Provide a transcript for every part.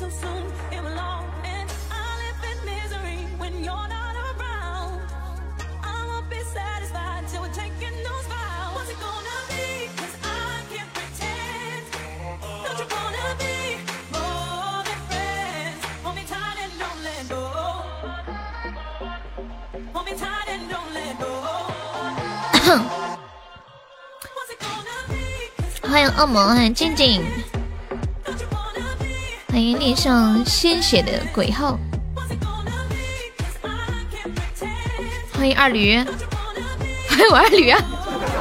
欢迎恶魔，欢迎静静，欢迎脸上鲜血的鬼号，欢迎二驴，欢迎我二驴啊！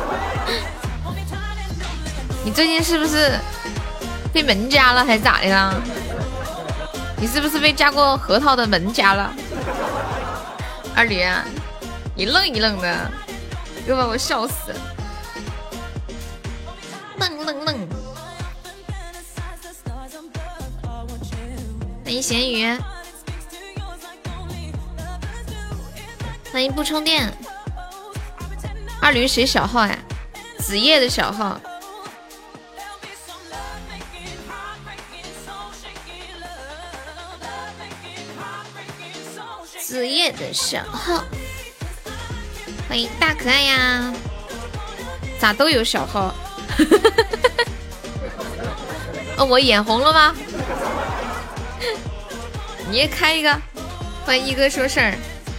你最近是不是被门加了还是咋的啦？你是不是被加过核桃的门加了？二驴啊，一愣一愣的，又把我笑死。愣，欢迎咸鱼，欢迎不充电。二驴谁小号呀？子夜的小号。子夜的小号，欢迎大可爱呀！咋都有小号？哦，我眼红了吗？你也开一个，欢迎一哥说事儿，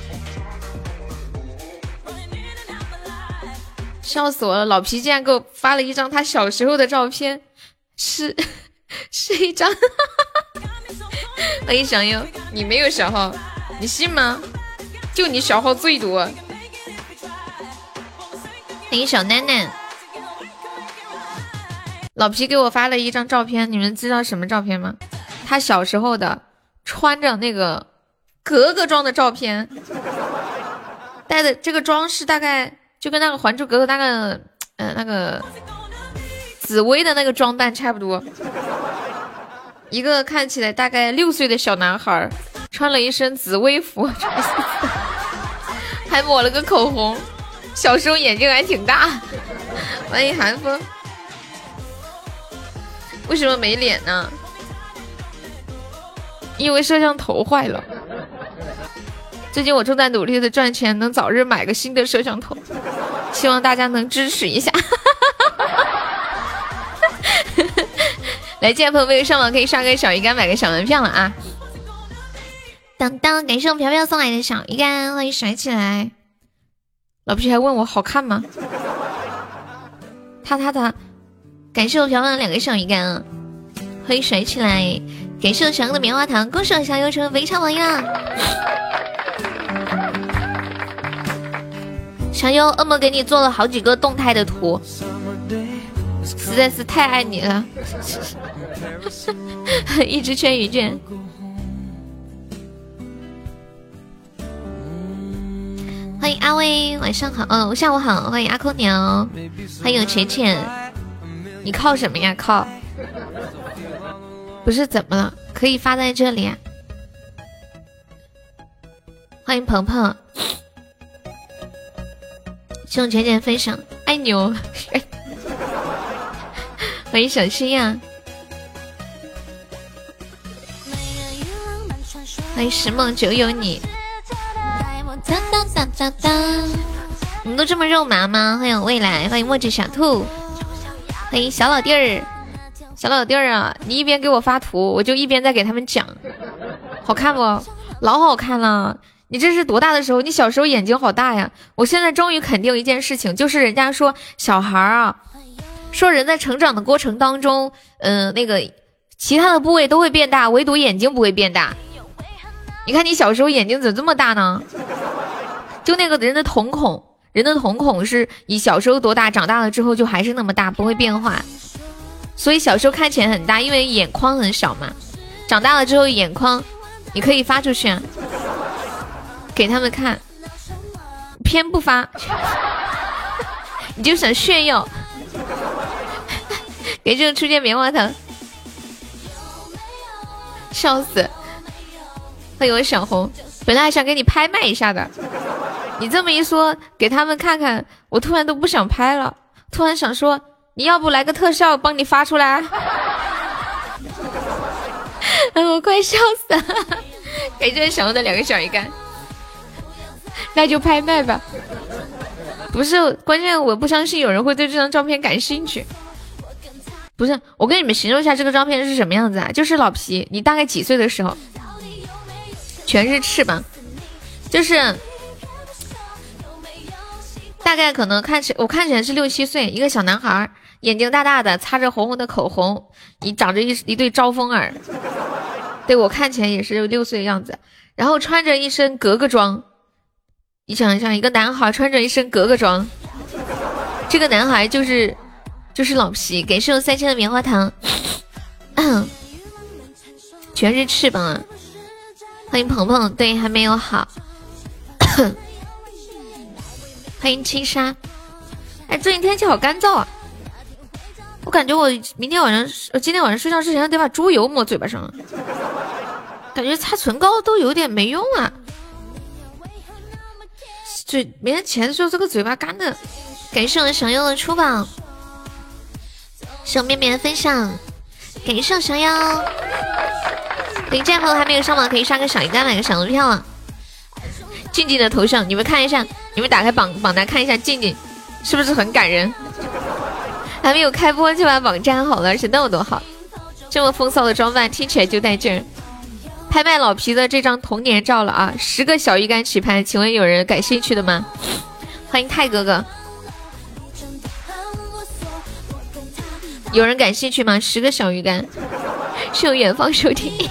笑死我了！老皮竟然给我发了一张他小时候的照片，是一张。欢迎小优，你没有小号，你信吗？就你小号最多。欢迎小楠楠。老皮给我发了一张照片，你们知道什么照片吗？他小时候的穿着那个格格装的照片，戴的这个装饰大概就跟那个《还珠格格》那个紫薇的那个装扮差不多。一个看起来大概6岁的小男孩，穿了一身紫薇服，还抹了个口红，小时候眼睛还挺大。欢迎寒风。为什么没脸呢？因为摄像头坏了。最近我正在努力的赚钱，能早日买个新的摄像头，希望大家能支持一下。来，见朋友没有上网可以刷个小鱼干，买个小门票了啊！当当，感谢我飘飘送来的小鱼干，欢迎甩起来。老皮还问我好看吗？他，感谢我飘飘的2个小鱼干啊！欢迎甩起来，感谢我小优的棉花糖，恭喜我小优成为围场榜一啦！小优，恶魔给你做了好几个动态的图，实在是太爱你了。一只圈鱼卷。欢迎阿威，晚上好，下午好，欢迎阿空鸟，欢迎浅浅。你靠什么呀？靠？不是怎么了？可以发在这里啊。欢迎鹏鹏，谢我浅浅分享，爱牛。欢迎小新呀，欢迎石梦只有你。你们都这么肉麻吗？欢迎未来，欢迎墨汁小兔，欢迎小老弟儿。小老弟儿啊，你一边给我发图，我就一边在给他们讲，好看不？老好看了。你这是多大的时候？你小时候眼睛好大呀！我现在终于肯定一件事情，就是人家说小孩啊，说人在成长的过程当中，那个其他的部位都会变大，唯独眼睛不会变大。你看你小时候眼睛怎么这么大呢？就那个人的瞳孔是以小时候多大，长大了之后就还是那么大，不会变化。所以小时候看起来很大，因为眼眶很小嘛。长大了之后眼眶，你可以发出去啊，给他们看。偏不发，你就想炫耀。给这个出现棉花糖，笑死！欢迎我小红，本来还想给你拍卖一下的，你这么一说，给他们看看，我突然都不想拍了，突然想说，你要不来个特效帮你发出来？ 我快笑死了！感谢小红的2个小鱼干，那就拍卖吧。不是，关键我不相信有人会对这张照片感兴趣。不是，我跟你们形容一下这个照片是什么样子啊？就是老皮，你大概几岁的时候？全是翅膀，就是大概可能我看起来是6、7岁，一个小男孩，眼睛大大的，擦着红红的口红，你长着一对招风耳，对我看起来也是6岁的样子，然后穿着一身格格装。你想一想，一个男孩穿着一身格格装，这个男孩就是老皮。给是用3000的棉花糖，全是翅膀啊！欢迎鹏鹏，对，还没有好。欢迎青纱。哎，最近天气好干燥啊！我感觉我今天晚上睡觉之前得把猪油抹嘴巴上了，感觉擦唇膏都有点没用啊。每天起来的时候这个嘴巴干的。感谢我想要的出宝，是我面面的分享，感谢我想要。领战朋友还没有上榜，可以刷个小鱼干买个小龙票啊！静静的头像，你们看一下，你们打开榜单看一下，静静是不是很感人？还没有开播就把榜站好了，而且那么多好，这么风骚的装扮，听起来就带劲儿。拍卖老皮的这张童年照了啊！10个小鱼干起拍，请问有人感兴趣的吗？欢迎泰哥哥，有人感兴趣吗？10个小鱼干，是有远方收听。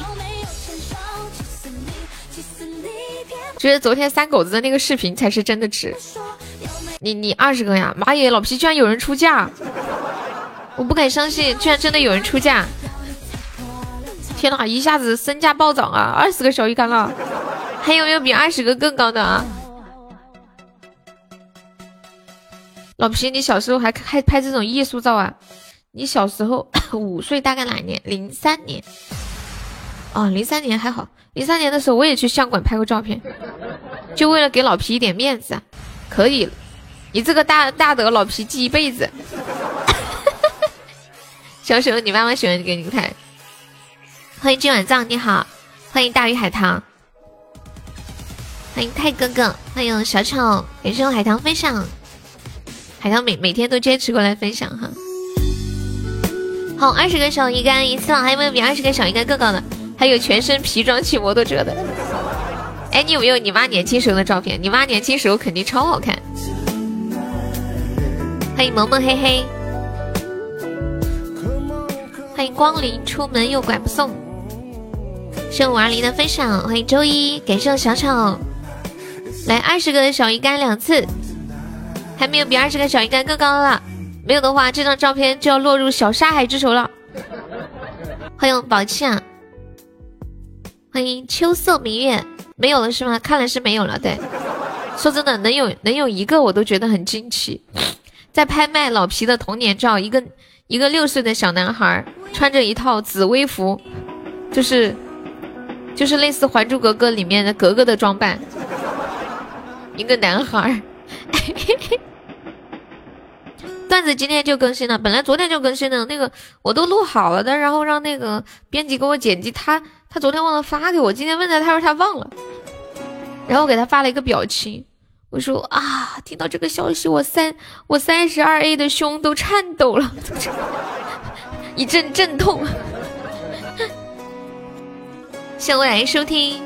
觉得昨天3狗子的那个视频才是真的值。你20个呀？妈耶，老皮居然有人出价！我不敢相信，居然真的有人出价！天哪，一下子身价暴涨啊！20个小鱼干了，还有没有比20个更高的啊？老皮，你小时候还拍这种艺术照啊？你小时候5岁，大概哪年？03年。哦，03年还好。03年的时候我也去相馆拍过照片，就为了给老皮一点面子啊。可以，你这个大德老皮记一辈子。小时候你妈妈喜欢给你看。欢迎今晚藏，你好，欢迎大鱼海棠，欢迎泰哥哥，欢迎小丑，也是用海棠分享，海棠每天都坚持过来分享哈。好，20个小鱼干一次了，还有没有比20个小鱼干更高的？还有全身皮装骑摩托车的。哎，你有没有你妈年轻时候的照片？你妈年轻时候肯定超好看。欢迎萌萌嘿嘿，欢迎光临出门又拐不送。是520的分享，欢迎周一，感谢小丑，来20个小鱼干2次，还没有比20个小鱼干更高了，没有的话这张照片就要落入小沙海之手了。欢迎宝气啊，欢迎秋色明月，没有了是吗？看来是没有了。对，说真的，能有一个我都觉得很惊奇。在拍卖老皮的童年照，一个6岁的小男孩穿着一套紫薇服，就是类似《还珠格格》里面的格格的装扮，一个男孩。段子今天就更新了，本来昨天就更新的，那个我都录好了的，然后让那个编辑给我剪辑，他昨天忘了发给我，今天问他，他说他忘了，然后我给他发了一个表情，我说啊，听到这个消息，我32A 的胸都颤抖了，一阵阵痛。谢我来收听，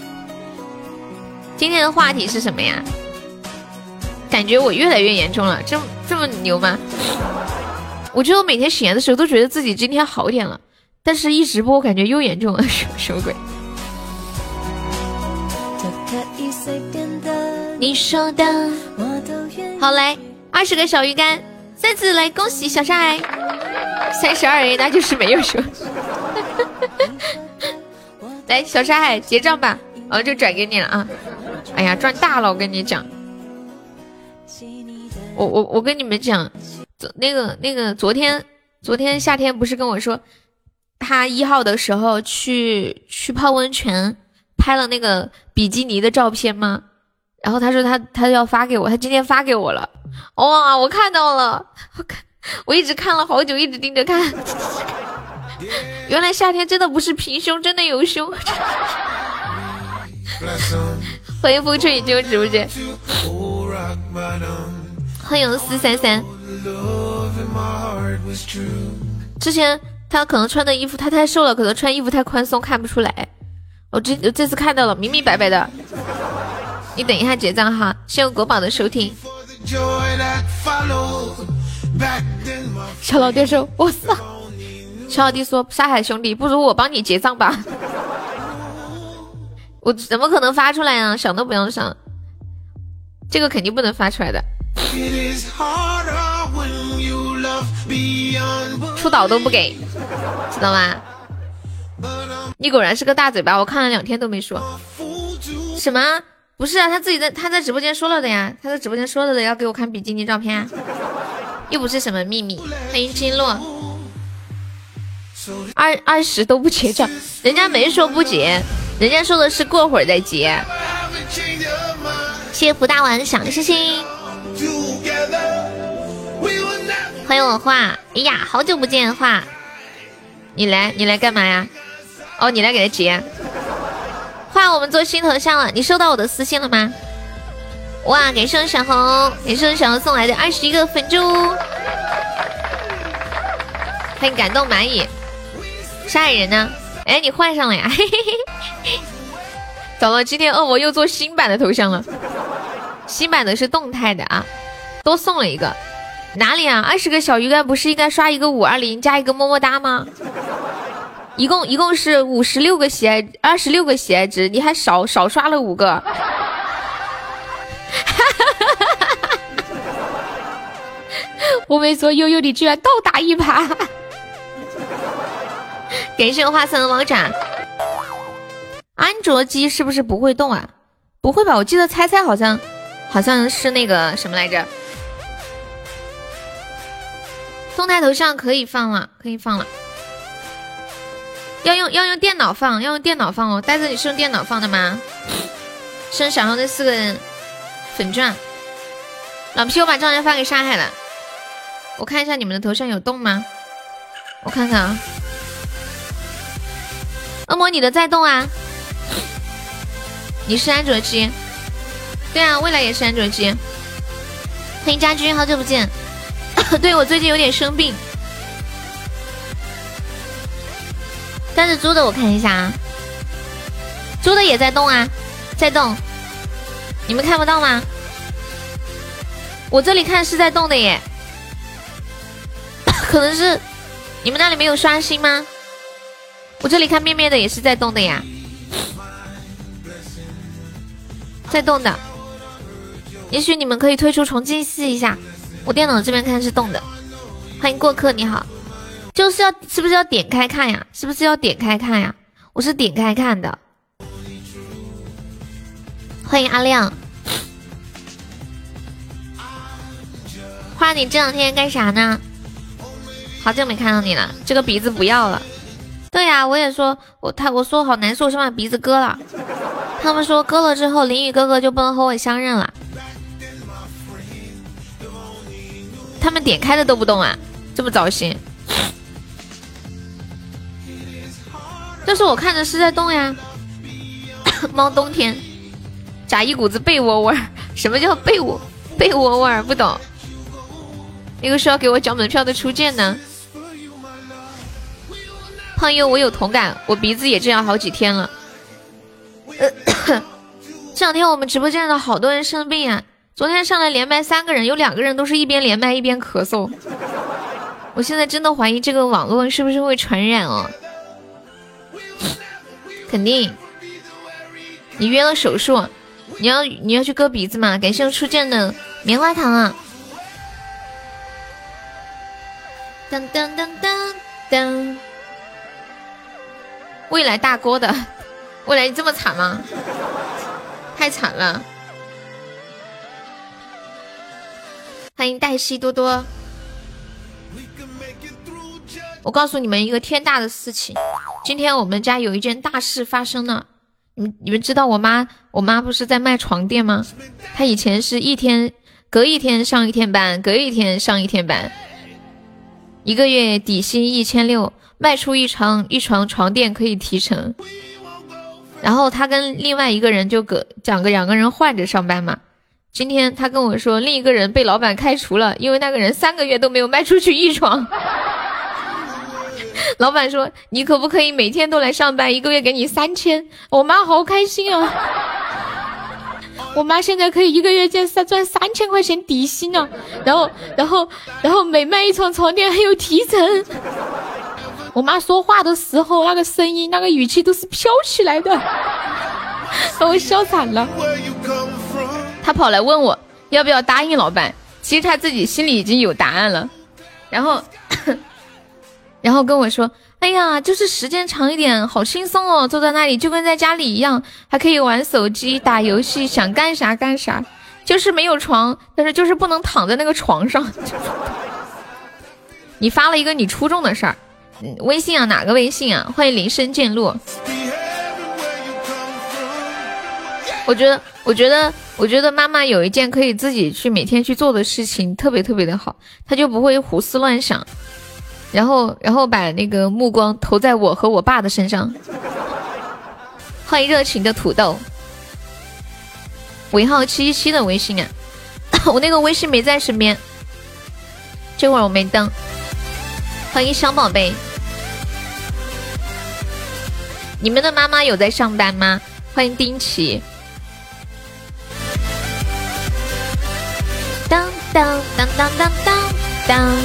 今天的话题是什么呀？感觉我越来越严重了，这么牛吗？我觉得我每天醒来的时候都觉得自己今天好一点了，但是一直播我感觉又严重了，什么鬼？你说的好，来20个小鱼干，3次来恭喜小帅，32A 那就是没有说。来，小沙海结账吧，就转给你了啊！哎呀，赚大了，我跟你讲，我跟你们讲，那个昨天夏天不是跟我说，他1号的时候去泡温泉，拍了那个比基尼的照片吗？然后他说他要发给我，他今天发给我了，哇，我看到了，我一直看了好久，一直盯着看。 原来夏天真的不是平胸，真的有胸。欢迎风吹雨进入直播间，欢迎433。之前他可能穿的衣服他太瘦了，可能穿衣服太宽松看不出来。我这次看到了，明明白白的。你等一下结账哈，谢谢国宝的收听。小老弟说：“我操！”小老弟说：“沙海兄弟，不如我帮你结账吧。”我怎么可能发出来啊？想都不用想，这个肯定不能发出来的。出岛都不给，知道吗？你果然是个大嘴巴，我看了2天都没说。什么？不是啊，他在直播间说了的呀，他在直播间说了的，要给我看比基尼照片啊，又不是什么秘密。欢迎金洛，20都不结账，人家没说不结，人家说的是过会儿再结。谢谢福大碗小星星，欢迎我画。哎呀，好久不见画，你来干嘛呀？哦，你来给他结。画，我们做新头像了，你收到我的私信了吗？哇，感谢小红，感谢小红送来的21个粉猪，很感动蚂蚁。杀害人呢？哎，你换上了呀！嘿嘿嘿。找到今天恶魔又做新版的头像了，新版的是动态的啊，多送了一个。哪里啊？20个小鱼干不是应该刷一个520加一个么么哒吗？一共是56个喜爱，26个喜爱值，你还少刷了5个。我没说悠悠你居然倒打一耙。感谢花色的王炸。安卓机是不是不会动啊？不会吧，我记得猜好像是那个什么来着。动态头像可以放了，可以放了。要用电脑放，要用电脑放哦。呆子，你是用电脑放的吗？是小红的4个粉钻。老皮，我把照片发给沙海了。我看一下你们的头像有动吗？我看看啊。恶魔，你的在动啊？你是安卓机？对啊，未来也是安卓机。欢迎家居，好久不见。对，我最近有点生病。但是猪的我看一下啊，猪的也在动啊，在动，你们看不到吗？我这里看是在动的耶，可能是你们那里没有刷新吗？我这里看面面的也是在动的呀，在动的，也许你们可以退出重新试一下。我电脑这边看是动的。欢迎过客，你好。是不是要点开看呀？是不是要点开看呀？我是点开看的。欢迎阿亮。花，你这2天干啥呢？好久没看到你了，这个鼻子不要了。对呀，我也说，我说好难受，是把鼻子割了。他们说割了之后，淋雨哥哥就不能和我相认了。他们点开的都不动啊，这么糟心。但是我看着是在动呀。猫冬天炸一股子被窝味儿，什么叫被窝味儿？不懂。那个是要给我缴门票的初见呢。胖友，我有同感，我鼻子也这样好几天了。这2天我们直播间的好多人生病啊。昨天上来连麦3个人，有2个人都是一边连麦一边咳嗽。我现在真的怀疑这个网络是不是会传染哦。肯定。你约了手术，你要去割鼻子嘛？感谢初见的棉花糖啊！噔噔噔噔噔。未来大锅的，未来你这么惨吗？太惨了。欢迎黛西多多。我告诉你们一个天大的事情，今天我们家有一件大事发生了。你们知道我妈不是在卖床垫吗？她以前是隔一天上1天班，隔一天上1天班，1个月底薪1600， 卖出一床床垫可以提成。然后他跟另外一个人就两个人换着上班嘛。今天他跟我说，另一个人被老板开除了，因为那个人3个月都没有卖出去一床。老板说，你可不可以每天都来上班，1个月给你3000？我妈好开心啊！我妈现在可以1个月赚3000块钱底薪呢、然后每卖一床床垫还有提成。我妈说话的时候那个声音那个语气都是飘起来的，把我笑惨了。他跑来问我要不要答应老板，其实他自己心里已经有答案了，然后跟我说，哎呀，就是时间长一点好轻松哦，坐在那里就跟在家里一样，还可以玩手机打游戏，想干啥干啥，就是没有床，但是就是不能躺在那个床上。你发了一个你初中的事儿，微信啊，哪个微信啊？欢迎林深见落。我觉得妈妈有一件可以自己去每天去做的事情，特别特别的好，她就不会胡思乱想，然后把那个目光投在我和我爸的身上。欢迎热情的土豆，尾号717的微信啊，我那个微信没在身边，这会儿我没登。欢迎小宝贝，你们的妈妈有在上班吗？欢迎丁奇。当当当当当当当，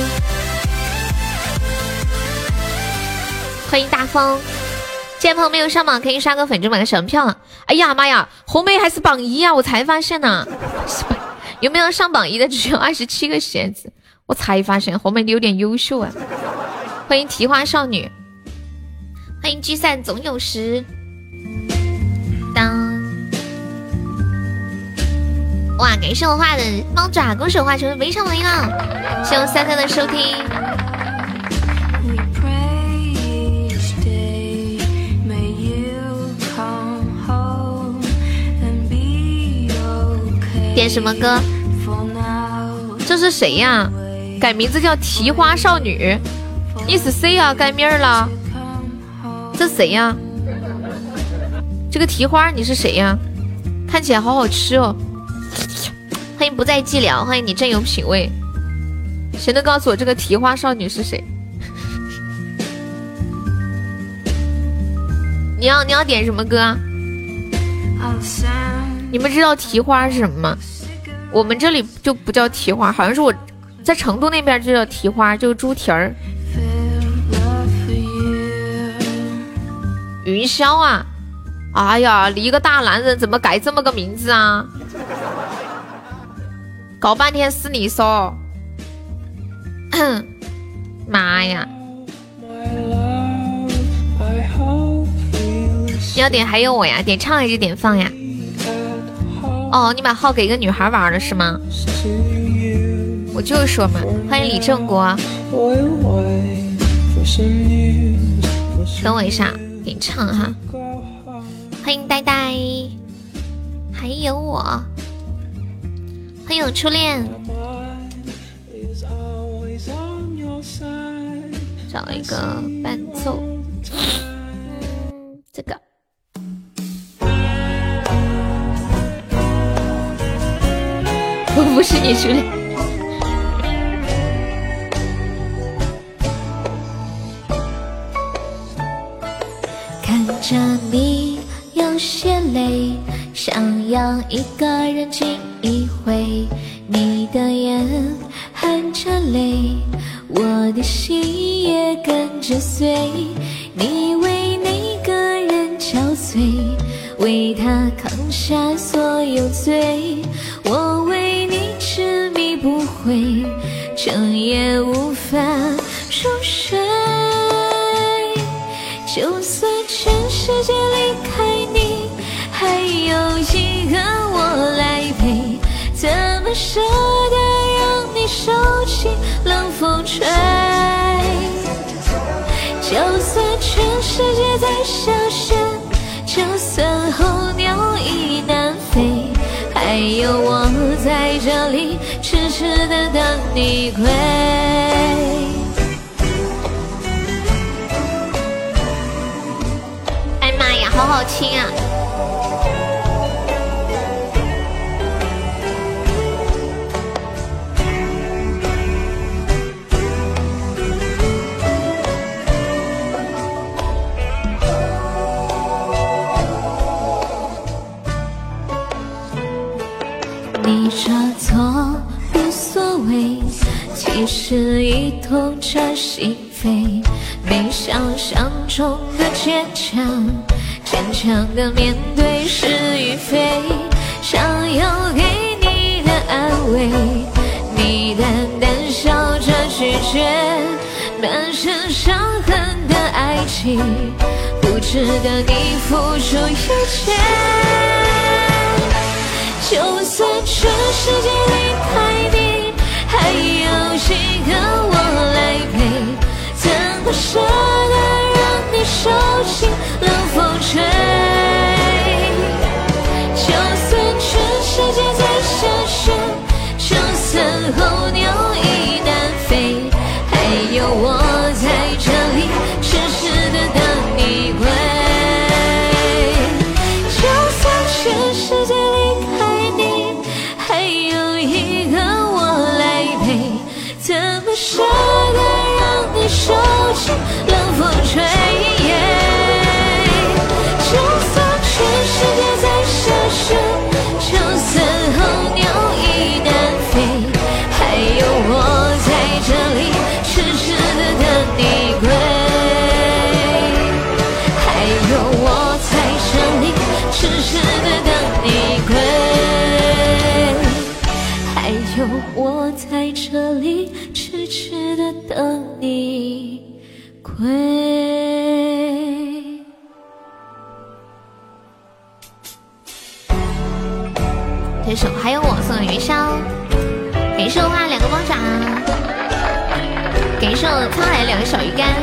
欢迎大风。既然朋友没有上榜，可以刷个粉猪买个小门票了。哎呀妈呀，红梅还是榜1啊！我才发现呢，有没有上榜1的？只有27个鞋子，我才发现红梅你有点优秀啊！欢迎提花少女，欢迎聚散总有时。当。哇，感谢我画的猫爪，恭喜我画成非常美了！谢谢33的收听。点什么歌？这是谁呀？改名字叫提花少女，你是谁呀？改名了？这谁呀？这个提花你是谁呀？看起来好好吃哦。欢迎不再寂寥，欢迎你真有品味。谁能告诉我这个提花少女是谁？你要点什么歌啊？你们知道提花是什么吗？我们这里就不叫提花，好像是我在成都那边就叫提花，就是猪蹄儿。云霄啊！哎呀，你一个大男人怎么改这么个名字啊？搞半天是你说，妈呀！你要点还有我呀？点唱还是点放呀？哦，你把号给一个女孩玩了是吗？我就说嘛，欢迎李正国。等我一下，给你唱哈。欢迎呆呆，还有我。欢迎初恋，找一个伴奏，这个我不是你初恋。看着你有些累，想要一个人静一回，你的眼含着泪，我的心也跟着随，你为那个人憔悴，为他扛下所有罪，我为你痴迷不悔，整夜无法入睡，就算全世界离开你，还有一个我来陪，怎么舍得让你受尽冷风吹，就算全世界在下雪，就算候鸟已南飞，还有我在这里痴痴地等你归。 好好听啊。 你这错无所谓，其实已痛彻心扉，没想象中的坚强，坚强的面对是与非，想要给你的安慰，你淡淡笑着拒绝，满身伤痕的爱情，不值得你付出一切。就算全世界离开你，还有几个我来陪，怎么舍得让你受尽冷风吹？就算全世界在下雪，就算候鸟已单飞，还有我在这里痴痴的等你归。就算全世界离开你，还有一个我来陪，怎么舍得让你受尽冷风吹？就算全世界在下雪，就算候鸟已单飞，还有我在这里痴痴的等你归，还有我在这里痴痴的等你归，还有我在这里痴痴的等你归。 这首还有我送元宵，给寿花2个猫爪，给寿沧海2个小鱼干。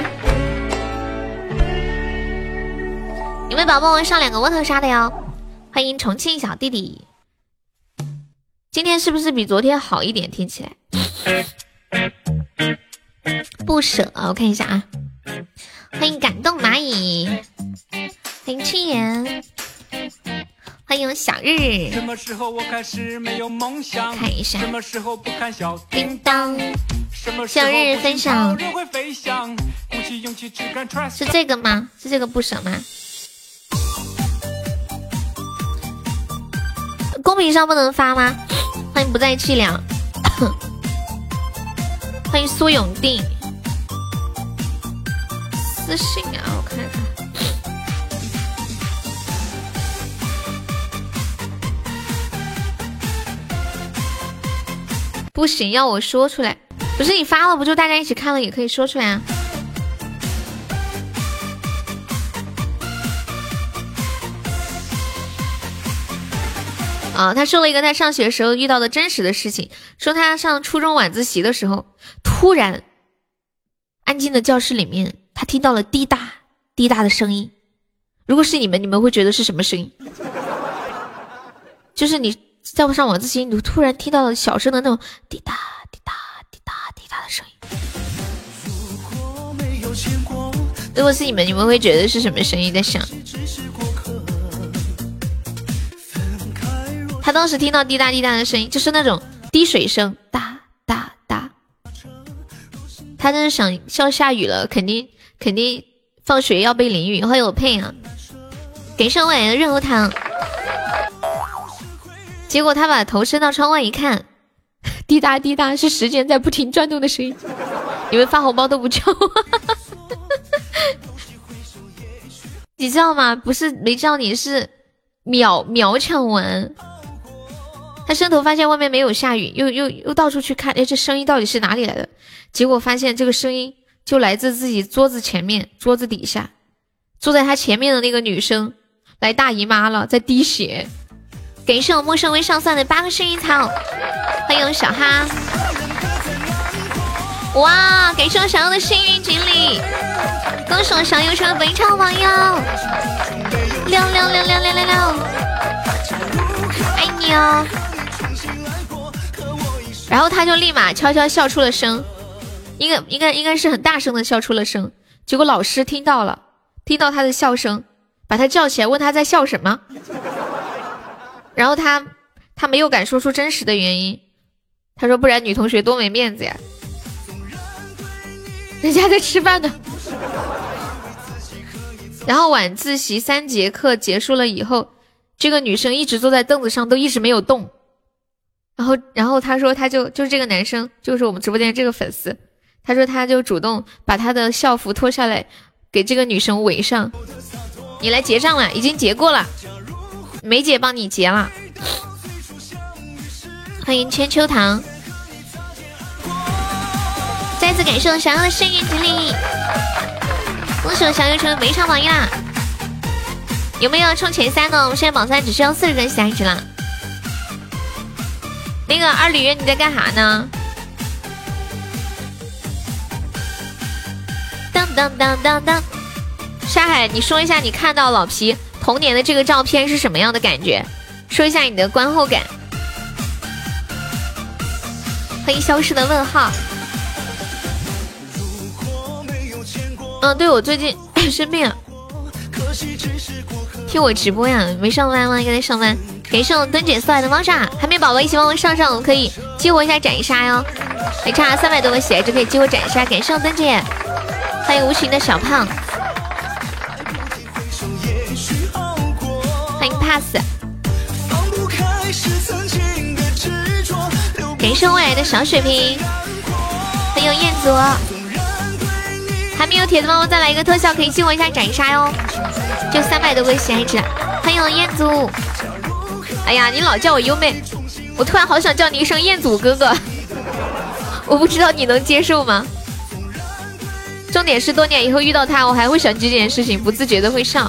你们宝宝们上2个窝头杀的哟，欢迎重庆小弟弟。今天是不是比昨天好一点？听起来不舍，我看一下啊。欢迎感动蚂蚁，欢迎青岩，欢迎小日。什么时候我开始没有梦想？看一下。什么时候不看小叮当？小日分享。是这个吗？是这个不舍吗？公屏上不能发吗？欢迎不再凄凉。欢迎苏永定。私信啊，我看看。不行，要我说出来。不是你发了，不就大家一起看了也可以说出来啊？啊，他说了一个他上学时候遇到的真实的事情，说他上初中晚自习的时候，突然安静的教室里面，他听到了滴答滴答的声音。如果是你们，你们会觉得是什么声音？就是你在上晚自习，你突然听到了小声的那种滴答滴答滴答滴答的声音。如果是你们，你们会觉得是什么声音？在想。他当时听到滴答滴答的声音，就是那种滴水声，哒哒哒。他真是想笑下雨了，肯定放学要被淋雨。欢迎我配啊，给上伟的润喉糖。结果他把头伸到窗外一看，滴答滴答是时间在不停转动的声音。你们发红包都不叫你知道吗？不是没叫你，是秒抢完。他伸头发现外面没有下雨，又到处去看，哎，这声音到底是哪里来的？结果发现这个声音就来自自己桌子前面，桌子底下，坐在他前面的那个女生来大姨妈了，在滴血。给是我陌生微上算的8个幸运草，欢迎小哈。哇，给是我想要的幸运锦鲤，恭喜我小优成本场榜样，6666666，爱你哦。然后他就立马悄悄笑出了声，应该是很大声的笑出了声。结果老师听到了，听到他的笑声， 把他叫起来，问他在笑什么。然后他没有敢说出真实的原因，他说不然女同学多没面子呀，人家在吃饭呢。然后晚自习3节课结束了以后，这个女生一直坐在凳子上，都一直没有动。然后他说他就是这个男生，就是我们直播间这个粉丝，他说他就主动把他的校服脱下来给这个女生围上。你来结账了，已经结过了，梅姐帮你结了。欢迎千秋堂，再次感谢小优的幸运之力，恭喜我小优成为围场榜一啦！有没有要冲前3呢？我们现在榜3只需要40个喜爱值了。那个二驴你在干啥呢？当当当当当，沙海，你说一下你看到老皮童年的这个照片是什么样的感觉？说一下你的观后感。欢迎消失的问号。对，我最近生病了，听我直播呀，没上班吗？应该在上班。感谢我墩姐送来的猫爪，还没宝宝一起帮我上，我们可以激活一下斩杀哟。还差300多个血就可以激活斩杀，感谢我墩姐。欢迎无情的小胖，欢迎 pass， 感谢未来的小水瓶，欢迎彦祖。还没有铁子帮我再来一个特效，可以激活一下斩杀哟，就300多个喜爱值。欢迎我彦祖。哎呀，你老叫我优妹，我突然好想叫你一声彦祖哥哥，我不知道你能接受吗？重点是多年以后遇到他，我还会想起这件事情，不自觉的会笑。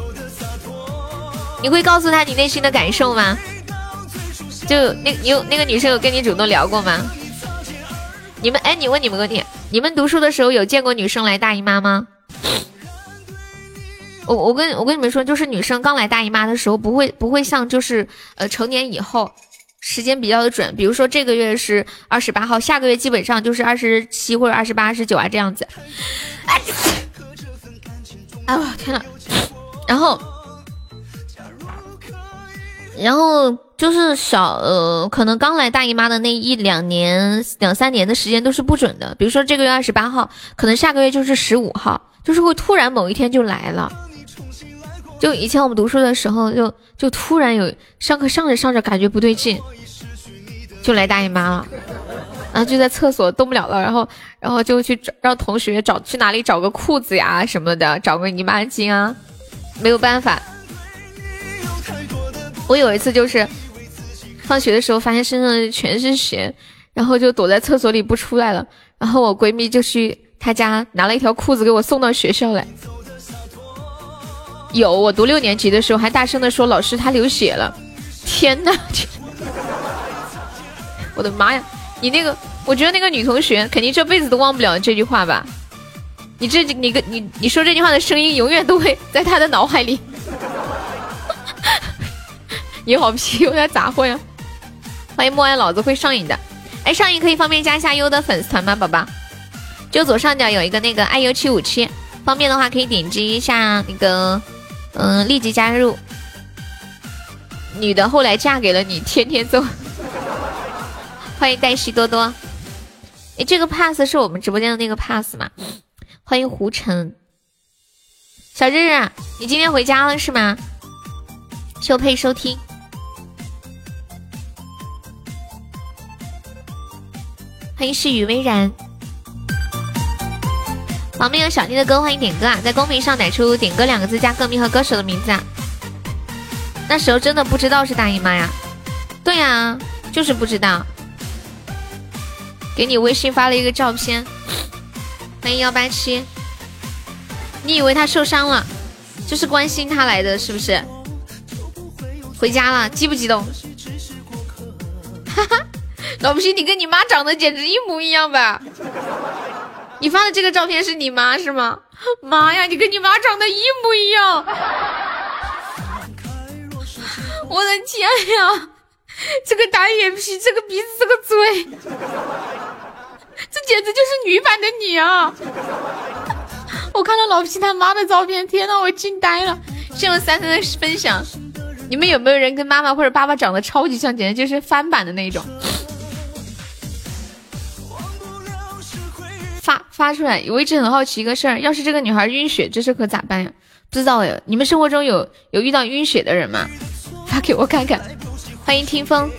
你会告诉他你内心的感受吗？就那个女生有跟你主动聊过吗？你们你问你们个问题，你们读书的时候有见过女生来大姨妈吗？我跟你们说，就是女生刚来大姨妈的时候，不会像就是成年以后时间比较的准，比如说这个月是28号，下个月基本上就是27或者28、29啊这样子。哎呦天哪！然后就是可能刚来大姨妈的那1-2年、2-3年的时间都是不准的，比如说这个月28号，可能下个月就是15号，就是会突然某一天就来了。就以前我们读书的时候，就突然有上课上着感觉不对劲，就来大姨妈了，然后就在厕所动不了了，然后就去让同学去哪里找个裤子呀什么的，找个姨妈巾啊，没有办法。我有一次就是放学的时候发现身上全是血，然后就躲在厕所里不出来了，然后我闺蜜就去她家拿了一条裤子给我送到学校来。我读6年级的时候还大声的说老师她流血了，天哪！我的妈呀！我觉得那个女同学肯定这辈子都忘不了这句话吧？你说这句话的声音永远都会在她的脑海里。你好皮，有点杂货呀！欢迎默哀，老子会上瘾的。哎，上瘾可以方便加一下优的粉丝团吗，宝宝？就左上角有一个那个爱优757，方便的话可以点击一下那个立即加入。女的后来嫁给了你，天天揍。欢迎黛西多多。哎，这个 pass 是我们直播间的那个 pass 吗？欢迎胡晨。小日日，你今天回家了是吗？秀配收听。欢迎是雨微然。旁边有小弟的歌，欢迎点歌啊！在公屏上打出点歌2个字加歌名和歌手的名字啊。那时候真的不知道是大姨妈呀？对啊，就是不知道。给你微信发了一个照片，欢迎187。你以为他受伤了，就是关心他来的，是不是？回家了，激不激动？哈哈，老皮，你跟你妈长得简直一模一样吧？你发的这个照片是你妈是吗？妈呀，你跟你妈长得一模一样！我的天呀，这个单眼皮，这个鼻子，这个嘴，这简直就是女版的你啊！ 我看到老皮他妈的照片，天呐，我惊呆了！谢谢33的分享。你们有没有人跟妈妈或者爸爸长得超级像，简直就是翻版的那种？发出来！我一直很好奇一个事儿，要是这个女孩晕血，这事可咋办呀？不知道哎，你们生活中有遇到晕血的人吗？发给我看看。欢迎听风。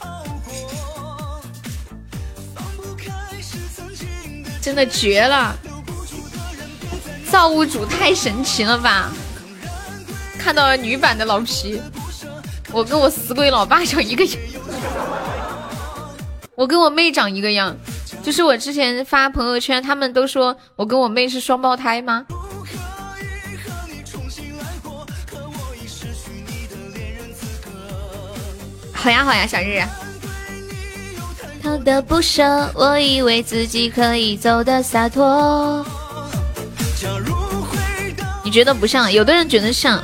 真的绝了！造物主太神奇了吧！看到了女版的老皮，我跟我死鬼老爸长一个样，我跟我妹长一个样。就是我之前发朋友圈，他们都说我跟我妹是双胞胎吗？好呀好呀，小日。逃的不舍，我以为自己可以走得洒脱。你觉得不像？有的人觉得像。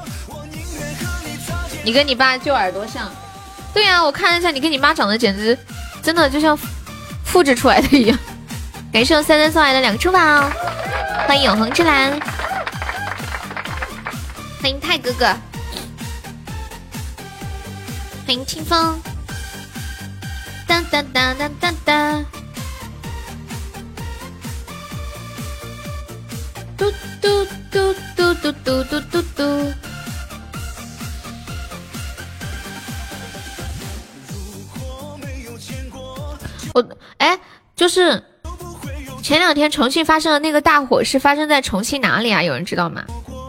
你跟你爸就耳朵像。对呀，我看了一下，你跟你妈长得简直真的就像复制出来的一样。感谢我33送来的2个珠宝，欢迎永恒之蓝，欢迎泰哥哥，欢迎清风。当当当当当当，嘟嘟嘟嘟嘟嘟嘟嘟嘟。就是前2天重庆发生的那个大火是发生在重庆哪里啊？有人知道吗？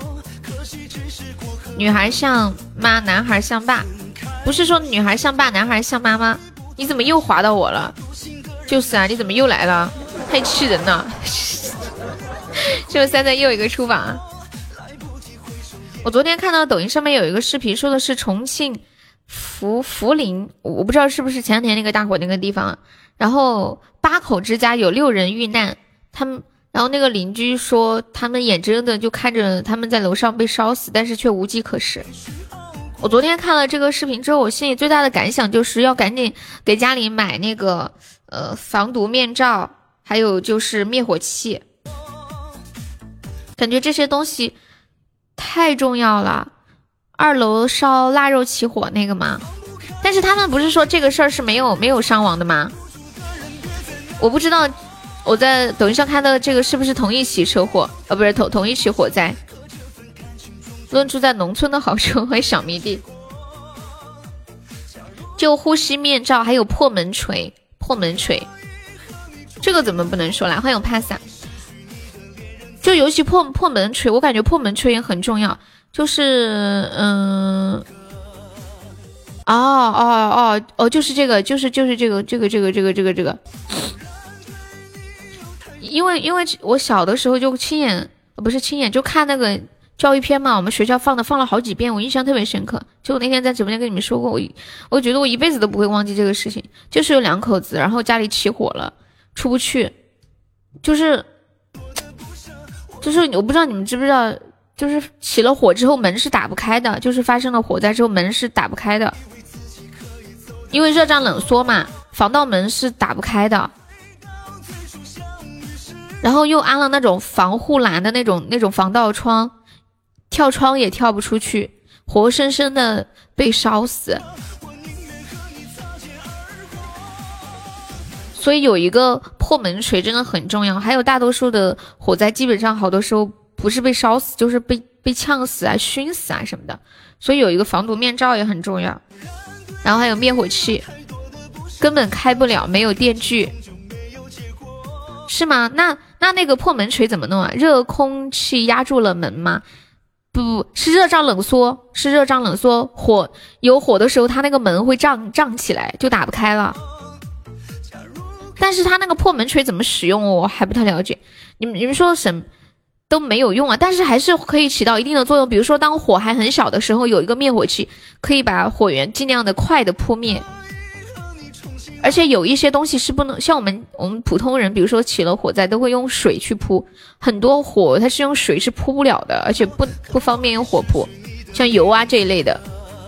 女孩像妈，男孩像爸，不是说女孩像爸，男孩像妈吗？你怎么又划到我了？就是啊，你怎么又来了？太气人了！这个3又一个出榜。我昨天看到抖音上面有一个视频，说的是重庆涪陵，我不知道是不是前2天那个大火那个地方。然后8口之家有6人遇难，然后那个邻居说他们眼睁睁的就看着他们在楼上被烧死，但是却无计可施。我昨天看了这个视频之后，我心里最大的感想就是要赶紧给家里买那个防毒面罩，还有就是灭火器，感觉这些东西太重要了。2楼烧腊肉起火那个吗？但是他们不是说这个事儿是没有伤亡的吗？我不知道我在抖音上看到的这个是不是同一起车祸，不是同一起火灾。论住在农村的好处，欢迎小迷弟。就呼吸面罩，还有破门锤，这个怎么不能说啦？欢迎帕萨。就尤其破门锤，我感觉破门锤也很重要。就是就是这个，就是这个。因为我小的时候就不是亲眼就看那个教育片嘛，我们学校放了好几遍，我印象特别深刻。就我那天在直播间跟你们说过，我觉得我一辈子都不会忘记这个事情。就是有2口子，然后家里起火了，出不去，就是我不知道你们知不知道，就是起了火之后门是打不开的，就是发生了火灾之后门是打不开的，因为热胀冷缩嘛，防盗门是打不开的。然后又安了那种防护栏的那种防盗窗，跳窗也跳不出去，活生生的被烧死。所以有一个破门锤真的很重要。还有大多数的火灾基本上好多时候不是被烧死，就是被呛死啊、熏死啊什么的，所以有一个防毒面罩也很重要。然后还有灭火器，根本开不了，没有电锯。是吗？那个破门锤怎么弄啊？热空气压住了门吗？不是热胀冷缩，是热胀冷缩。有火的时候，它那个门会胀起来，就打不开了。但是它那个破门锤怎么使用，我还不太了解。你们说什么都没有用啊，但是还是可以起到一定的作用。比如说，当火还很小的时候，有一个灭火器，可以把火源尽量的快的扑灭。而且有一些东西是不能像我们普通人，比如说起了火灾都会用水去扑，很多火它是用水是扑不了的，而且不方便用火扑，像油啊这一类的，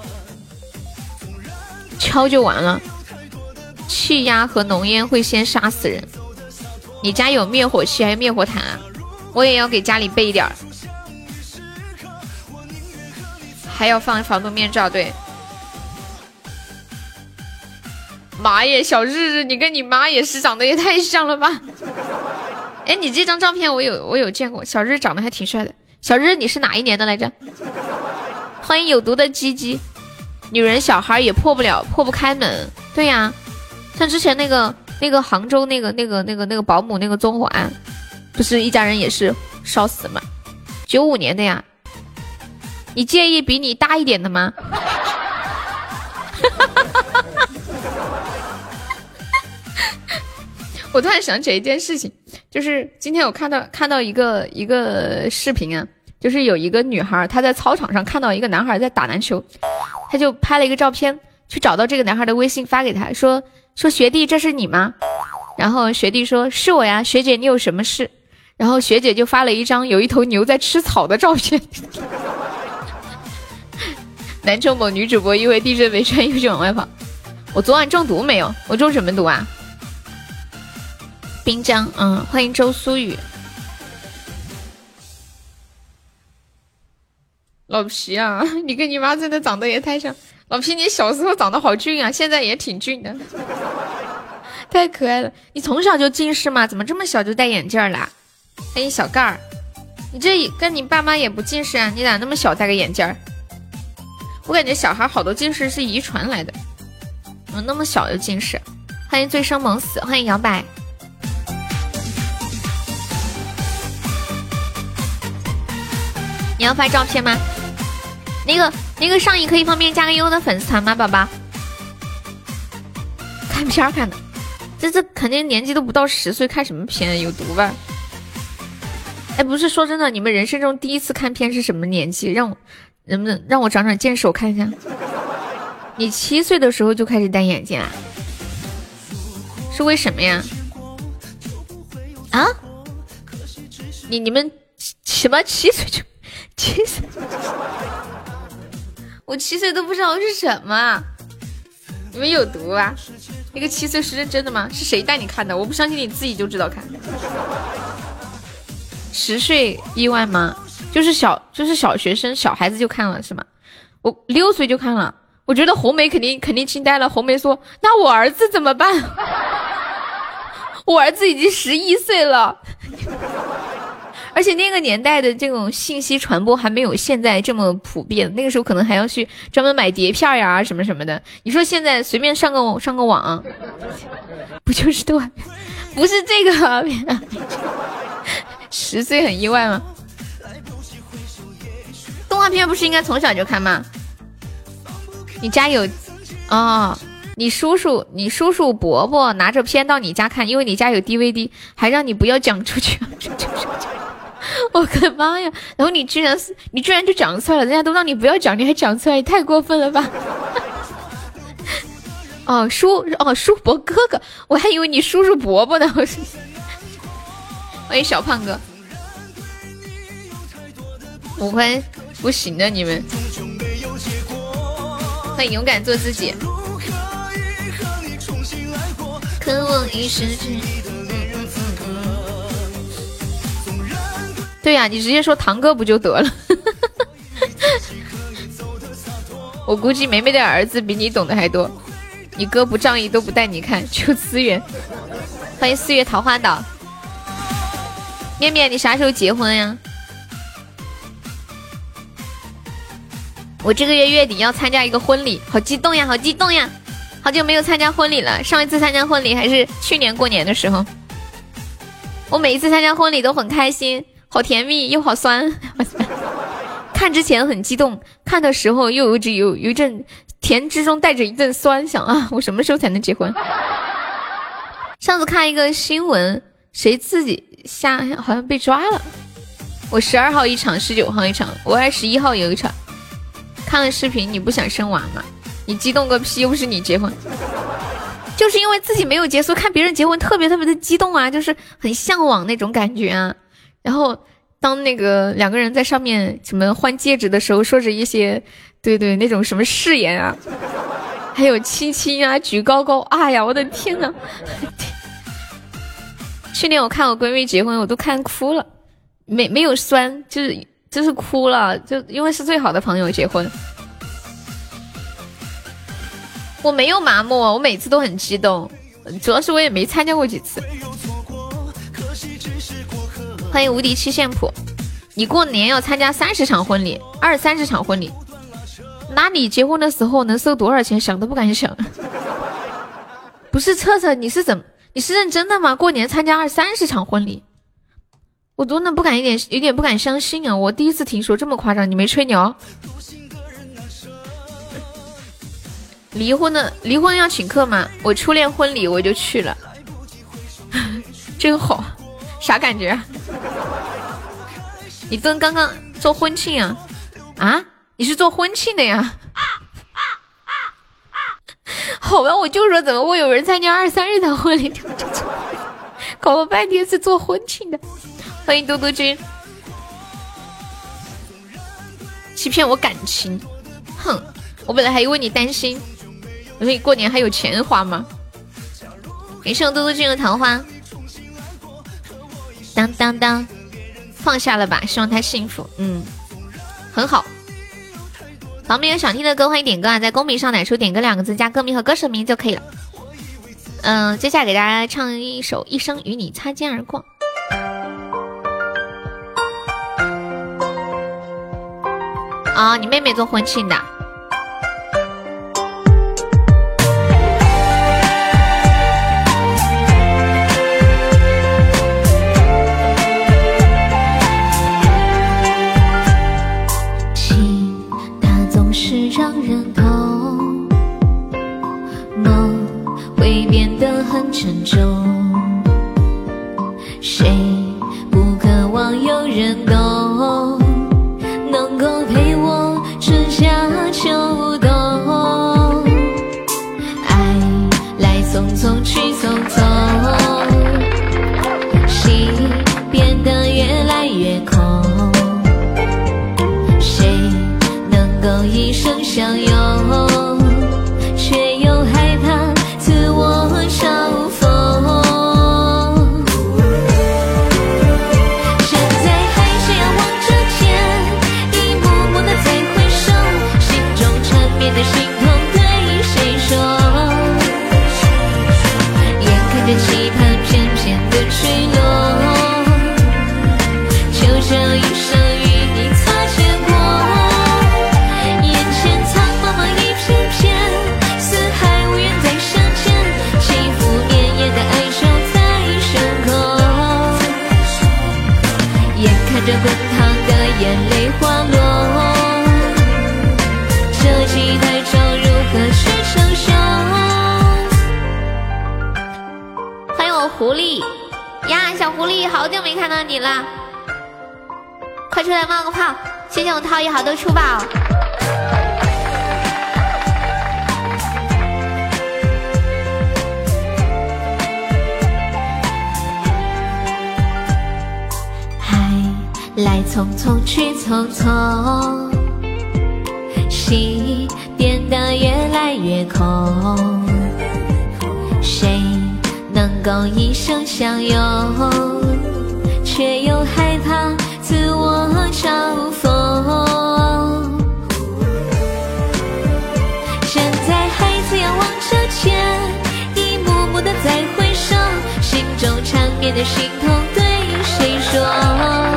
敲就完了。气压和浓烟会先杀死人。你家有灭火器还有灭火毯啊？ 我也要给家里备一点儿，还要放防毒面罩。对，妈耶，小日日，你跟你妈也是长得也太像了吧？哎，你这张照片我有见过，小日长得还挺帅的。小日你是哪一年的来着？欢迎有毒的鸡鸡。女人小孩也破不开门。对呀，像之前那个杭州那个保姆那个纵火案，不是一家人也是烧死嘛？95年的呀。你介意比你大一点的吗？我突然想起一件事情，就是今天我看到一个视频啊，就是有一个女孩她在操场上看到一个男孩在打篮球，她就拍了一个照片，去找到这个男孩的微信发给他，说学弟这是你吗？然后学弟说是我呀，学姐你有什么事？然后学姐就发了一张有一头牛在吃草的照片。南充某女主播因为地震被穿衣服往外跑。我昨晚中毒没有？我中什么毒啊？滨江，欢迎周苏雨。老皮啊，你跟你妈真的长得也太像。老皮，你小时候长得好俊啊，现在也挺俊的，太可爱了。你从小就近视吗？怎么这么小就戴眼镜啦？欢迎小盖儿，你这跟你爸妈也不近视啊？你咋那么小戴个眼镜？我感觉小孩好多近视是遗传来的，怎么那么小就近视？欢迎醉生梦死，欢迎摇摆。你要发照片吗？那个上瘾可以方便加个优的粉丝团吗，宝宝？看片看的，这肯定年纪都不到10岁，看什么片？有毒吧？哎，不是，说真的，你们人生中第一次看片是什么年纪？能不能让我长长见识，我看一下。你7岁的时候就开始戴眼镜啊？是为什么呀？啊？你们什么7岁就7岁？我7岁都不知道是什么，你们有毒啊！那个7岁是认真的吗？是谁带你看的？我不相信你自己就知道看。10岁意外吗？就是小学生小孩子就看了是吗？我6岁就看了，我觉得红梅肯定惊呆了。红梅说：“那我儿子怎么办？我儿子已经11岁了。”而且那个年代的这种信息传播还没有现在这么普遍，那个时候可能还要去专门买碟片呀什么什么的。你说现在随便上个网，不就是对？不是这个10岁很意外吗？动画片不是应该从小就看吗？你家有你叔叔伯伯拿着片到你家看，因为你家有 DVD， 还让你不要讲出去。我的妈呀！然后你居然就讲出来了，人家都让你不要讲，你还讲出来，也太过分了吧！叔伯哥哥，我还以为你叔叔伯伯呢。欢迎小胖哥，5分不行的你们。欢迎勇敢做自己。可我已失去。对呀，你直接说堂哥不就得了？我估计梅梅的儿子比你懂得还多，你哥不仗义都不带你看，求资源。欢迎4月桃花岛。面面，你啥时候结婚呀？我这个月底要参加一个婚礼，好激动呀，好激动呀！好久没有参加婚礼了，上一次参加婚礼还是去年过年的时候。我每一次参加婚礼都很开心，好甜蜜又好酸。看之前很激动，看的时候又有一阵甜之中带着一阵酸，想啊，我什么时候才能结婚？上次看一个新闻，谁自己好像被抓了。我12号一场，19号一场，我21号有一场。看了视频，你不想生娃吗？你激动个屁，又不是你结婚。就是因为自己没有结束，看别人结婚特别的激动啊，就是很向往那种感觉啊。然后当那个2个人在上面什么换戒指的时候，说着一些对那种什么誓言啊，还有亲亲啊，举高高，哎呀，我的天哪！去年我看我闺蜜结婚，我都看哭了。 没有酸，就是哭了，就因为是最好的朋友结婚。我没有麻木，我每次都很激动，主要是我也没参加过几次。欢迎无敌七线谱，你过年要参加30场婚礼，30场婚礼，那你结婚的时候能收多少钱？想都不敢想。不是彻彻，你是认真的吗？过年参加30场婚礼，我真的不敢有点不敢相信啊！我第一次听说这么夸张，你没吹牛？离婚要请客吗？我初恋婚礼我就去了，真好，啥感觉？你跟刚刚做婚庆啊？啊，你是做婚庆的呀？好吧，我就说怎么会有人参加30场婚礼，搞了半天是做婚庆的。欢迎嘟嘟君，欺骗我感情，哼！我本来还为你担心，我说你过年还有钱花吗？感谢我嘟嘟君的桃花，当当当，放下了吧，希望他幸福，很好。旁边有想听的歌，欢迎点歌啊，在公屏上打出点歌2个字，加歌名和歌手名就可以了。接下来给大家唱一首《一生与你擦肩而过》。啊，你妹妹做婚庆的。 是让人懂，梦会变得很沉重，谁不渴望有人懂，能够陪我春夏秋冬，爱来匆匆去匆匆，心变得越来越空，一生相拥，却又害怕自我嘲讽。站在海角仰望着天，一幕幕的再回首，心中缠绵的心痛对谁说？眼看着期盼片片的坠落，就这样一生与你擦肩过。这滚烫的眼泪滑落，这期待中如何去承受？ 欢迎我狐狸呀，小狐狸，好久没看到你了，快出来冒个泡！谢谢我涛一好多出宝。 来匆匆去匆匆，心变得越来越空，谁能够一生相拥，却又害怕自我嘲讽。站在海子仰望着天，一幕幕的再回首，心中缠绵的心痛对谁说？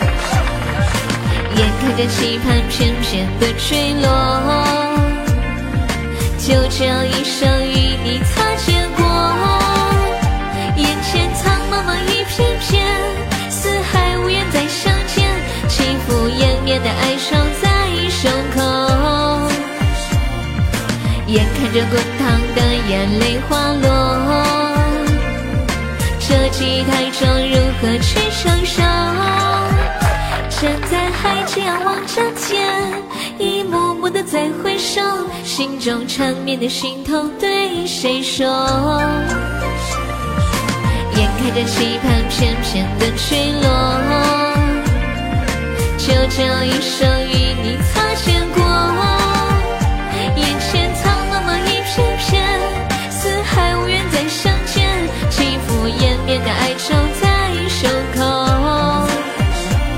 眼看着期盼片片的坠落，就这样一生与你擦肩过，眼前苍茫茫一片片，四海无缘再相见，起伏延绵的哀伤在胸口，眼看着滚烫的眼泪滑落，这期待中如何去承受？站在海角仰望着天，一幕幕的再回首，心中缠绵的心痛对谁说？眼看着期盼片片的坠落，就这样一生与你擦肩过，眼前苍茫茫一片片，四海无缘再相见，起伏延绵的哀愁在胸口，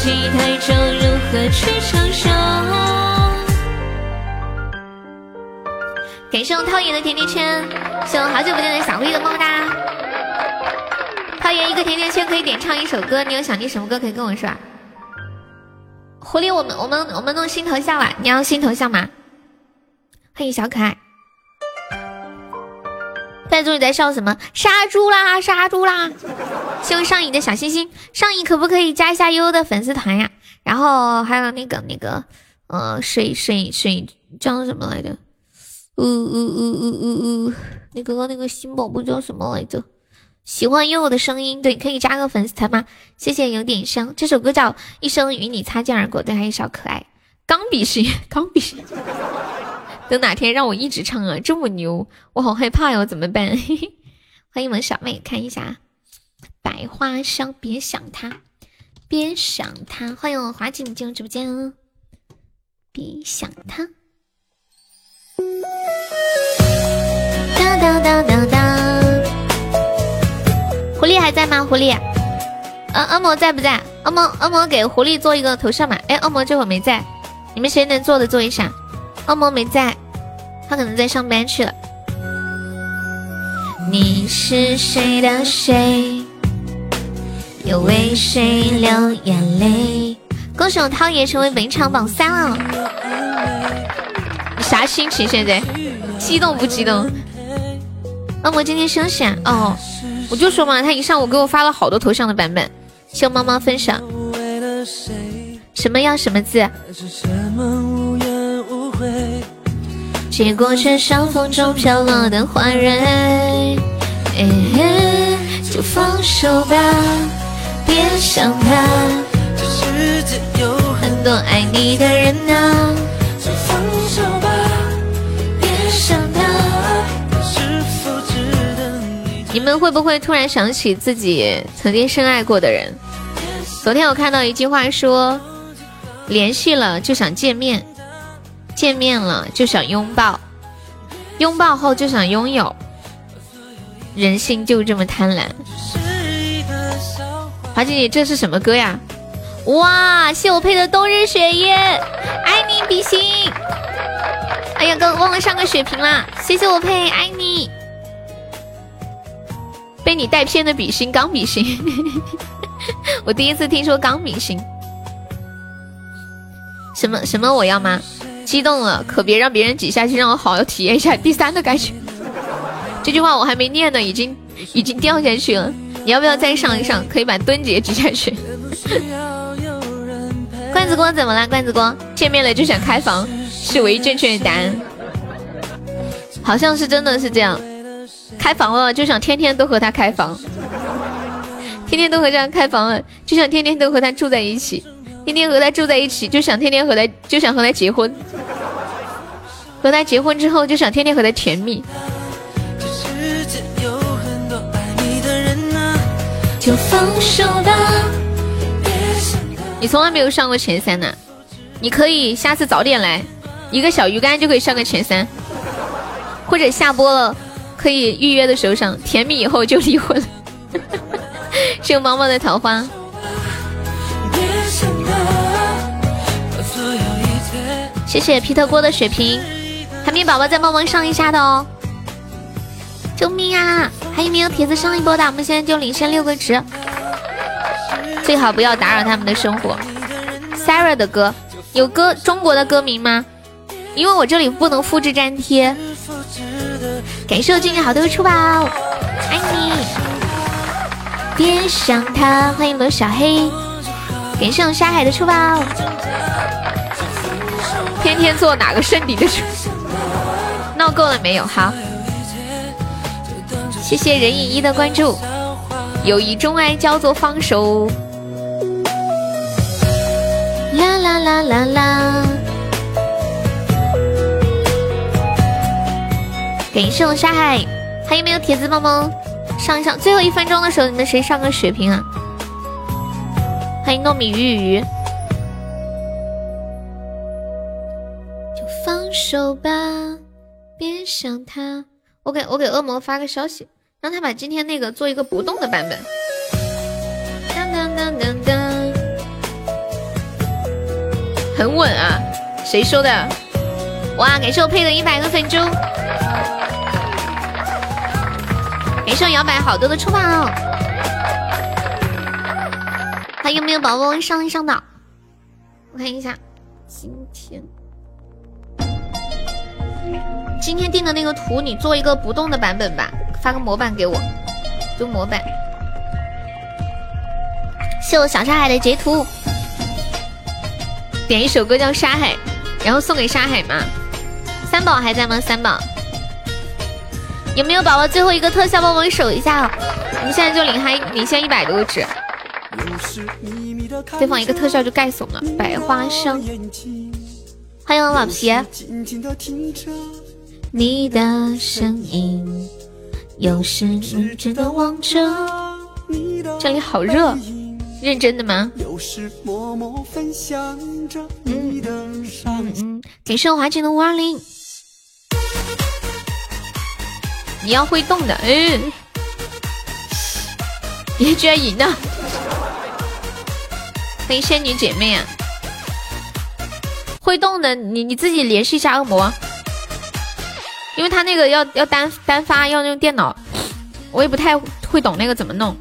记太重，如何去承受？ 感谢我涛爷的甜甜圈，谢我好久不见的小狐狸的么么哒。涛爷一个甜甜圈可以点唱一首歌，你有想听什么歌可以跟我说啊？狐狸，我们弄新头像了，你要新头像吗？欢迎小可爱。在座你在笑什么？杀猪啦，杀猪啦！希望上瘾的小心心，上瘾可不可以加一下悠悠的粉丝团呀？然后还有那个水叫什么来着？那个新宝宝叫什么来着？喜欢悠悠的声音，对，可以加个粉丝团吗？谢谢有点香，这首歌叫《一生与你擦肩而过》，对，还有小可爱，钢笔心，钢笔心。等哪天让我一直唱啊，这么牛，我好害怕哟，怎么办？欢迎我们小妹，看一下，百花香，别想他，别想他。欢迎我华锦进入直播间哦，别想他。哒哒哒哒哒。狐狸还在吗？狐狸，恶魔在不在？恶魔给狐狸做一个头像嘛？哎，恶魔这会儿没在，你们谁能做的做一下。恶魔没在，他可能在上班去了。你是谁的谁，又为谁流眼泪？恭喜我涛爷成为本场榜3了！你啥心情现在？激动不激动？恶魔今天休息啊？哦，我就说嘛，他一上午给我发了好多头像的版本，希望猫猫分享。什么要什么字？结果却像风中飘落的花蕊，就放手吧，别想他，这世界有很多爱你的人啊，就放手吧，别想他，是否值得你们会不会突然想起自己曾经深爱过的人？昨天我看到一句话说，联系了就想见面，见面了就想拥抱，拥抱后就想拥有，人心就这么贪婪。华姐姐，这是什么歌呀？哇，谢我配的冬日雪夜，爱你比心。哎呀，刚忘了上个血瓶啦，谢谢我配，爱你。被你带偏的比心，钢比心。我第一次听说钢比心。什么我要吗？激动了，可别让别人挤下去，让我好好体验一下第3的感觉。这句话我还没念呢，已经掉下去了。你要不要再上一上？可以把墩姐挤下去。罐子锅怎么了？罐子锅见面了就想开房，是唯一正确的答案。好像是真的是这样，开房了就想天天都和他开房，天天都和他开房了，就想天天都和他住在一起。天天和他住在一起，就想天天和他结婚，和他结婚之后就想天天和他甜蜜。就放手吧。你从来没有上过前3呢，你可以下次早点来，一个小鱼干就可以上个前3，或者下播了可以预约的时候上，甜蜜以后就离婚。是有毛毛的桃花。谢谢皮特锅的血瓶，海绵宝宝再帮忙上一下的哦！救命啊！还有没有帖子上一波的？我们现在就领先6个值，最好不要打扰他们的生活。Sarah 的歌有中国的歌名吗？因为我这里不能复制粘贴。感谢我静静好多出宝，爱你！别想他，欢迎罗小黑，感谢我沙海的出宝。天天做哪个圣地的事？闹够了没有？好，谢谢任以一的关注。友谊钟爱叫做放手。啦啦啦啦啦！感谢我沙海，还有没有帖子帮忙上一上？最后1分钟的时候，你们谁上个血瓶啊？欢迎糯米鱼鱼。放手吧，别想他。我给恶魔发个消息，让他把今天那个做一个不动的版本。当当当当当， 很稳啊，谁说的？哇，感谢我配的100个粉猪，感谢我摇摆好多的出宝，还有没有宝宝上一上的？我看一下，今天定的那个图，你做一个不动的版本吧，发个模板给我，就模板。谢我小沙海的截图，点一首歌叫沙海，然后送给沙海嘛。三宝还在吗？三宝有没有宝宝最后一个特效帮我守一下哦？我们现在就领先100多个纸，对方一个特效就盖怂了。百花香，欢迎老皮。你的声音有时认真的望着，这里好热，认真的吗？感谢我华姐的520，你要会动的，你居然赢了！欢迎仙女姐妹啊！会动的你自己联系一下恶魔，因为他那个要单发，要用电脑，我也不太会懂那个怎么弄。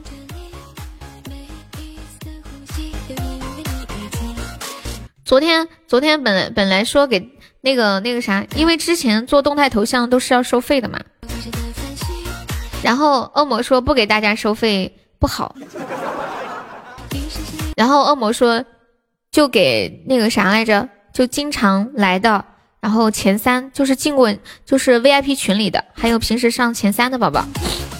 昨天本来说给那个啥，因为之前做动态头像都是要收费的嘛，然后恶魔说不给大家收费不好，然后恶魔说就给那个啥来着，就经常来的，然后前3就是进过就是 VIP 群里的，还有平时上前3的宝宝，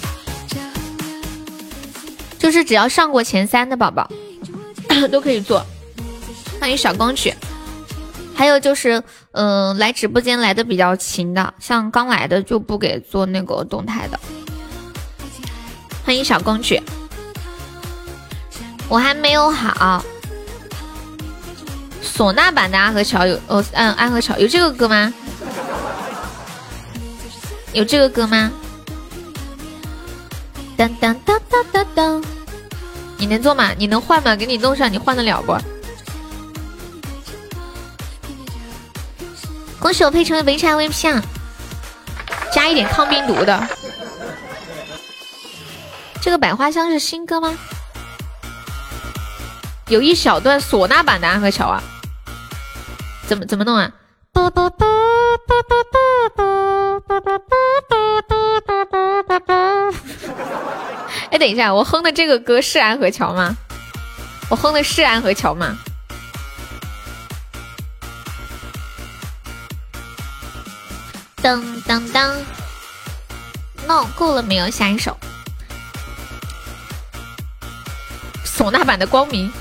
就是只要上过前3的宝宝都可以做。欢迎小公举，还有就是来直播间来的比较勤的，像刚来的就不给做那个动态的。欢迎小公举，我还没有好。唢呐版的安河桥有安河桥有这个歌吗？有这个歌吗？当当当当当当，你能做吗？你能换吗？给你弄上，你换得了不？恭喜我配成为围柴 VP 啊，加一点抗病毒的。这个百花香是新歌吗？有一小段唢呐版的安河桥啊，怎么弄啊？哎，等一下，我哼的这个歌是安河桥吗？我哼的是安河桥吗？噔噔噔，闹够了没有？下一首唢呐版的光明，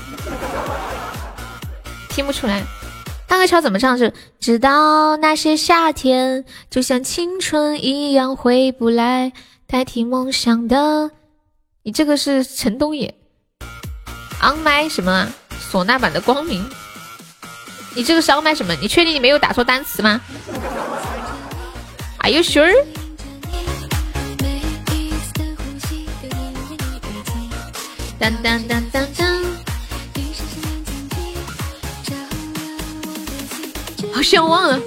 听不出来。安河桥怎么唱？是直到那些夏天就像青春一样回不来，代替梦想的。你这个是陈东野 on my 什么唢呐版的光明，你这个是 on my 什么？你确定你没有打错单词吗？Are you sure？ 当当当当当，好像忘了。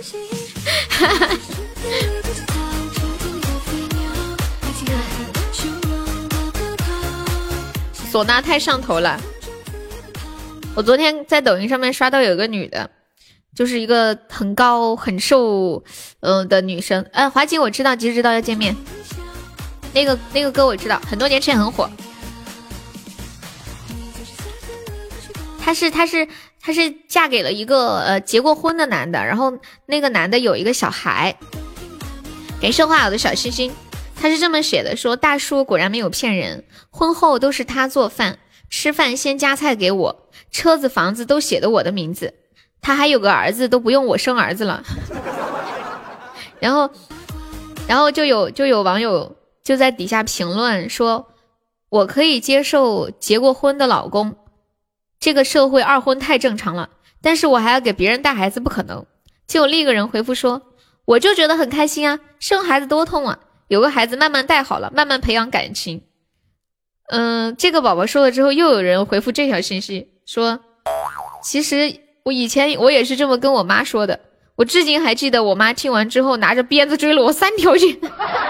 唢呐太上头了。我昨天在抖音上面刷到有个女的，就是一个很高很瘦的女生。华姐我知道，即使知道要见面，那个歌我知道，很多年前很火。她是嫁给了一个结过婚的男的，然后那个男的有一个小孩。感谢花友的小心心，他是这么写的，说大叔果然没有骗人，婚后都是他做饭，吃饭先夹菜给我，车子房子都写的我的名字，他还有个儿子，都不用我生儿子了。然后就有网友就在底下评论说，我可以接受结过婚的老公，这个社会二婚太正常了，但是我还要给别人带孩子不可能。就有另一个人回复说，我就觉得很开心啊，生孩子多痛啊，有个孩子慢慢带好了，慢慢培养感情。这个宝宝说了之后，又有人回复这条信息说，其实我以前我也是这么跟我妈说的，我至今还记得我妈听完之后拿着鞭子追了我3条街。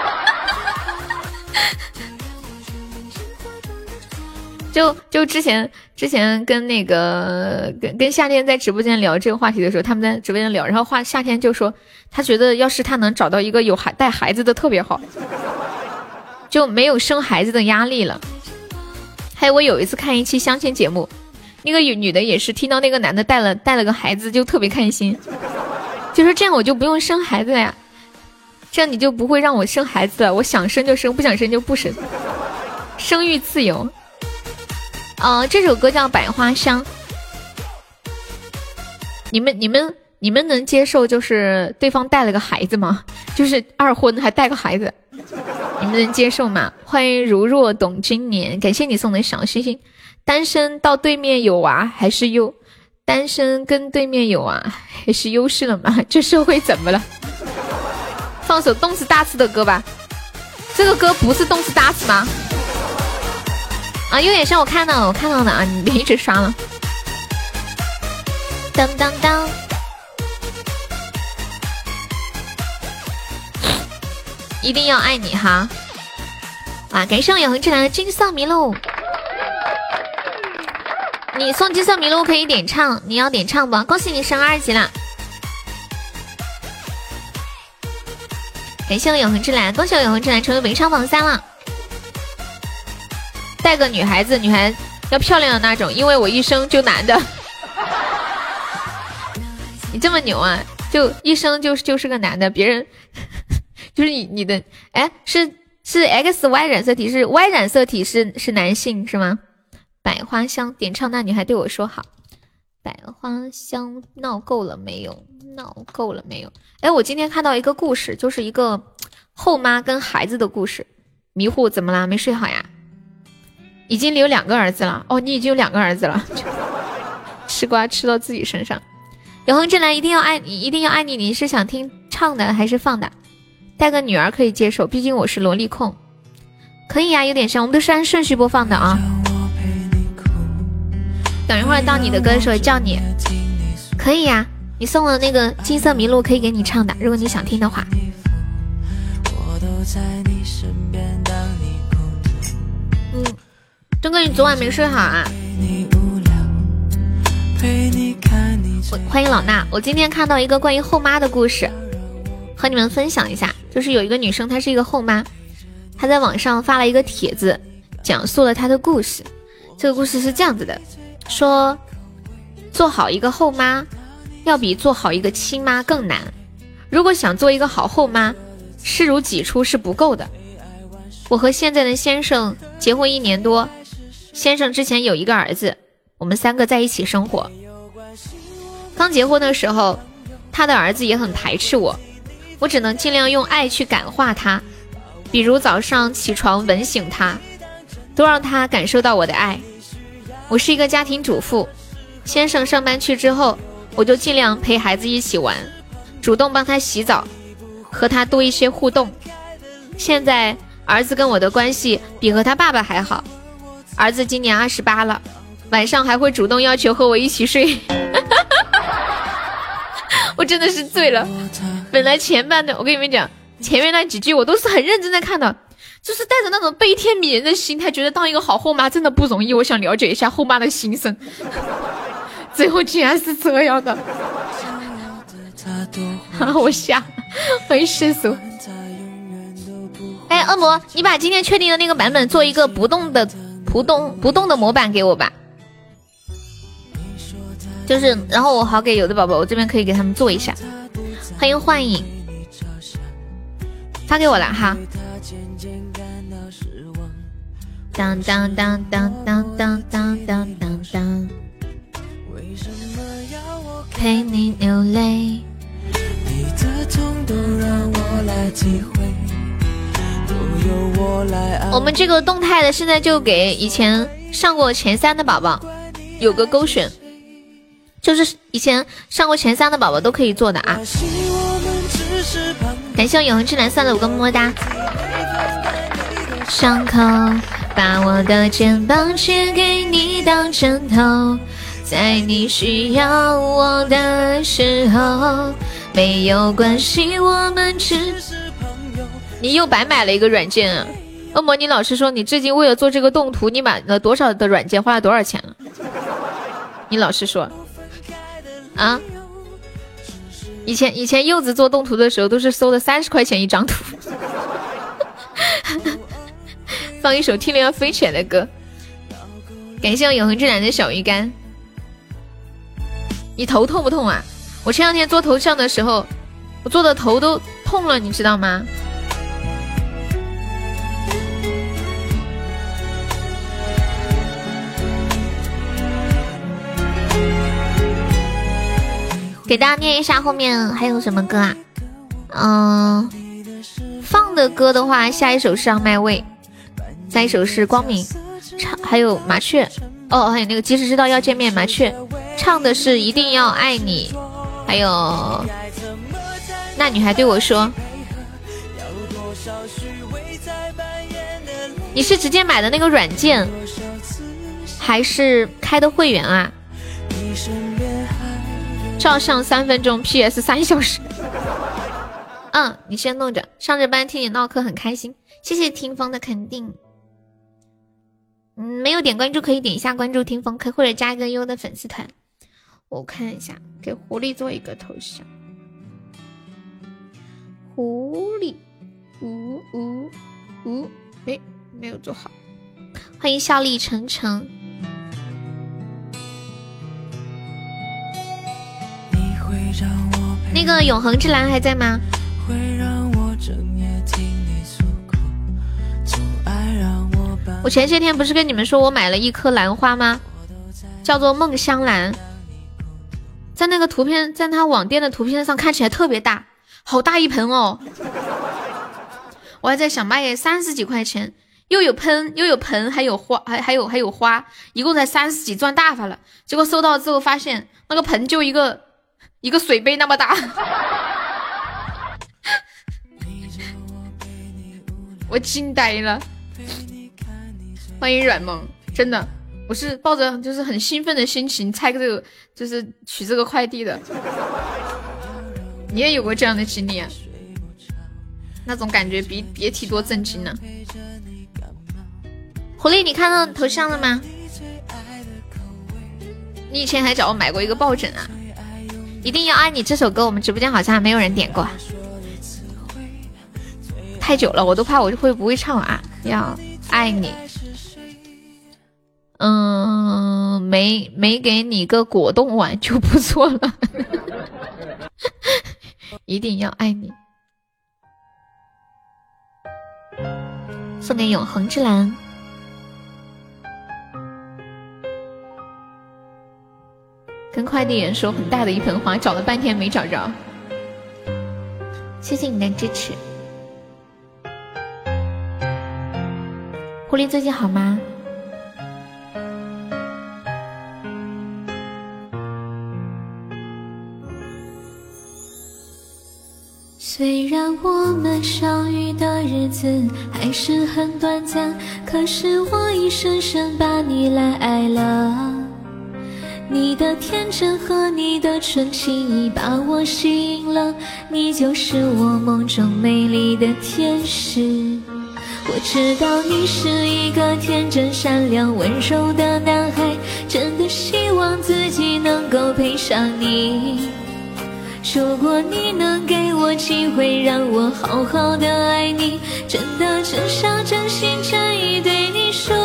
就之前跟那个跟夏天在直播间聊这个话题的时候，他们在直播间聊，然后夏天就说他觉得要是他能找到一个带孩子的特别好，就没有生孩子的压力了。还有我有一次看一期相亲节目，那个女的也是听到那个男的带了个孩子就特别开心，就说这样我就不用生孩子了呀，这样你就不会让我生孩子了，我想生就生，不想生就不生，生育自由。这首歌叫《百花香》，你们能接受就是对方带了个孩子吗？就是2婚还带个孩子，你们能接受吗？欢迎如若懂今年，感谢你送的小星星。单身到对面有娃还是单身跟对面有娃还是优势了吗？这社会怎么了？放首动次打次的歌吧。这个歌不是动次打次吗？有点像我看到的啊，你别一直刷了。当当当，一定要爱你哈！啊，感谢我永恒之蓝的金色麋鹿。你送金色麋鹿可以点唱，你要点唱不？恭喜你升2级了！感谢我永恒之蓝，恭喜我永恒之蓝成为文昌榜3了。带个女孩子要漂亮的那种，因为我一生就男的。你这么牛啊，就一生就是个男的，别人就是你的是 XY 染色体，是 Y 染色体是男性是吗？百花香点唱，那女孩对我说好。百花香闹够了没有？我今天看到一个故事，就是一个后妈跟孩子的故事。迷糊怎么啦？没睡好呀？已经有2个儿子了哦，你已经有2个儿子了，吃瓜吃到自己身上。永恒之蓝一定要爱你，一定要爱你。你是想听唱的还是放的？带个女儿可以接受，毕竟我是萝莉控。可以呀，有点像，我们都是按顺序播放的啊。等一会儿到你的歌的时候叫你，可以呀。你送了那个金色麋鹿可以给你唱的，如果你想听的话。东哥，你昨晚没睡好啊？欢迎老衲，我今天看到一个关于后妈的故事，和你们分享一下。就是有一个女生，她是一个后妈，她在网上发了一个帖子，讲述了她的故事。这个故事是这样子的，说做好一个后妈，要比做好一个亲妈更难。如果想做一个好后妈，视如己出是不够的。我和现在的先生结婚1年多，先生之前有一个儿子，我们3个在一起生活。刚结婚的时候，他的儿子也很排斥我，我只能尽量用爱去感化他，比如早上起床吻醒他，都让他感受到我的爱。我是一个家庭主妇，先生上班去之后，我就尽量陪孩子一起玩，主动帮他洗澡，和他多一些互动。现在儿子跟我的关系比和他爸爸还好，儿子今年28了，晚上还会主动要求和我一起睡。我真的是醉了。本来前半段我跟你们讲，前面那几句我都是很认真在看的，就是带着那种悲天悯人的心态，觉得当一个好后妈真的不容易，我想了解一下后妈的心声。最后居然是这样的，我吓，我一失手。恶魔，你把今天确定的那个版本做一个不动的模板给我吧，就是然后我好给有的宝宝，我这边可以给他们做一下。欢迎幻影，发给我了哈。当当当当当当当当当当，陪你流泪，你的痛都让我来体会。我们这个动态的现在就给以前上过前3的宝宝有个勾选，就是以前上过前3的宝宝都可以做的啊。感谢我永恒之蓝算了5个么么哒。伤口把我的肩膀借给你当枕头， 在你需要我的时候，没有关系，我们只是朋友。 你又白买了一个软件啊！恶魔，你老师说你最近为了做这个动图，你买了多少的软件，花了多少钱了？你老师说啊，以前柚子做动图的时候都是收的30块钱一张图。放一首听了要飞起来的歌，感谢我永恒之蓝的小鱼干。你头痛不痛啊？我前两天做头像的时候，我做的头都痛了，你知道吗？给大家念一下后面还有什么歌啊？放的歌的话，下一首是让麦味，下一首是光明，还有麻雀哦，还有那个即使知道要见面，麻雀唱的是一定要爱你，还有那女孩对我说。你是直接买的那个软件还是开的会员啊？照相3分钟 PS 3小时。你先弄着，上着班听你唠嗑很开心，谢谢听风的肯定。没有点关注可以点一下关注听风，可以或者加一个优的粉丝团。我看一下，给狐狸做一个头像。狐狸，没有做好。欢迎笑丽晨晨。那个永恒之蓝还在吗？我前些天不是跟你们说我买了一颗兰花吗？叫做梦香兰，在那个图片，在他网店的图片上看起来特别大，好大一盆哦。我还在想卖也30几块钱，又有盆，还有花，还有花，一共才30几，赚大发了。结果收到之后发现那个盆就一个水杯那么大。我惊呆了。欢迎软萌，真的，我是抱着就是很兴奋的心情拆这个，就是取这个快递的。你也有过这样的经历啊？那种感觉别提多震惊了。狐狸，你看到头像了吗？你以前还找我买过一个抱枕啊。一定要爱你这首歌我们直播间好像还没有人点过，太久了我都怕我会不会唱啊。要爱你，没给你个果冻碗就不错了。一定要爱你，送给永恒之蓝。跟快递员说很大的一盆花，找了半天没找着。谢谢你的支持。狐狸最近好吗？ 虽然我们相遇的日子还是很短暂，可是我已深深把你来爱了。你的天真和你的纯情已把我吸引了，你就是我梦中美丽的天使。我知道你是一个天真善良温柔的男孩，真的希望自己能够配上你。如果你能给我机会让我好好的爱你，真的只想真心真意对你说，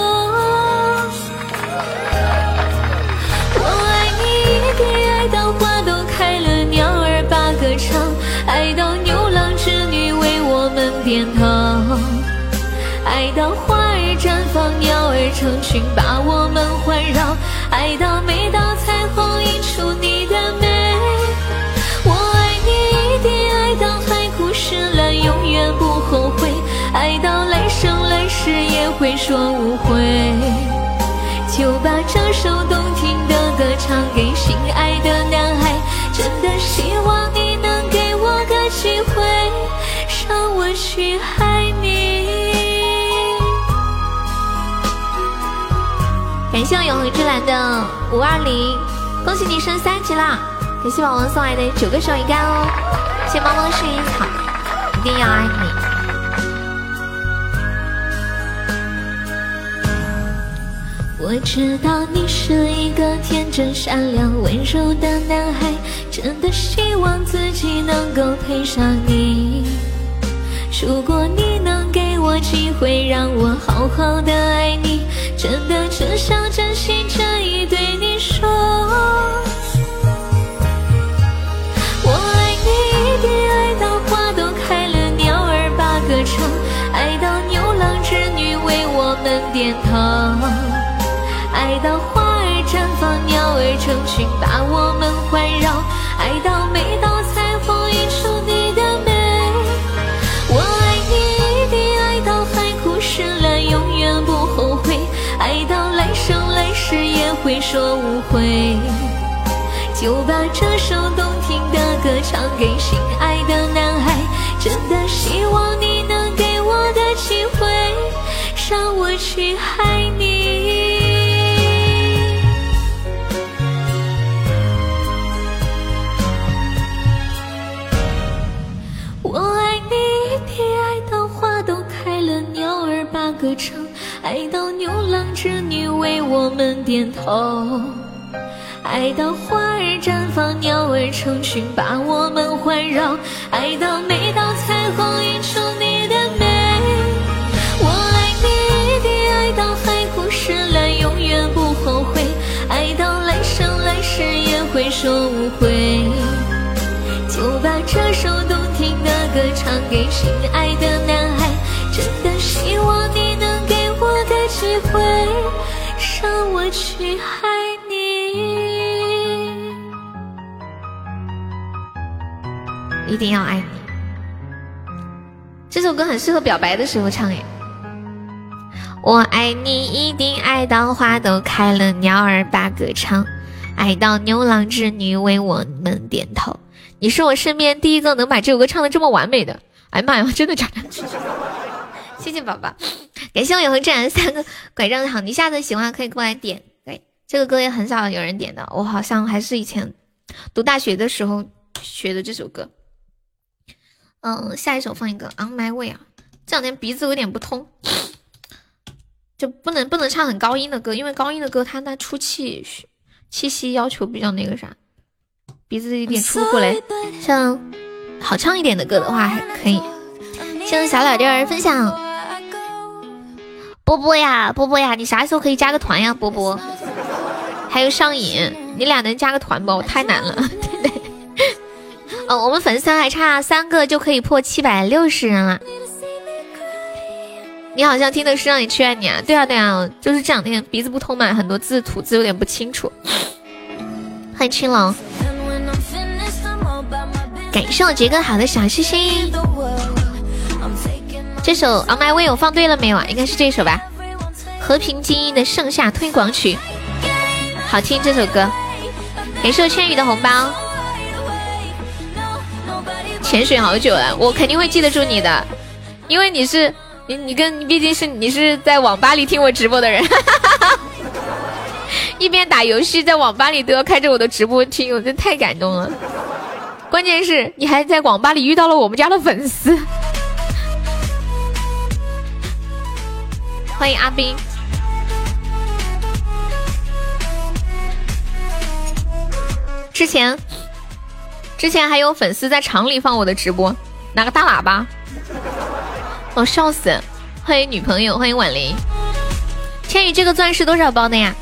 我爱你一定爱到花都开了，鸟儿把歌唱，爱到牛郎织女为我们点头，爱到花儿绽放，鸟儿成群把我们环绕，爱到每道彩虹映出你的美。我爱你一定爱到海枯石烂，永远不后悔，爱到来生来世也会说无悔。就把这首动听的歌唱给心爱的男孩，真的希望你能给我个机会，让我去爱你。 感谢我永恒之蓝的520，恭喜你升3级啦！感谢宝宝送来的9个手鱼干哦，谢谢猫猫薰衣草，一定要爱你。我知道你是一个天真善良温柔的男孩，真的希望自己能够配上你。如果你能给我机会让我好好的爱你，真的只想真心真意对你说，我爱你一定爱到花都开了，鸟儿把歌唱，爱到牛郎织女为我们点头，爱到花儿绽放，鸟儿成群把我们环绕，爱到每道彩虹映出你的美。我爱你一定爱到海枯石烂，永远不后悔，爱到来生来世也会说无悔。就把这首动听的歌唱给心爱的男孩，真的希望你能给我的机会，让我去爱你。我爱你一定爱到花都开了，鸟儿把歌唱，爱到牛郎织女为我们点头，爱到花儿绽放，鸟儿成群把我们环绕，爱到每道彩虹映出你的美。我爱你一定爱到海枯石烂，永远不后悔，爱到来生来世也会说无悔。就把这首动听的歌唱给心爱的男孩，真的希望你能给我的机会，让我去爱你。一定要爱你，这首歌很适合表白的时候唱诶。我爱你一定爱到花都开了，鸟儿把歌唱，爱到牛郎织女为我们点头。你是我身边第一个能把这首歌唱得这么完美的，哎妈呀，真的假的？谢谢宝宝，感谢我永恒之蓝3个拐杖糖，你下次喜欢可以过来点。对，这个歌也很少有人点的，我好像还是以前读大学的时候学的这首歌。下一首放一个 On My Way 啊，这两天鼻子有点不通，就不能唱很高音的歌，因为高音的歌它那出气息要求比较那个啥，鼻子有点出不过来。像好唱一点的歌的话还可以。谢谢小老弟儿分享。波波呀，你啥时候可以加个团呀？波波，还有上瘾，你俩能加个团不？太难了。对对。我们粉丝团还差3个就可以破760人了。你好像听的是让你去爱你啊？对啊，就是这两天鼻子不通嘛，很多字吐字有点不清楚。欢迎青龙，感谢我杰哥好的小心心。这首 On My Way 我放对了没有啊？应该是这首吧，和平精英的盛夏推广曲，好听这首歌。感谢我千羽的红包。潜水好久了，我肯定会记得住你的，因为你是你毕竟是你是在网吧里听我直播的人。一边打游戏在网吧里都要开着我的直播听，我真太感动了。关键是你还在网吧里遇到了我们家的粉丝。欢迎阿斌。之前还有粉丝在厂里放我的直播，拿个大喇叭，我笑死。欢迎女朋友，欢迎婉玲。千羽，这个钻是多少包的呀？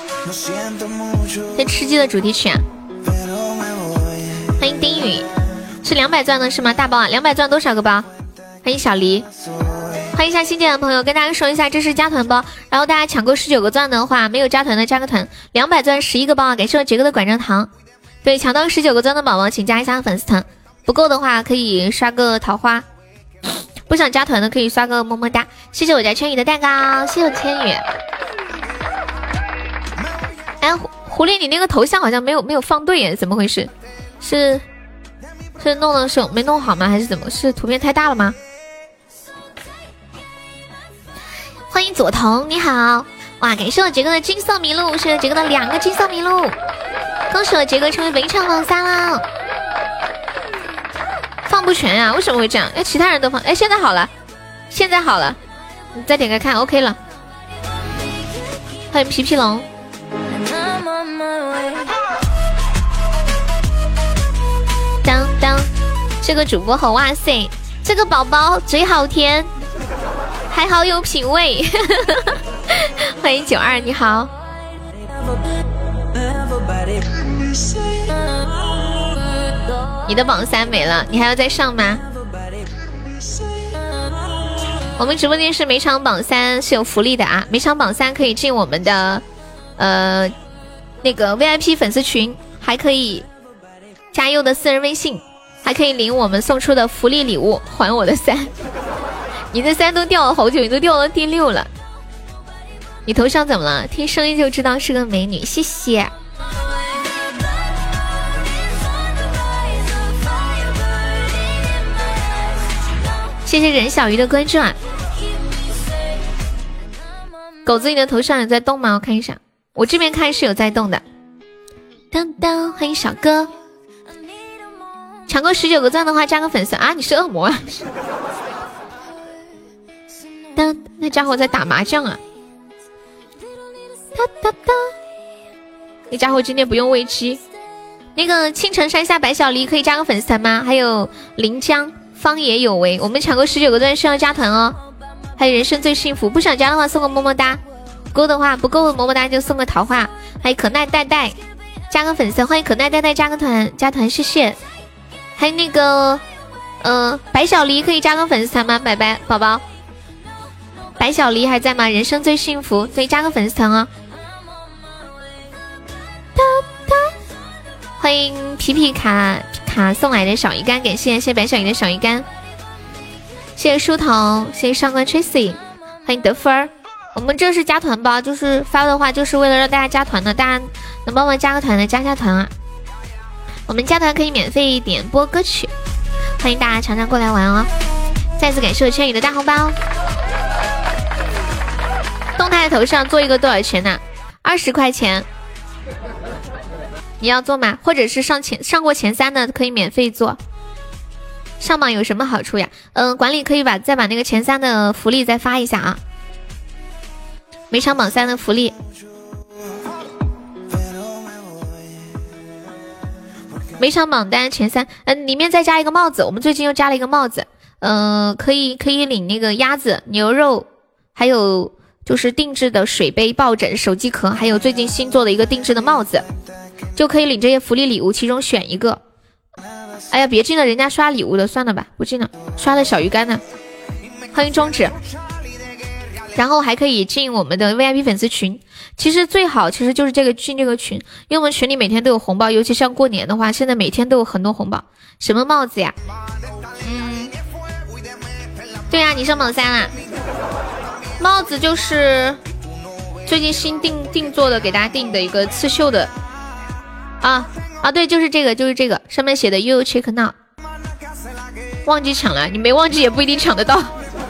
这吃鸡的主题曲啊。欢迎丁宇，是200钻的是吗？大包啊，200钻多少个包？欢迎小黎，欢迎一下新进的朋友，跟大家说一下，这是加团包，然后大家抢够19个钻的话，没有加团的加个团，200钻11个包啊！感谢我杰哥的拐杖糖。对，抢到19个钻的宝宝请加一下粉丝团，不够的话可以刷个桃花，不想加团的可以刷个么么哒。谢谢我家千羽的蛋糕，谢谢我千羽。哎，狐狸，你那个头像好像没有放对耶，怎么回事？是弄的时候没弄好吗？还是怎么？是图片太大了吗？欢迎佐藤，你好， 哇，感谢我杰哥的金色麋鹿，谢谢杰哥的2个金色麋鹿，恭喜我杰哥成为围场榜3了。放不全呀、为什么会这样？哎，其他人都放，哎，现在好了，现在好了，你再点开看 ，OK 了。欢迎皮皮龙。当当，这个主播好，哇塞，这个宝宝嘴好甜，还好有品味。欢迎92，你好。你的榜3没了，你还要再上吗？我们直播间是每场榜3是有福利的啊，每场榜3可以进我们的那个 VIP 粉丝群，还可以加优的私人微信，还可以领我们送出的福利礼物。还我的3，你的3都掉了好久，你都掉到第6了。你头上怎么了？听声音就知道是个美女，谢谢。谢谢任小鱼的关注啊！狗子，你的头上有在动吗？我看一下，我这边看是有在动的。当当，欢迎小哥。抢够19个赞的话，加个粉丝啊！你是恶魔啊！当，那家伙在打麻将啊！哒哒哒，那家伙今天不用喂鸡。那个青城山下白小梨可以加个粉丝团吗？还有临江方也有为，我们抢够19个赞需要加团哦。还有人生最幸福，不想加的话送个么么哒，够的话不够的么么哒就送个桃花。还有可奈代代加个粉丝，欢迎可奈代代加个团，加团谢谢。还有那个白小梨可以加个粉丝团吗？白白宝宝，白小梨还在吗？人生最幸福可以加个粉丝团哦。欢迎皮皮卡送来的小鱼干，感谢白小鱼的小鱼干，谢谢书童，谢谢上官 Tracy， 欢迎得分儿。我们这是加团包，就是发的话就是为了让大家加团的，大家能帮忙加个团的加团啊。我们加团可以免费点播歌曲，欢迎大家常常过来玩哦。再次感谢我千羽的大红包。动态头上做一个多少钱呢？20块钱。你要做吗？或者是上过前3的可以免费做。上榜有什么好处呀？管理可以再把那个前3的福利再发一下啊。每场榜3的福利。每场榜单前3，里面再加一个帽子，我们最近又加了一个帽子，可以领那个鸭子、牛肉，还有就是定制的水杯、抱枕、手机壳，还有最近新做的一个定制的帽子，就可以领这些福利礼物，其中选一个。哎呀，别进了，人家刷礼物的，算了吧，不进了，刷了小鱼干呢。欢迎中指，然后还可以进我们的 VIP 粉丝群。其实最好其实就是进这个群，因为我们群里每天都有红包，尤其像过年的话，现在每天都有很多红包。什么帽子呀？对呀，你上榜3啦。帽子就是最近新定做的，给大家定的一个刺绣的啊，对，就是这个，上面写的 You check now。 忘记抢了，你没忘记也不一定抢得到。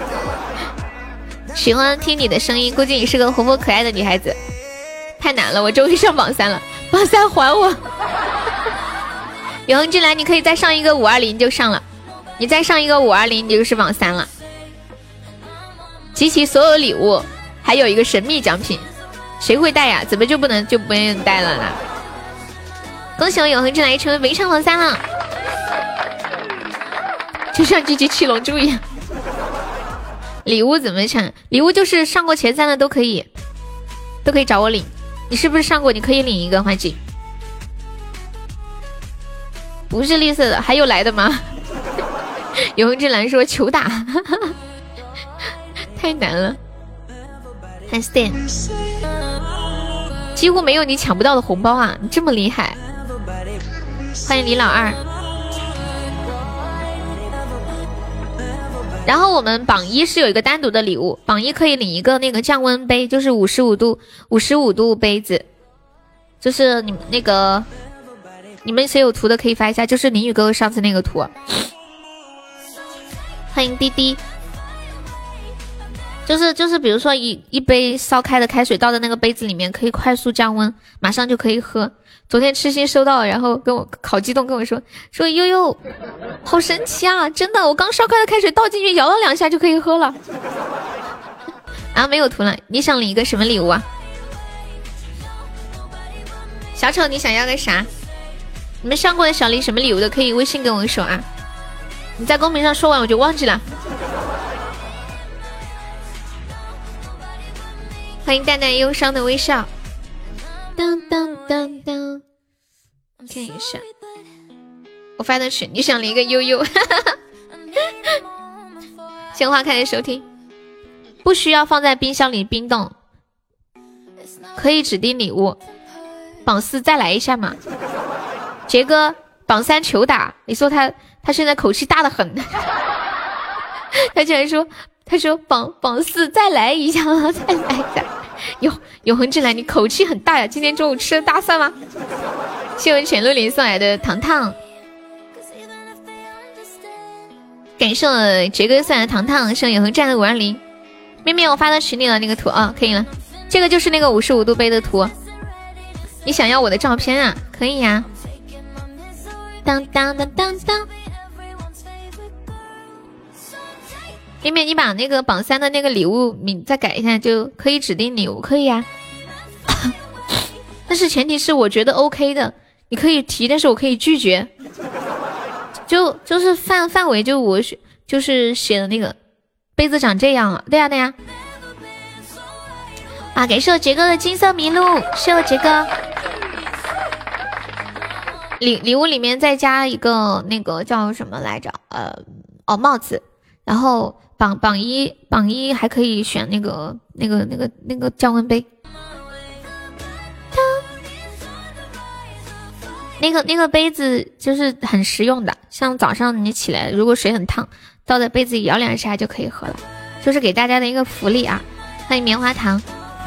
喜欢听你的声音，估计你是个活泼可爱的女孩子。太难了，我终于上榜3了，榜3还我。永恒之蓝，你可以再上一个520就上了，你再上一个520你就是榜3了。集齐所有礼物，还有一个神秘奖品，谁会带呀？怎么就不能带了呢？恭喜我永恒之蓝成为围场榜3了，就像这只七龙珠一样。礼物怎么抢？礼物就是上过前3的都可以找我领。你是不是上过？你可以领一个，花姐。不是绿色的，还有来的吗？永恒之蓝说求打。太难了。还 stand 几乎没有你抢不到的红包啊，你这么厉害。欢迎李老二。然后我们榜1是有一个单独的礼物，榜1可以领一个那个降温杯，就是55度杯子，就是你们那个你们谁有图的可以发一下，就是林宇哥哥上次那个图。欢迎滴滴。 就是比如说一杯烧开的开水倒在那个杯子里面，可以快速降温，马上就可以喝。昨天痴心收到，然后跟我好激动跟我说悠悠好神奇啊，真的，我刚烧开的开水倒进去摇了2下就可以喝了。啊，没有图了，你想领一个什么礼物啊？小丑你想要个啥？你们上过的想领什么礼物的可以微信跟我说啊，你在公屏上说完我就忘记了。欢迎淡淡忧伤的微笑。当当当当，我看一下，我发的是你想领一个悠悠。鲜花开的收听，不需要放在冰箱里冰冻，可以指定礼物。榜4再来一下嘛。杰哥榜3求打，你说他现在口气大得很。他竟然说榜4再来一下，再来一下。永恒之来，你口气很大呀！今天中午吃了大蒜吗？谢文全陆林送来的糖糖，感谢杰哥送来的糖糖，是永恒站的520。妹妹，我发到群里了那个图啊，可以了。这个就是那个55度杯的图。你想要我的照片啊？可以呀。当当当当当。妹妹，你把那个榜3的那个礼物名再改一下，就可以指定礼物，可以呀。但是前提是我觉得 OK 的，你可以提，但是我可以拒绝。就是范围就我就是写的那个杯子长这样了，对呀对呀。啊，感谢我杰哥的金色麋鹿，谢我杰哥。礼物里面再加一个那个叫什么来着？帽子，然后。榜一还可以选那个降温杯，那个杯子就是很实用的，像早上你起来如果水很烫，倒在杯子里摇2下就可以喝了，就是给大家的一个福利啊！欢迎棉花糖。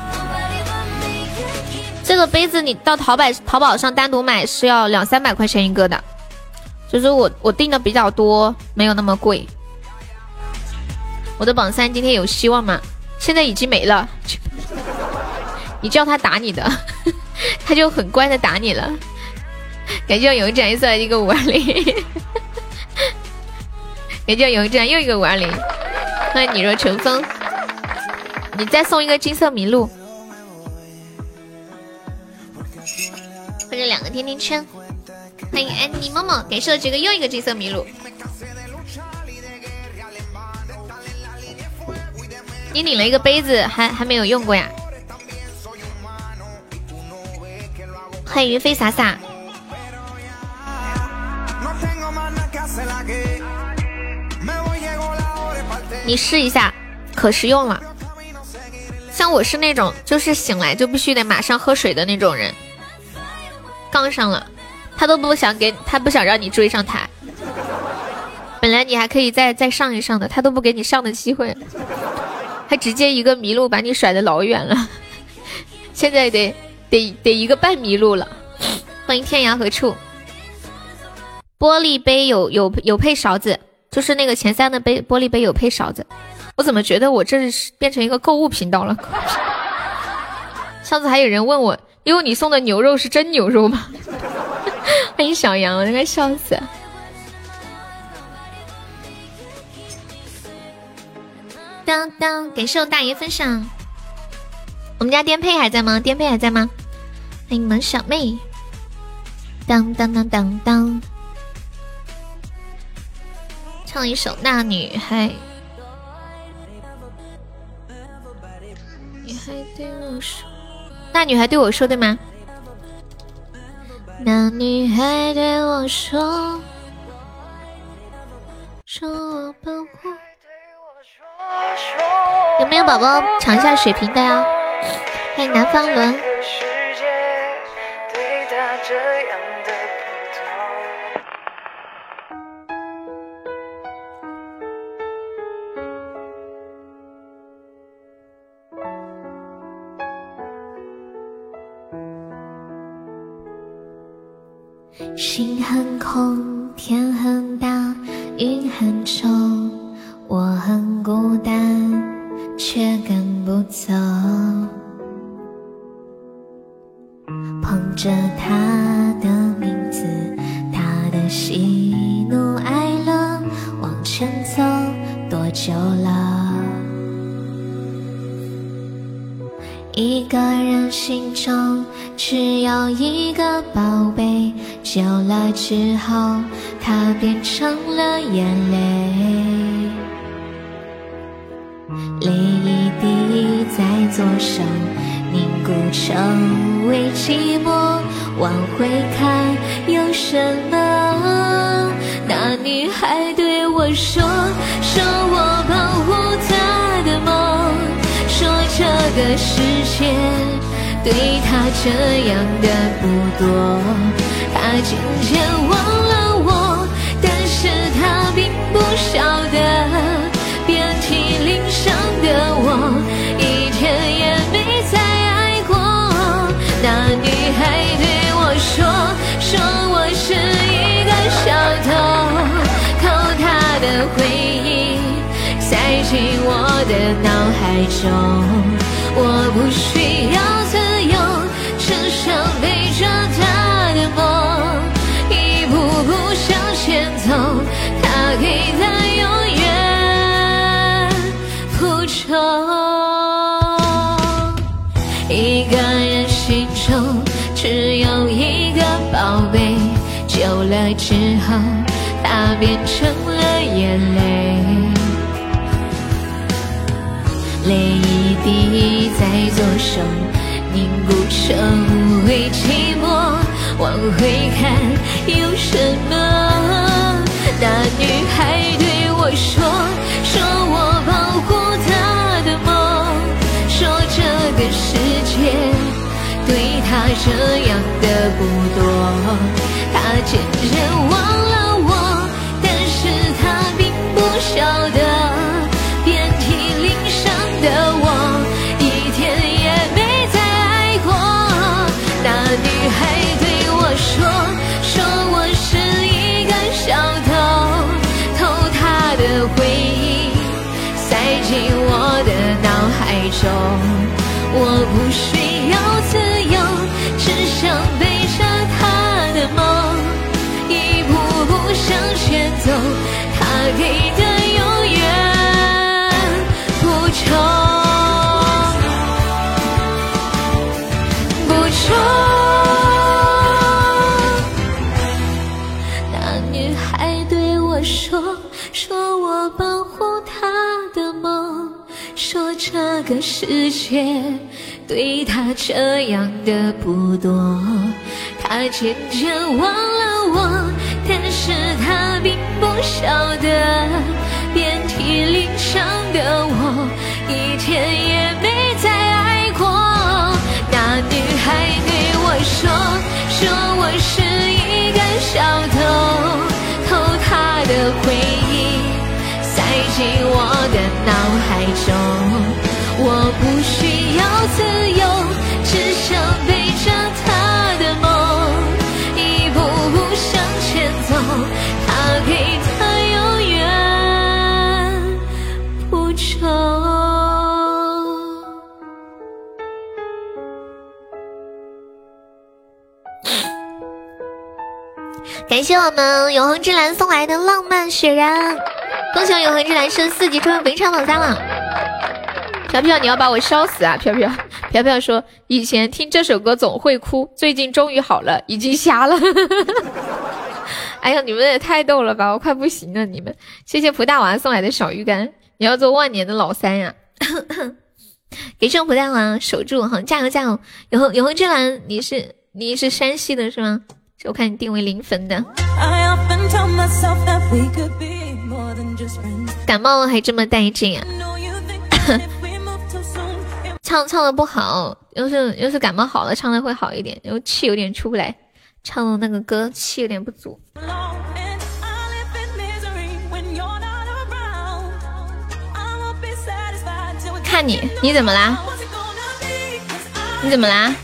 这个杯子你到淘宝上单独买是要200-300块钱一个的，就是我订的比较多，没有那么贵。我的榜3今天有希望吗？现在已经没了。你叫他打你的，他就很乖的打你了。感谢有一展送来一个520，感谢有一展又一个520。欢迎你若成风，你再送一个金色麋鹿，或者2个甜甜圈。欢迎安妮默默，感谢这个又一个金色麋鹿。你领了一个杯子，还没有用过呀？欢迎云飞洒洒。你试一下，可实用了。像我是那种就是醒来就必须得马上喝水的那种人，杠上了，他都不想让你追上台。本来你还可以再上一上的，他都不给你上的机会。还直接一个麋鹿把你甩得老远了，现在得一个半麋鹿了。欢迎天涯何处。玻璃杯有配勺子，就是那个前3的玻璃杯有配勺子。我怎么觉得我这是变成一个购物频道了？上次还有人问我，因为你送的牛肉是真牛肉吗？欢迎小杨，我应该笑死。当当，感谢我大爷分享。我们家颠沛还在吗？颠沛还在吗？欢迎萌小妹。当当当当当，唱一首《那女孩》。你还对我说，那女孩对我说对吗？那女孩对我说，说我奔波。有没有宝宝尝一下水瓶的呀？欢迎南方轮。心很空，天很大，云很重，我很孤单，却望着他的名字，他的喜怒哀乐，往前走多久了？一个人心中只有一个宝贝，久了之后它变成了眼泪，泪一滴在左手凝固成为寂寞，往回看有什么？那女孩对我说，说我保护她的梦，说这个世界对她这样的不多，她渐渐忘了我，但是她并不晓得，遍体鳞伤的我一天也没再爱过。那女孩对我说，说我是一个小偷，偷她的回忆塞进我的脑海中，我不需要自由，只想背着她的梦，一步步向前走，她给的永远不愁。一个人心中只有一个宝贝，久了之后它变成了眼泪，泪一滴在左手凝固成为寂寞，往回看有什么？那女孩对我说，说我保护她的梦，说这个世界对她这样的不多，她渐渐忘了我，但是她并不晓得，遍体鳞伤的我一天也没再爱过。那女孩对我说，说我是一个小偷，偷她的回忆塞进我的脑海中，我不需要自由，只想背着她的梦，一步步向前走，她给的永远不愁不愁。那女孩对我说，说我保护她的梦，说这个世界对她这样的不多，她渐渐忘了我，但是她并不晓得，遍体鳞伤的我一天也没再爱过。那女孩对我说，说我是一个小偷，偷她的回忆塞进我的脑海中，我不需要自由，只想背着她的梦，一步步向前走，她给的永远不愁。感谢我们永恒之蓝送来的浪漫雪人，恭喜我永恒之蓝升4级，终于本场榜3了。飘飘，你要把我烧死啊！飘飘，飘飘说以前听这首歌总会哭，最近终于好了，已经瞎了。哎呀，你们也太逗了吧，我快不行了你们。谢谢蒲大娃送来的小鱼干，你要做万年的老三呀。给这蒲大娃守住哈，加油加油！永恒之蓝，你是山西的是吗？我看你定为0分的。感冒了还这么带劲啊！唱的不好，要是感冒好了，唱的会好一点，因为气有点出不来，唱的那个歌气有点不足。看你怎么啦？你怎么啦？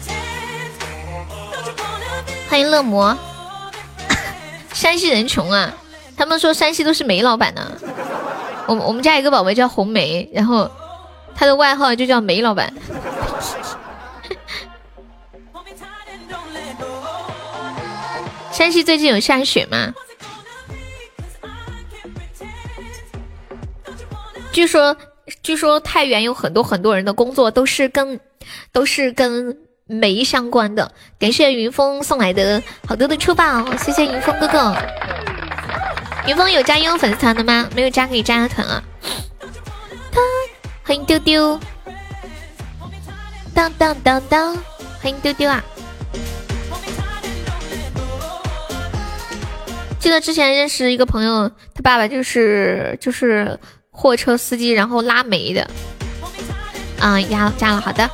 欢迎乐魔。山西人穷啊，他们说山西都是煤老板呢。我们家一个宝贝叫红梅，然后他的外号就叫煤老板。 山西最近有下雪吗？据说太原有很多人的工作都是跟煤相关的。感谢云峰送来的好多的出宝，谢谢云峰哥哥。云峰有加悠悠粉丝团的吗？没有加可以加个团啊。欢迎丢丢，当当当当，欢迎丢丢啊！记得之前认识一个朋友，他爸爸就是货车司机，然后拉煤的。加了，好的。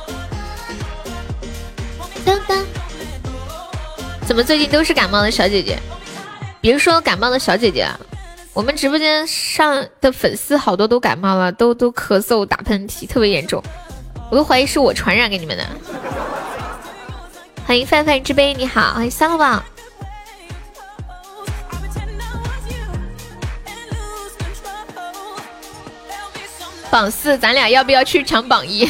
当当，怎么最近都是感冒的小姐姐？别说感冒的小姐姐啊，我们直播间上的粉丝好多都感冒了，都咳嗽打喷嚏，特别严重，我都怀疑是我传染给你们的。欢迎泛泛之杯，你好，欢迎三宝宝。榜4，咱俩要不要去抢榜1？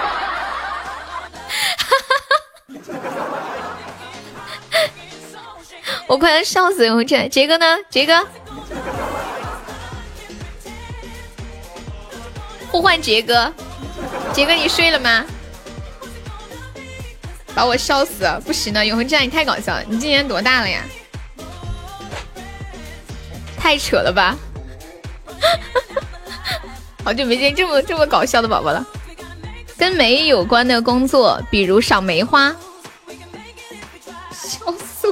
我快要笑死了！这杰哥呢？杰哥，呼唤杰哥，杰哥你睡了吗？把我笑死了！不行了，永恒之爱你太搞笑了！你今年多大了呀？太扯了吧！好久没见这么搞笑的宝宝了。跟煤有关的工作，比如赏梅花。笑死我！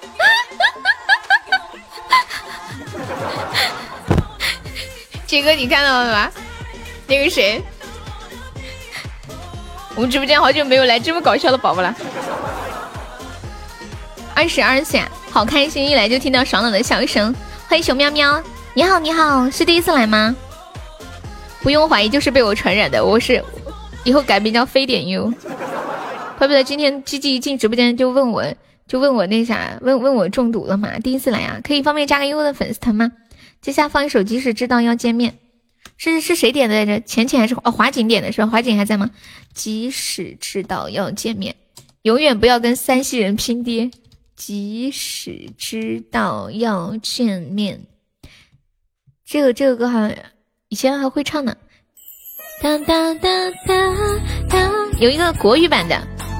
杰哥你看到了吗？那个谁，我们直播间好久没有来这么搞笑的宝宝了。22岁，好开心，一来就听到爽朗的笑声。欢迎熊喵喵，你好你好，是第一次来吗？不用怀疑，就是被我传染的。我是以后改名叫非典 U。怪不得今天鸡鸡进直播间就问我那啥，问我中毒了吗？第一次来啊，可以方便加个悠悠的粉丝团吗？接下放一首即使知道要见面，是谁点的来着？浅浅还是华景点的是吧？华景还在吗？即使知道要见面，永远不要跟山西人拼爹。即使知道要见面，这个歌好像以前还会唱呢。哒哒哒哒哒，有一个国语版的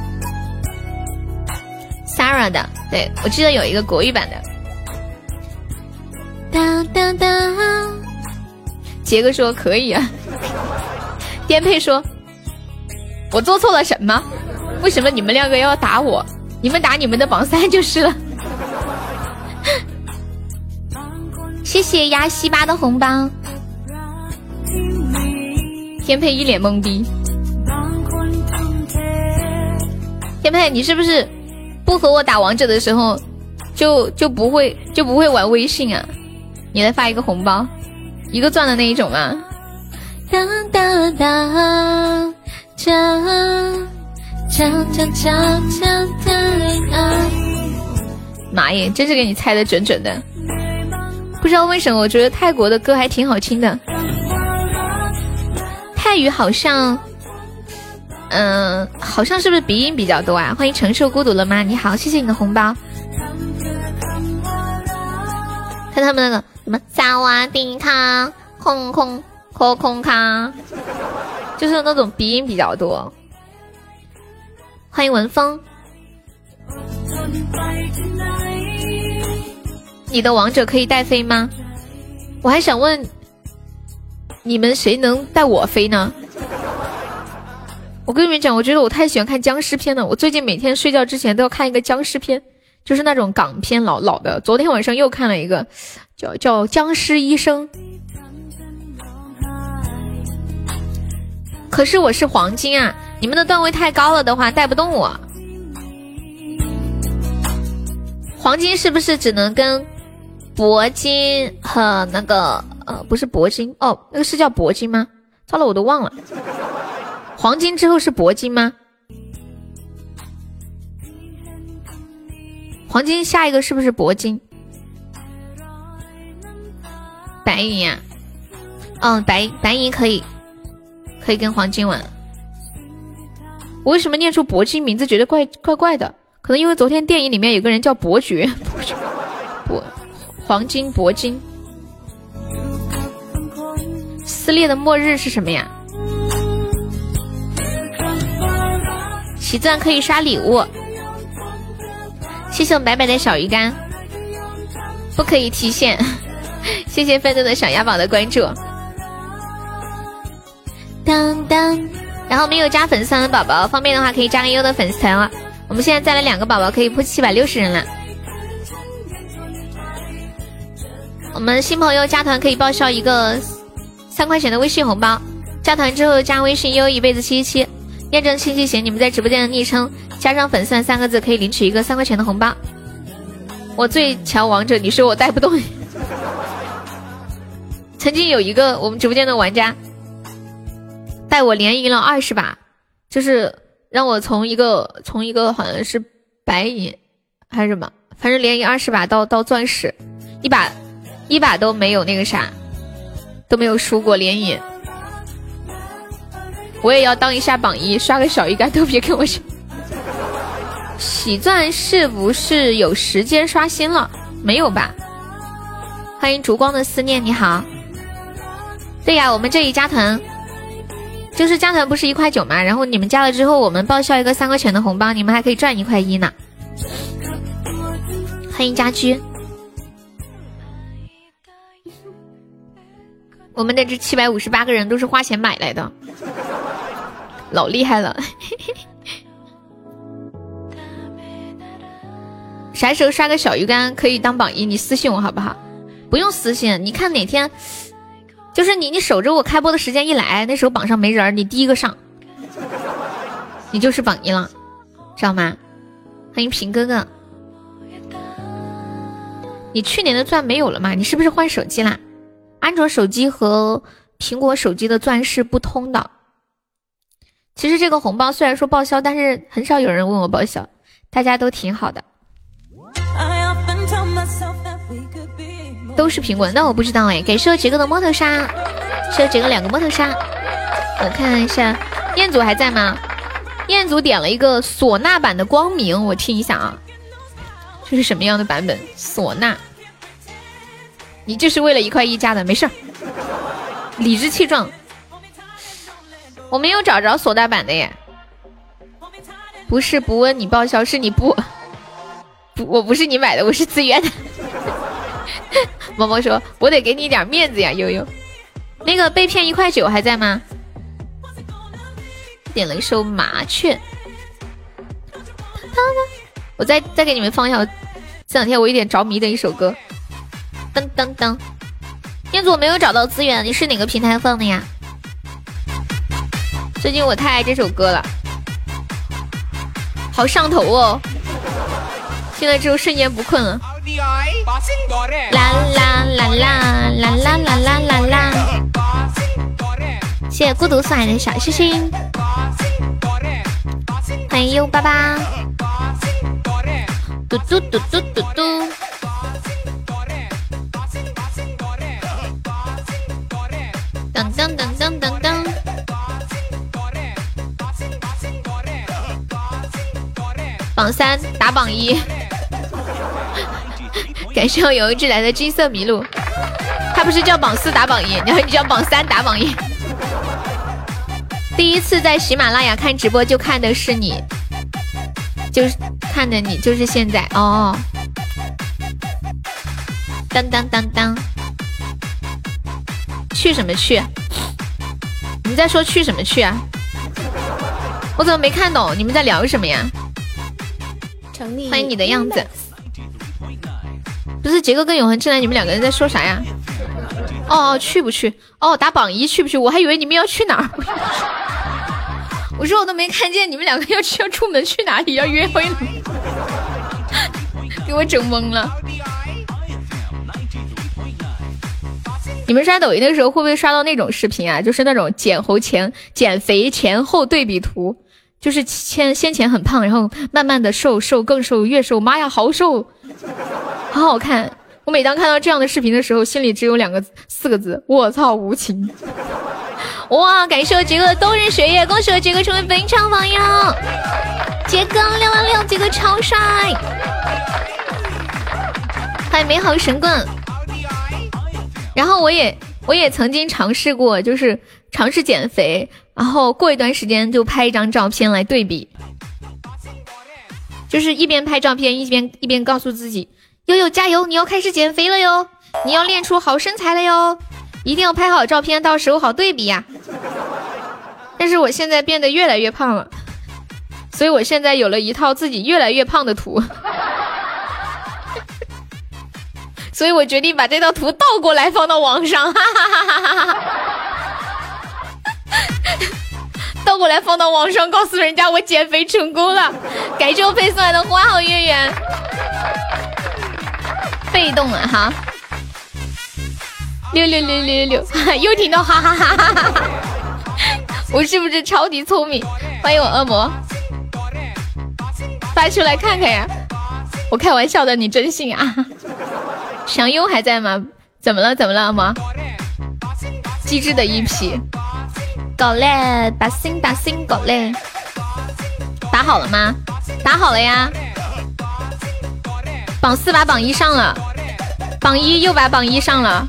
Sarah 的，对，我记得有一个国语版的。哒哒哒，杰哥说可以啊。颠沛说我做错了什么？为什么你们两个要打我？你们打你们的榜3就是了。谢谢鸭西巴的红包。天佩一脸懵逼。天佩，你是不是不和我打王者的时候就不会玩微信啊？你来发一个红包，一个钻的那一种吗？哒哒哒妈耶，真是给你猜的准准的。不知道为什么我觉得泰国的歌还挺好听的，泰语好像好像是不是鼻音比较多啊？欢迎承受孤独了吗？你好，谢谢你的红包。看他们那个什么萨瓦迪卡空空空空卡，就是那种鼻音比较多。欢迎文风。你的王者可以带飞吗？我还想问你们谁能带我飞呢？我跟你们讲，我觉得我太喜欢看僵尸片了，我最近每天睡觉之前都要看一个僵尸片，就是那种港片老的。昨天晚上又看了一个叫僵尸医生。可是我是黄金啊，你们的段位太高了的话带不动我。黄金是不是只能跟铂金和那个不是铂金哦，那个是叫铂金吗？糟了，我都忘了。黄金之后是铂金吗？黄金下一个是不是铂金？白银啊，白银可以跟黄金玩。我为什么念出铂金名字觉得怪的？可能因为昨天电影里面有个人叫伯爵。 黄金铂金。撕裂的末日是什么呀？喜钻可以刷礼物。谢谢我白白的小鱼干，不可以提现。谢谢奋斗的小鸭宝的关注。当当，然后没有加粉丝团的宝宝，方便的话可以加个优的粉丝团了。我们现在再来2个宝宝，可以破760人了。我们新朋友加团可以报销一个3块钱的微信红包，加团之后加微信优一辈子777，验证信息型，你们在直播间的昵称加上粉丝团3个字，可以领取一个3块钱的红包。我最强王者，你说我带不动。曾经有一个我们直播间的玩家带我连赢了20把，就是让我从一个好像是白银还是什么，反正连赢20把到钻石，一把都没有那个啥，都没有输过连赢。我也要当一下榜1，刷个小鱼干都别跟我说。喜钻是不是有时间刷新了？没有吧？欢迎烛光的思念，你好。对呀，我们这一加团就是加团不是1.9块吗？然后你们加了之后，我们报销一个3块钱的红包，你们还可以赚1.1块呢。欢迎家居。我们的这758个人都是花钱买来的，老厉害了。啥时候刷个小鱼干可以当榜1？你私信我好不好？不用私信，你看哪天就是你守着我开播的时间一来，那时候榜上没人，你第一个上，你就是榜1了，知道吗？欢迎平哥哥。你去年的钻没有了吗？你是不是换手机啦？安卓手机和苹果手机的钻是不通的。其实这个红包虽然说报销，但是很少有人问我报销，大家都挺好的。都是苹果，那我不知道哎。感谢我杰哥的摸头杀，谢谢杰哥2个摸头杀。我看一下，彦祖还在吗？彦祖点了一个唢呐版的光明，我听一下啊，这是什么样的版本？唢呐，你就是为了1.1块加的，没事儿，理直气壮。我没有找着唢呐版的耶，不是不问你报销，是你不，我不是你买的，我是自愿的。毛毛说我得给你点面子呀，悠悠。那个被骗1.9块还在吗？点了一首麻雀，我再给你们放一下这2天我有点着迷的一首歌。噔噔噔，彦祖我没有找到资源，你是哪个平台放的呀？最近我太爱这首歌了，好上头哦，现在之后瞬间不困了。啦啦啦啦啦啦啦啦啦啦！谢谢孤独送来的小星星，欢迎优88，嘟嘟嘟嘟嘟嘟。噔噔噔噔噔噔。榜3打榜1。感谢我有志来的金色麋鹿，他不是叫榜4打榜1，然后你叫榜3打榜1。第一次在喜马拉雅看直播就看的是你，就是看的你，就是现在哦。当当当当，去什么去？你们在说去什么去啊？我怎么没看懂？你们在聊什么呀？欢迎你的样子。不是杰哥跟永恒进来，你们2个人在说啥呀？哦，去不去？哦，打榜1去不去？我还以为你们要去哪儿。我说我都没看见你们2个要出门去哪里，要约会了，给我整懵了。你们刷抖音的时候会不会刷到那种视频啊？就是那种减肥前后对比图，就是先前很胖，然后慢慢的瘦更瘦，越瘦，妈呀，好瘦！好好看，我每当看到这样的视频的时候，心里只有4个字：我操无情。哇，感谢我杰哥的冬日学业，恭喜我杰哥成为本场榜样，杰哥666，杰哥超帅！ 欢迎美好神棍。然后我也曾经尝试过，就是尝试减肥，然后过一段时间就拍一张照片来对比，就是一边拍照片一边告诉自己，悠悠加油，你要开始减肥了哟，你要练出好身材了哟，一定要拍好照片，到时候好对比呀。但是我现在变得越来越胖了，所以我现在有了一套自己越来越胖的图。所以我决定把这套图倒过来放到网上，哈哈哈哈哈哈！倒过来放到网上，告诉人家我减肥成功了。感谢我配送来的花好月圆，被动了哈，66666，又听到哈哈哈哈哈哈！我是不是超级聪明？欢迎我恶魔，发出来看看呀！我开玩笑的，你真信啊？祥优还在吗？怎么了恶魔？机智的一批，搞嘞，打星搞嘞，打好了吗？打好了呀，榜4把榜1上了，榜1又把榜1上了，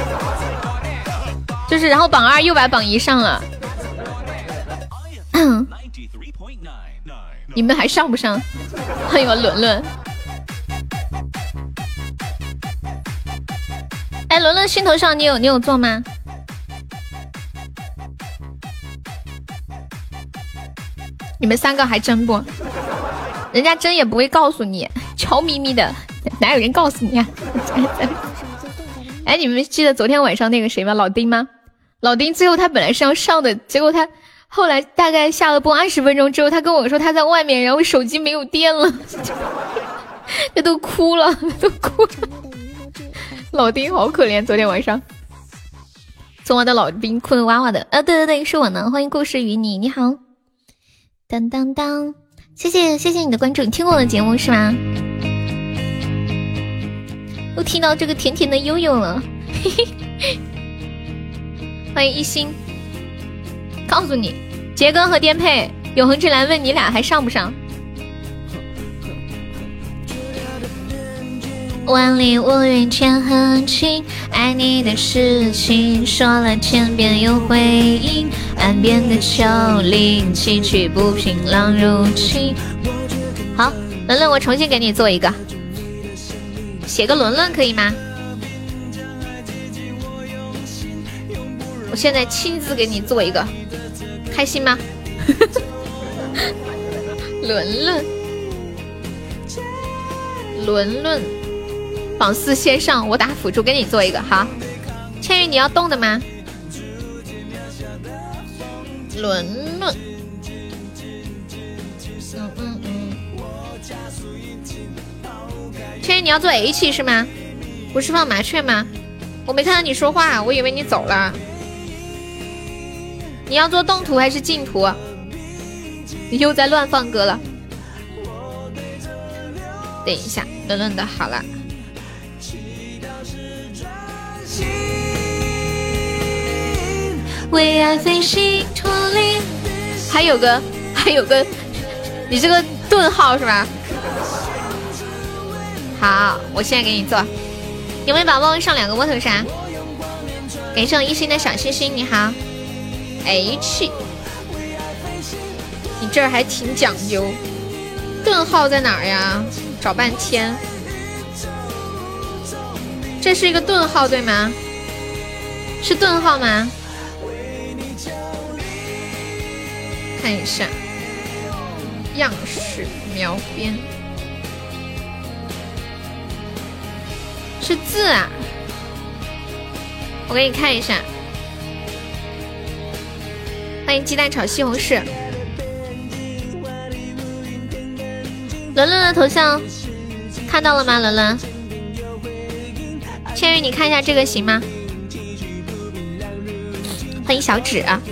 就是然后榜2又把榜1上了。你们还上不上？欢迎我伦伦。哎，伦伦心头上你有做吗？你们3个还真不？人家真也不会告诉你，悄咪咪的，哪有人告诉你啊？哎，你们记得昨天晚上那个谁吗？老丁吗？老丁最后他本来是要上的，结果他后来大概下了播20分钟之后，他跟我说他在外面，然后手机没有电了，他都哭了。老丁好可怜，昨天晚上昨晚的老丁困哇哇的。对，是我呢。欢迎故事与你，你好。当当当，谢谢你的关注。你听过我的节目是吗？又听到这个甜甜的悠悠了，嘿嘿。欢迎一心。告诉你，杰哥和颠沛，永恒之蓝问你俩还上不上？万里无云天很晴，爱你的事情说了千遍又回应，岸边的丘陵崎岖不平浪如侵。好，伦伦，我重新给你做一个，写个伦伦可以吗？我现在亲自给你做一个，开心吗？伦伦榜4先上，我打辅助给你做一个。好，千羽你要动的吗？伦伦，千羽你要做 H 是吗？不是放麻雀吗？我没看到你说话，我以为你走了。你要做动图还是静图？你又在乱放歌了。等一下，伦伦的好了。为爱飞行脱离。还有个，你这个顿号是吧？好，我现在给你做。有没有宝宝上2个窝头杀？感谢我一心的小星星，你好。H， 你这儿还挺讲究。顿号在哪儿呀？找半天。这是一个顿号对吗？是顿号吗？看一下样式描边，是字啊，我给你看一下。欢迎鸡蛋炒西红柿。伦伦的头像看到了吗？伦伦，千羽你看一下这个行吗？欢迎小指啊。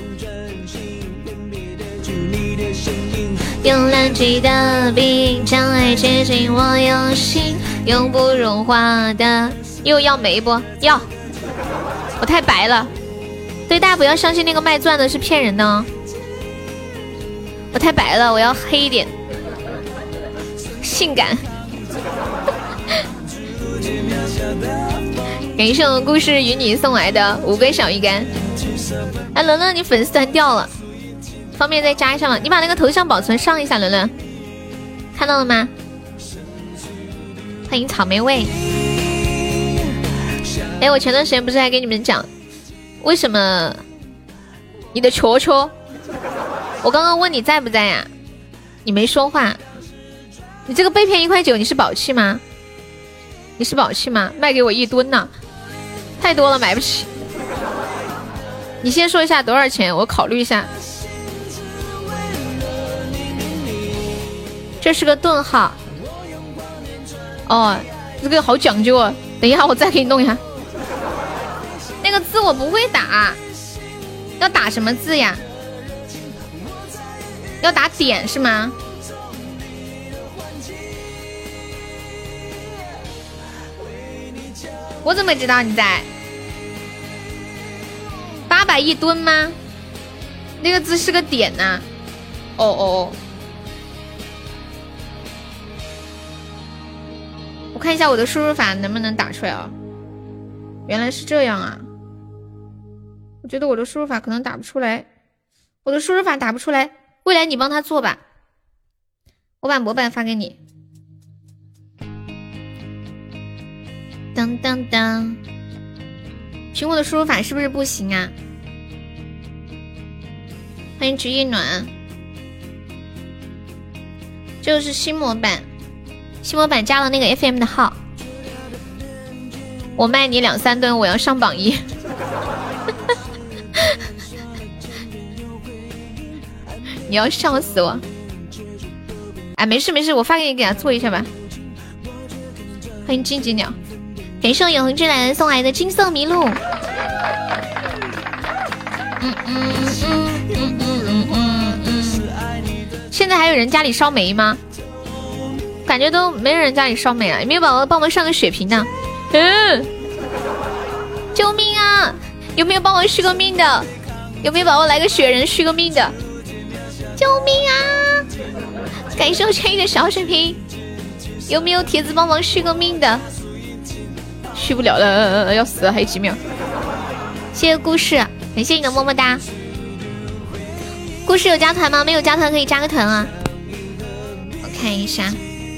用蓝记的笔将爱接近我有心，永不融化的。又要眉不要？我太白了。对，大家不要相信那个卖钻的是骗人的哦。我太白了，我要黑一点，性感。 感谢我故事与你送来的5根小鱼干。哎，伦伦，你粉丝团掉了，方便再加一下吗？你把那个头像保存上一下，伦伦，看到了吗？欢迎草莓味。哎，我前段时间不是还跟你们讲，为什么你的球球，我刚刚问你在不在呀，你没说话。你这个被骗1.9块，你是宝气吗？你是宝气吗？卖给我1吨呢，太多了，买不起。你先说一下多少钱，我考虑一下。这是个顿号。哦，这个好讲究啊！等一下，我再给你弄一下。那个字我不会打，要打什么字呀？要打点是吗？我怎么知道你在？800一吨吗？那个字是个点呐、哦哦哦，我看一下我的输入法能不能打出来啊？原来是这样啊！我觉得我的输入法可能打不出来，我的输入法打不出来。未来你帮他做吧，我把模板发给你。当当当，苹果的输入法是不是不行啊？欢迎直一暖，这就是新模板，新模板加了那个 FM 的号，我卖你2、3吨，我要上榜1。你要笑死我！哎，没事没事，我发给你，给他做一下吧。欢迎荆棘鸟，感谢永恒之蓝送来的金色麋鹿。现在还有人家里烧煤吗？感觉都没人家里烧煤了。有没有宝宝帮忙上个血瓶呢？救命啊！有没有帮我续个命的？有没有宝宝来个雪人续个命的？救命啊！感谢我千亿的小水瓶，有没有铁子帮忙续个命的？续不了了，要死了，还有几秒。谢谢故事，感谢你的么么哒。故事有加团吗？没有加团可以加个团啊。我看一下。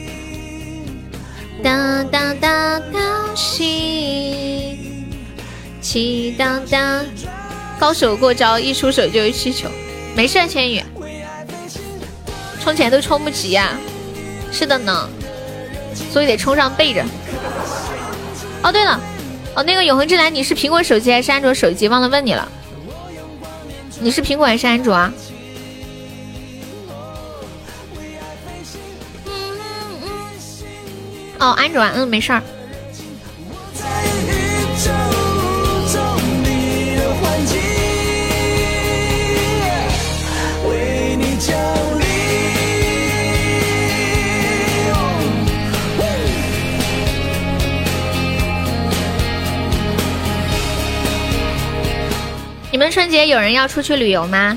当当当当西，祈当当。高手过招，一出手就有需求。没事，千羽。充钱都充不急呀、是的呢，所以得充上备着。哦，对了，哦，那个永恒之蓝，你是苹果手机还是安卓手机？忘了问你了，你是苹果还是安卓啊？哦，安卓啊，没事儿。你们春节有人要出去旅游吗？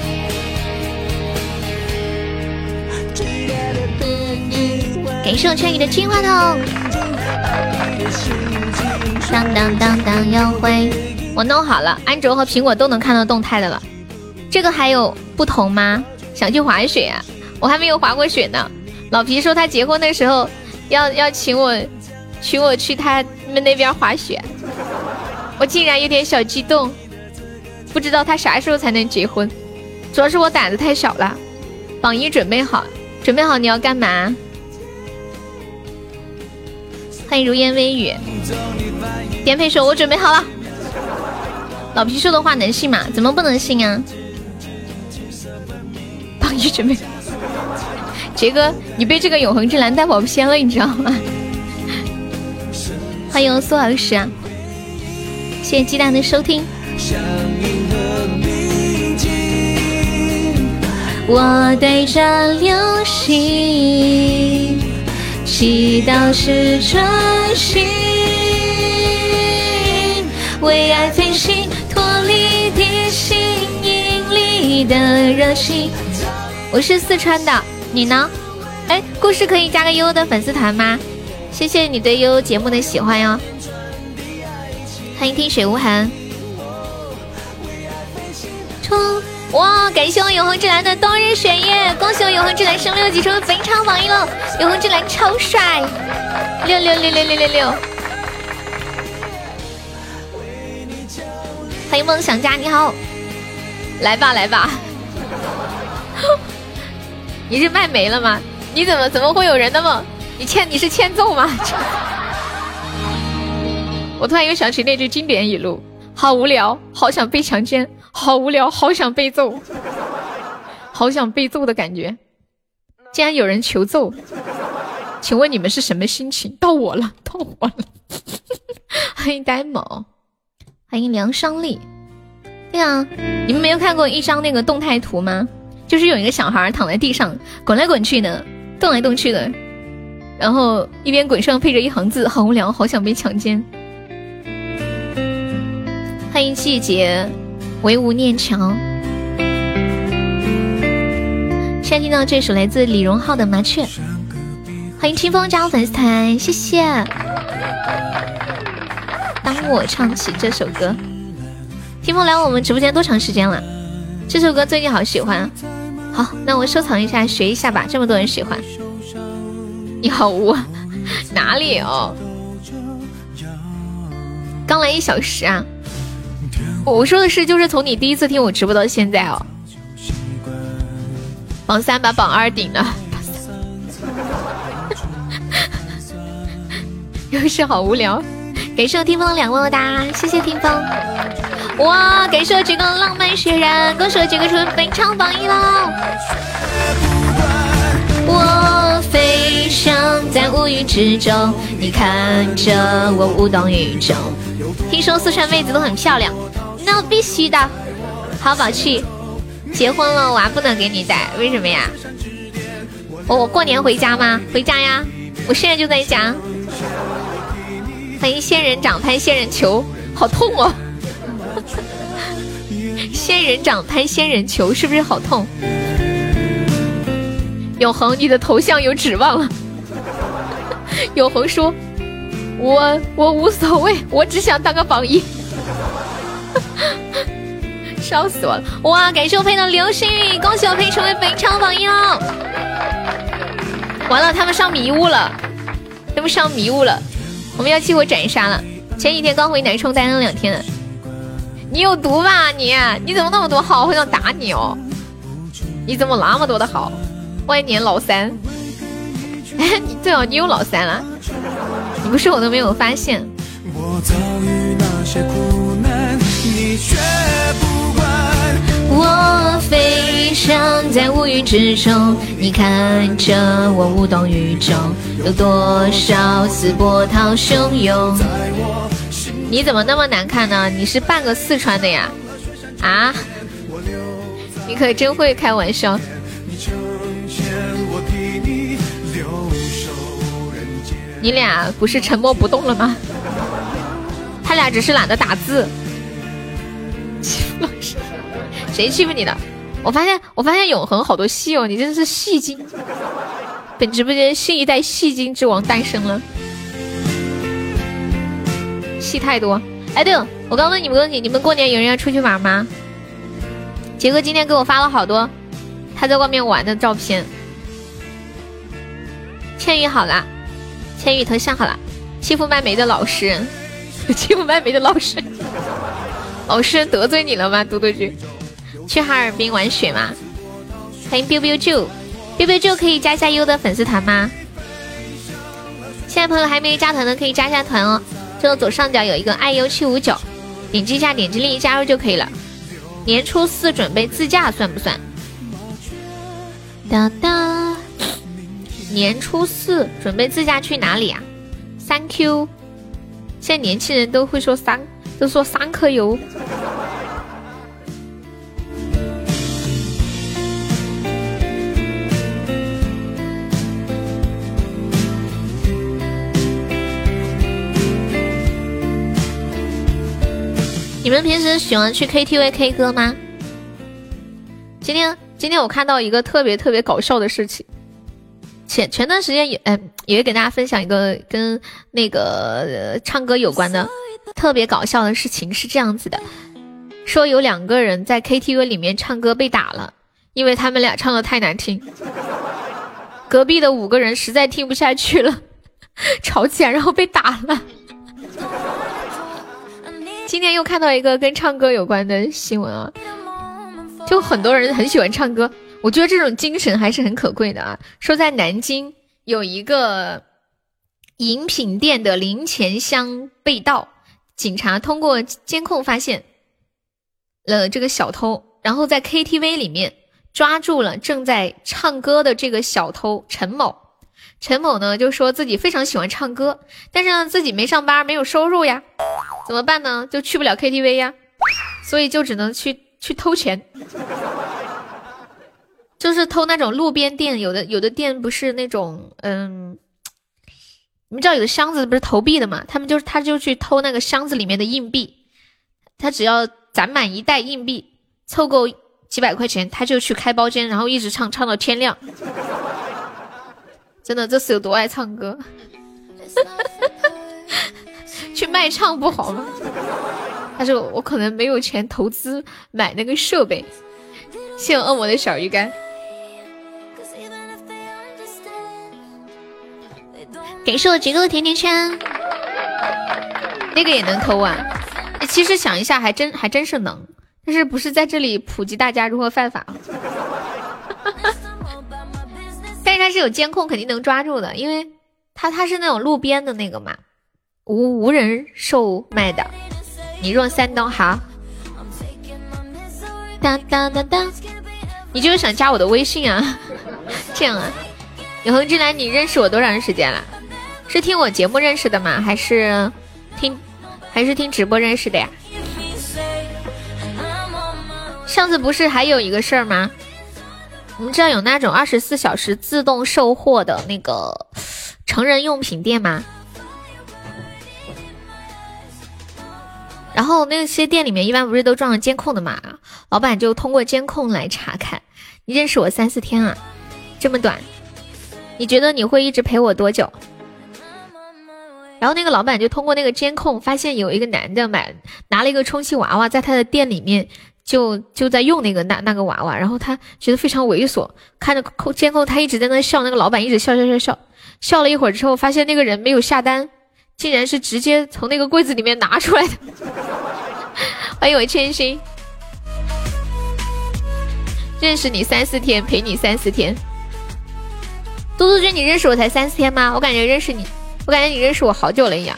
感谢我圈里的金话筒，当当当当优惠，我弄好了，安卓和苹果都能看到动态的了。这个还有不同吗？想去滑雪啊？我还没有滑过雪呢。老皮说他结婚的时候要请我去他们那边滑雪，我竟然有点小激动。不知道他啥时候才能结婚，主要是我胆子太小了。榜一准备好，准备好你要干嘛？欢迎如烟微雨。颠沛说我准备好了。老皮说的话能信吗？怎么不能信啊？榜一准备。杰哥你被这个永恒之蓝带跑偏了你知道吗？欢迎苏老师啊，谢谢鸡蛋的收听。我对着流星祈祷是真心，为爱飞行脱离地心引力的热情。我是四川的，你呢？哎，故事可以加个悠悠的粉丝团吗？谢谢你对悠悠节目的喜欢哟。 欢迎听水无痕。哇！感谢我永恒之蓝的冬日雪夜，恭喜我永恒之蓝升6级成为本场榜一了。永恒之蓝超帅，6666666。欢迎梦想家，你好，来吧来吧。你是卖没了吗？你怎么会有人那么你是欠揍吗？我突然又想起那句经典语录：好无聊，好想被强奸；好无聊，好想被揍，好想被揍的感觉。竟然有人求揍，请问你们是什么心情？到我了。欢迎呆某，欢迎梁商利。对啊，你们没有看过一张那个动态图吗？就是有一个小孩躺在地上滚来滚去的，动来动去的，然后一边滚上配着一行字：好无聊，好想被强奸。欢迎季节唯无念桥。现在听到这首来自李荣浩的麻雀。欢迎清风加入粉丝团，谢谢。当我唱起这首歌，清风来我们直播间多长时间了？这首歌最近好喜欢。好，那我收藏一下学一下吧，这么多人喜欢。你好污，哪里哦？刚来1小时啊。我说的是就是从你第一次听我直播到现在哦。榜3把榜2顶了。又是好无聊。感谢我听风2么么哒，谢谢听风。哇，感谢我这个浪漫雪人，恭喜我这个成为本场榜一了。我飞翔在无语之中，你看着我无动于衷。听说四川妹子都很漂亮，那必须的。好宝气，结婚了娃不能给你带，为什么呀？我过年回家吗？回家呀，我现在就在家。欢迎仙人掌拍仙人球，好痛哦！仙人掌拍仙人球是不是好痛？永恒，你的头像有指望了。永恒说：“我无所谓，我只想当个榜一。”笑死我了！哇，感谢我配的流星雨，恭喜我配成为本场榜一哦！完了，他们上迷雾了，我们要激活斩杀了。前几天刚回南充待了2天了。你有毒吧你怎么那么多号？我想打你哦！你怎么那么多的号？万年老三。哎，你对哦，你有老三了，你不是我都没有发现。我遭遇那些苦难，你却不管。我飞翔在无语之中，你看着我无动于衷。有多少次波涛汹涌？你怎么那么难看呢？你是半个四川的呀？啊？你可真会开玩笑。你俩不是沉默不动了吗？他俩只是懒得打字。欺负老师？谁欺负你的？我发现永恒好多戏哦，你真是戏精。本直播间新一代戏精之王诞生了。戏太多。哎，对了，我刚问你们个问题，你们过年有人要出去玩吗？杰哥今天给我发了好多他在外面玩的照片。千羽好了，千羽头像好了。欺负卖煤的老实人，欺负卖煤的老实人，老实人得罪你了吗？嘟嘟句，去哈尔滨玩雪吗？欢迎 biu biu 舅，biu biu 舅可以加一下优的粉丝团吗？现在朋友还没加团的可以加一下团哦。这个左上角有一个IU759，点击一下，点击立即加入就可以了。年初4准备自驾算不算？哒哒，年初4准备自驾去哪里啊？Thank you。现在年轻人都会说都说3颗油。你们平时喜欢去 KTV K 歌吗？今天我看到一个特别搞笑的事情。前段时间也给大家分享一个跟那个唱歌有关的， 特别搞笑的事情是这样子的，说有2个人在 KTV 里面唱歌被打了，因为他们俩唱的太难听，隔壁的5个人实在听不下去了，吵起来然后被打了。今天又看到一个跟唱歌有关的新闻啊，就很多人很喜欢唱歌，我觉得这种精神还是很可贵的啊。说在南京有一个饮品店的零钱箱被盗，警察通过监控发现了这个小偷，然后在 KTV 里面抓住了正在唱歌的这个小偷陈某。陈某呢就说自己非常喜欢唱歌，但是呢自己没上班没有收入呀，怎么办呢？就去不了 KTV 呀，所以就只能去偷钱，就是偷那种路边店，有的店不是那种你们知道有的箱子不是投币的嘛，他就去偷那个箱子里面的硬币，他只要攒满1袋硬币，凑够几百块钱，他就去开包间，然后一直唱到天亮。真的，这是有多爱唱歌？去卖唱不好吗？但是我可能没有钱投资买那个设备。谢我恶魔的小鱼干，感谢我杰哥的甜甜圈，那个也能偷啊？其实想一下，还真是能，但是不是在这里普及大家如何犯法？但是它是有监控，肯定能抓住的，因为它是那种路边的那个嘛，无人售卖的。你若三刀好，当当当当，你就是想加我的微信啊？这样啊？永恒之蓝，你认识我多长时间了？是听我节目认识的吗？还是听直播认识的呀？上次不是还有一个事儿吗？你们知道有那种24小时自动售货的那个成人用品店吗？然后那些店里面一般不是都装了监控的嘛，老板就通过监控来查看。你认识我3-4天啊，这么短，你觉得你会一直陪我多久？然后那个老板就通过那个监控发现有一个男的拿了一个充气娃娃在他的店里面就在用那个娃娃，然后他觉得非常猥琐，看着监控他一直在那笑，那个老板一直笑了一会儿之后，发现那个人没有下单，竟然是直接从那个柜子里面拿出来的。欢迎我千心，认识你3-4天，陪你3-4天。嘟嘟君，你认识我才3-4天吗？我感觉你认识我好久了一样。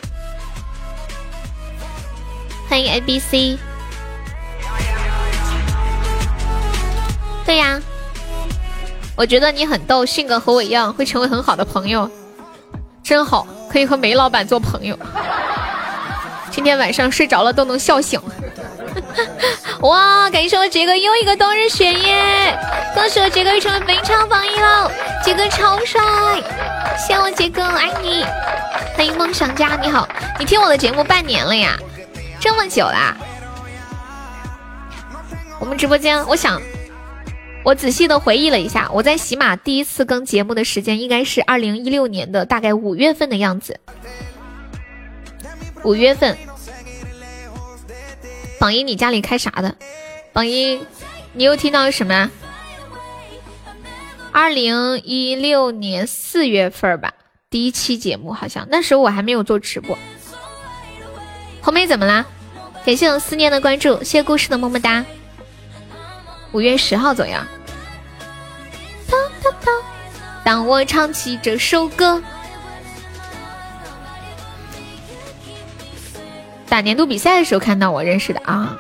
欢迎 ABC。对呀，我觉得你很逗，性格和我一样，会成为很好的朋友，真好，可以和梅老板做朋友。今天晚上睡着了都能笑醒。哇，感谢我杰哥又一个冬日雪夜，恭喜我杰哥成为本场榜一了，杰哥超帅，谢谢我杰哥，爱你。欢迎梦想家，你好，你听我的节目半年了呀，这么久啦。我们直播间，我仔细的回忆了一下，我在喜马第一次更节目的时间应该是2016年的大概5月份的样子。5月份。榜一，你家里开啥的？榜一，你又听到什么？2016年4月份吧，第一期节目好像，那时候我还没有做直播。红梅怎么啦？感谢我思念的关注，谢谢故事的么么哒。5月10号左右。当我唱起这首歌。打年度比赛的时候看到我认识的啊，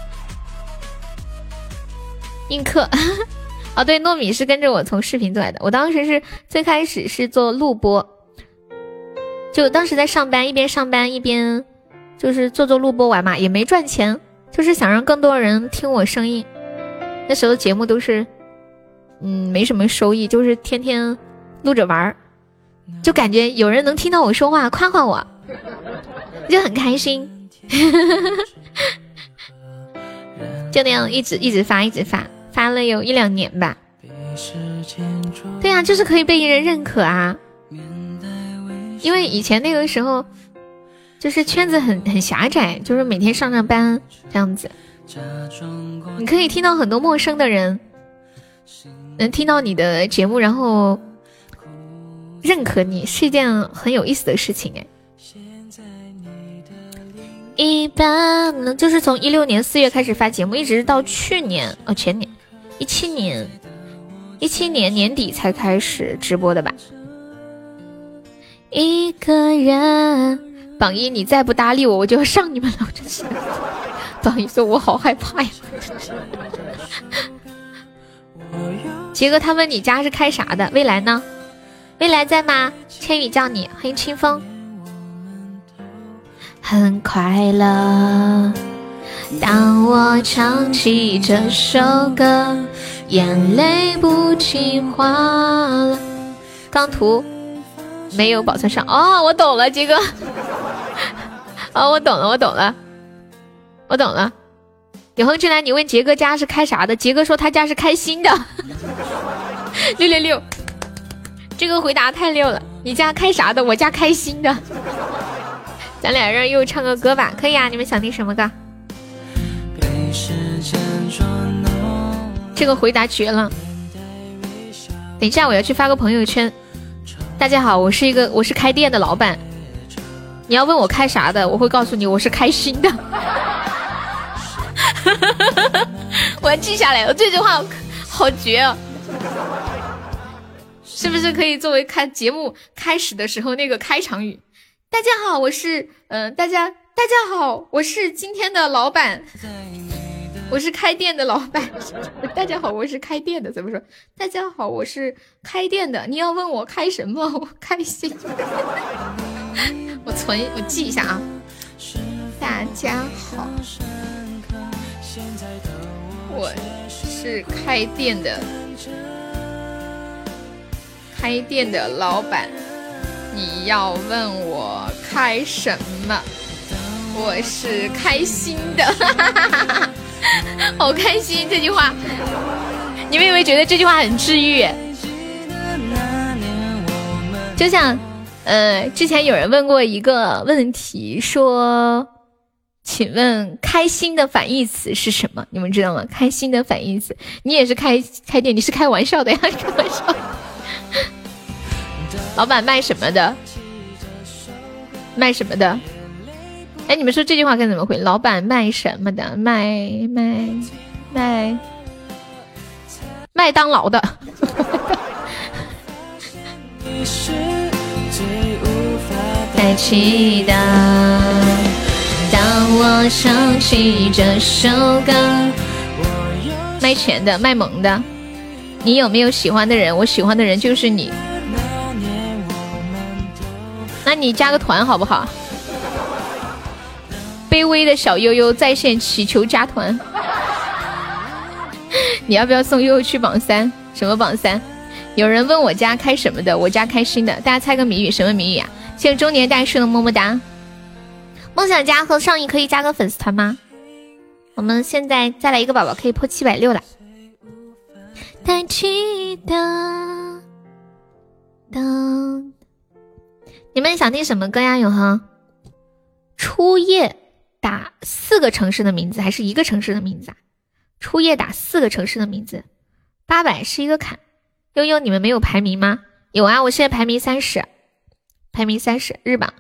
映客哦对，糯米是跟着我从视频做来的，我当时是最开始是做录播，就当时在上班，一边上班一边就是做录播玩嘛，也没赚钱，就是想让更多人听我声音。那时候节目都是没什么收益，就是天天录着玩，就感觉有人能听到我说话夸夸我，就很开心。就那样一直发了有1-2年吧。对啊，就是可以被人认可啊。因为以前那个时候就是圈子很狭窄，就是每天上班这样子。你可以听到很多陌生的人，能听到你的节目，然后认可你，是一件很有意思的事情哎。一般呢，就是从16年4月开始发节目，一直到去年前年17年年底才开始直播的吧。一个人，榜一你再不搭理我，我就要上你们了，真是。榜一说我好害怕呀。杰哥他问你家是开啥的，未来呢？未来在吗？千羽叫你，欢迎清风。很快乐，当我唱起这首歌，眼泪不禁滑了。刚图没有保存上哦，我懂了，杰哥。哦，我懂了。永恒之蓝，你问杰哥家是开啥的？杰哥说他家是开心的。666，这个回答太溜了。你家开啥的？我家开心的。咱俩人又唱个歌吧，可以啊？你们想听什么歌？这个回答绝了。等一下我要去发个朋友圈。大家好，我是开店的老板。你要问我开啥的，我会告诉你我是开心的。我要记下来了，这句话好绝哦。是不是可以作为看节目开始的时候那个开场语？大家好，我是大家好，我是今天的老板，我是开店的老板。大家好，我是开店的，怎么说？大家好，我是开店的。你要问我开什么？我开心。我记一下啊。大家好，我是开店的老板。你要问我开什么？我是开心的。好开心这句话，你们有没有觉得这句话很治愈？就像之前有人问过一个问题，说请问开心的反义词是什么？你们知道吗？开心的反义词，你也是开店，你是开玩笑的呀？开玩笑。老板卖什么的？卖什么的？哎，你们说这句话该怎么回？老板卖什么的？卖麦当劳的。开启的，当我唱起这首歌。卖钱的，卖萌的。你有没有喜欢的人？我喜欢的人就是你。那你加个团好不好？卑微的小悠悠在线祈求加团。你要不要送悠悠去榜3？什么榜3？有人问我家开什么的，我家开心的。大家猜个谜语，什么谜语啊？谢谢中年大叔的么么哒。梦想家和上一可以加个粉丝团吗？我们现在再来一个宝宝可以破760了。太记得等。你们想听什么歌呀？永恒。初夜打4个城市的名字还是1个城市的名字啊？初夜打4个城市的名字，800是一个坎。悠悠，你们没有排名吗？有啊，我现在排名30，日榜。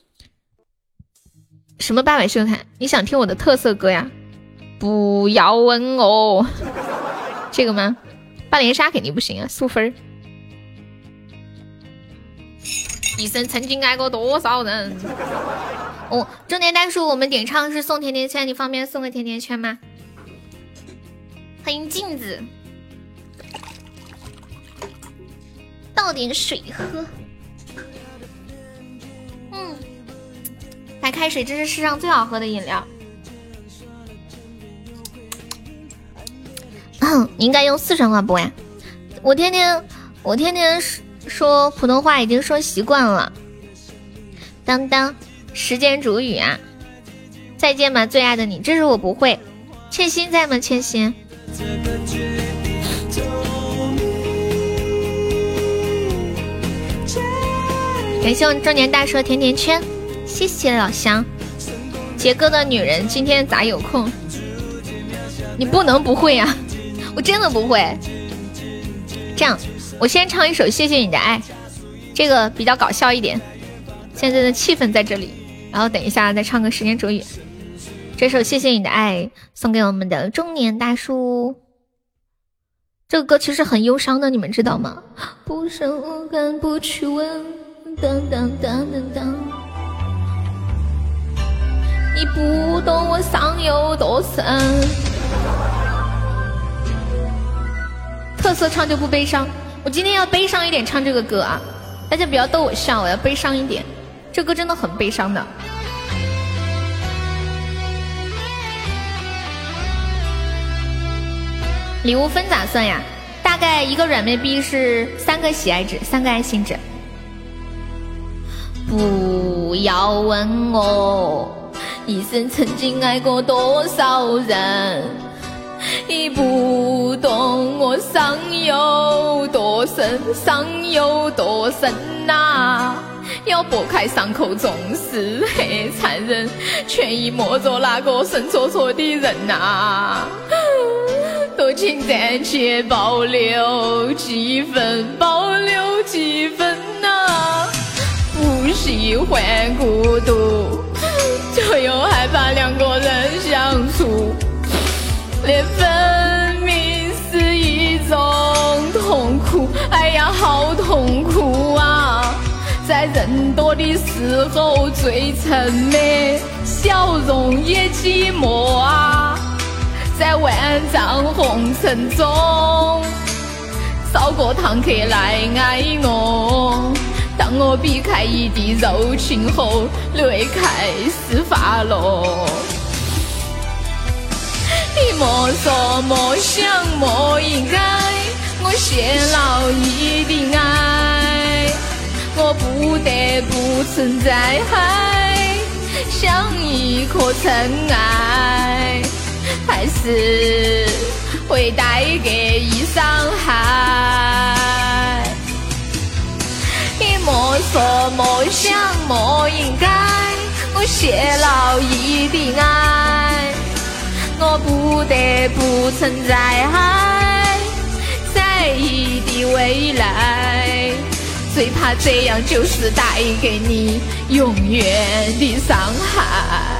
什么800是个坎？你想听我的特色歌呀？不要问哦。这个吗？半连杀肯定不行啊，速分。一生曾经爱过多少人？哦，中年大叔，我们点唱是送甜甜圈，你方便送个甜甜圈吗？欢迎镜子，倒点水喝。白开水，这是世上最好喝的饮料。你应该用四川话播呀。我天天说普通话已经说习惯了。当当，时间煮雨啊！再见吧，最爱的你，这是我不会。倩心在吗？倩心。感谢我中年大叔的甜甜圈。 谢谢老乡。杰哥的女人今天咋有空？你不能不会啊，我真的不会。这样，我先唱一首《谢谢你的爱》，这个比较搞笑一点，现在的气氛在这里。然后等一下再唱个时间煮雨。这首《谢谢你的爱》送给我们的中年大叔。这个歌其实很忧伤的，你们知道吗？不声无感不去问，当当当当当。你不懂我伤有多深。特色唱就不悲伤，我今天要悲伤一点唱这个歌啊！大家不要逗我笑，我要悲伤一点。这歌真的很悲伤的。礼物分咋算呀？大概一个软妹币是3个喜爱值，3个爱心值。不要问我一生曾经爱过多少人，你不懂我伤有多深，伤有多深啊！要拨开伤口总是很残忍，却已摸着那个神戳戳的人啊！多情暂且保留几分，保留几分啊！不喜欢孤独，就又害怕两个人相处，连分明是一种痛苦，哎呀，好痛苦啊！在人多的时候最沉默，笑容也寂寞啊！在万丈红尘中，找个堂客来爱我。当我避开一地柔情后，泪开始滑落。你莫说莫想莫应该，我泄露一定爱，我不得不存在，像一颗尘埃，还是会带给你伤害。你莫说莫想莫应该，我泄露一定爱，我不得不存在，在意的未来，最怕这样就是带给你永远的伤害。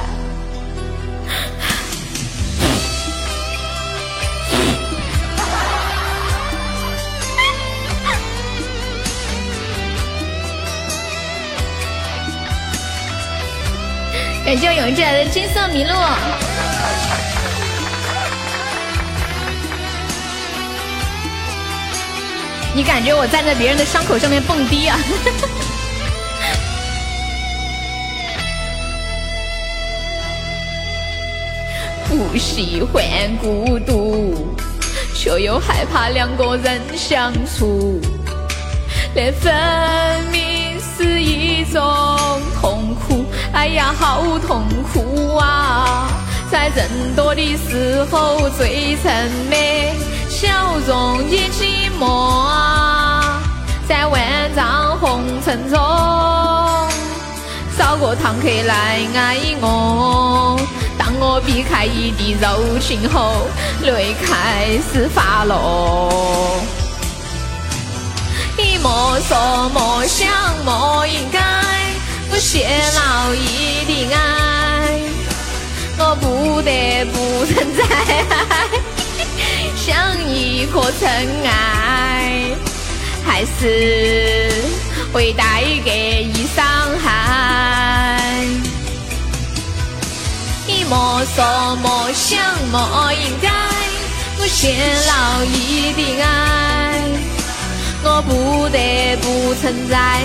感谢永志来的金色麋鹿。你感觉我站在别人的伤口上面蹦迪啊？不喜欢孤独，却又害怕两个人相处，连分明是一种痛苦，哎呀，好痛苦啊！在人多的时候最沉默，笑容也寂寞啊！在万丈红尘中，找个堂客来爱我。当我避开一地柔情后，泪开始滑落。你莫说莫想莫应该，我泄露一定爱，我不得不存在，像一颗尘埃，还是会带给你伤害。你莫说莫想莫应该，我泄露一定爱，我不得不存在，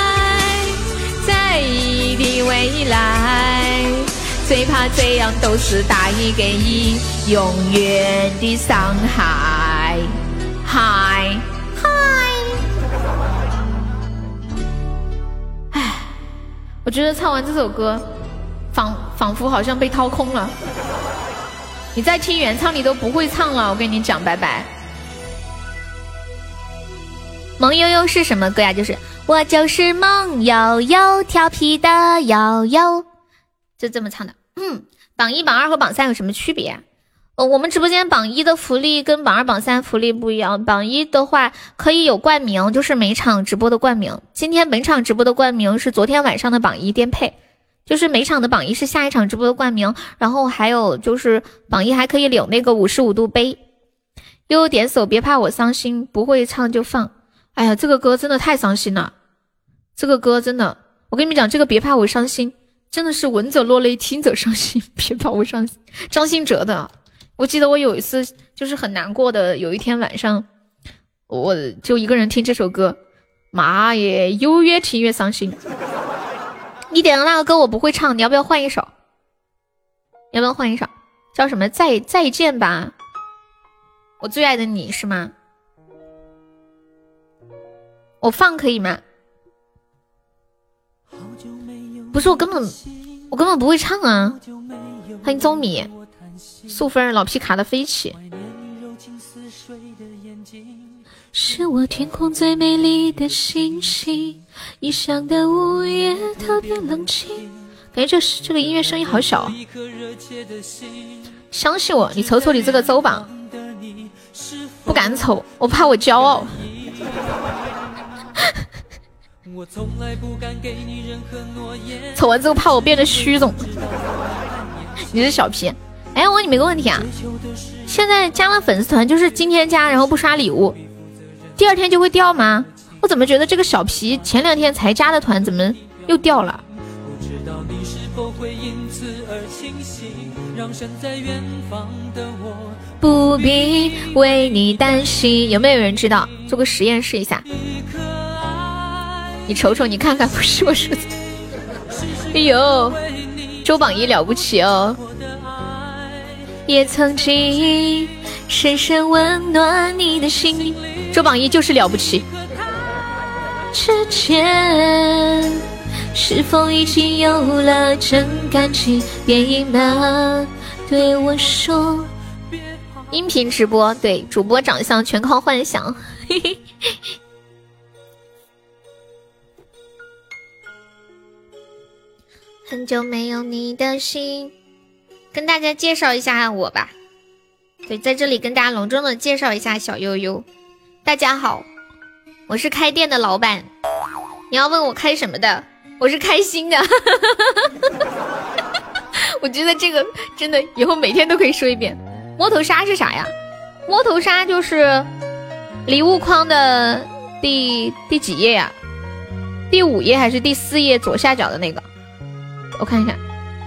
在意的未来，最怕这样都是带给你永远的伤害。嗨嗨，唉，我觉得唱完这首歌仿佛好像被掏空了，你再听原唱你都不会唱了，我跟你讲拜拜。萌悠悠是什么歌呀？就是我就是萌悠悠调皮的悠悠，就这么唱的。榜一、榜二和榜三有什么区别？我们直播间榜一的福利跟榜二、榜三福利不一样。榜一的话可以有冠名，就是每场直播的冠名。今天本场直播的冠名是昨天晚上的榜一颠沛，就是每场的榜一是下一场直播的冠名。然后还有就是榜一还可以领那个55度杯。悠悠点首别怕我伤心，不会唱就放。哎呀，这个歌真的太伤心了，这个歌真的，我跟你们讲，这个别怕我伤心真的是闻者落泪，听者伤心。别怕我伤心，张信哲的。我记得我有一次就是很难过的，有一天晚上我就一个人听这首歌，妈耶，越听越伤心。你点的那个歌我不会唱，你要不要换一首？要不要换一首？叫什么？再见吧，我最爱的你是吗？我放可以吗？不是，我根本不会唱啊。欢迎邹米，素芬老皮卡的飞起。是我天空最美丽的星星，异乡的午夜特别冷清。感觉这个音乐声音好小啊。相信我，你瞅瞅你这个周榜，不敢瞅，我怕我骄傲。瞅完之后怕我变得虚荣。你是小皮。哎，我问你们个问题啊，现在加了粉丝团，就是今天加然后不刷礼物，第二天就会掉吗？我怎么觉得这个小皮前2天才加的团怎么又掉了？不必为你担心。有没有人知道？做个实验试一下。你瞅瞅，你看看，不是我说的。哎呦，周榜一了不起哦！也曾经深深温暖你的心。周榜一就是了不起。之间是否已经有了真感情？别隐瞒对我说。音频直播，对，主播长相全靠幻想。嘿嘿。很久没有你的心，跟大家介绍一下我吧。对，在这里跟大家隆重的介绍一下小悠悠。大家好，我是开店的老板。你要问我开什么的，我是开心的。我觉得这个真的以后每天都可以说一遍。摸头杀是啥呀？摸头杀就是礼物框的第几页呀？第5页还是第4页左下角的那个？我看一下，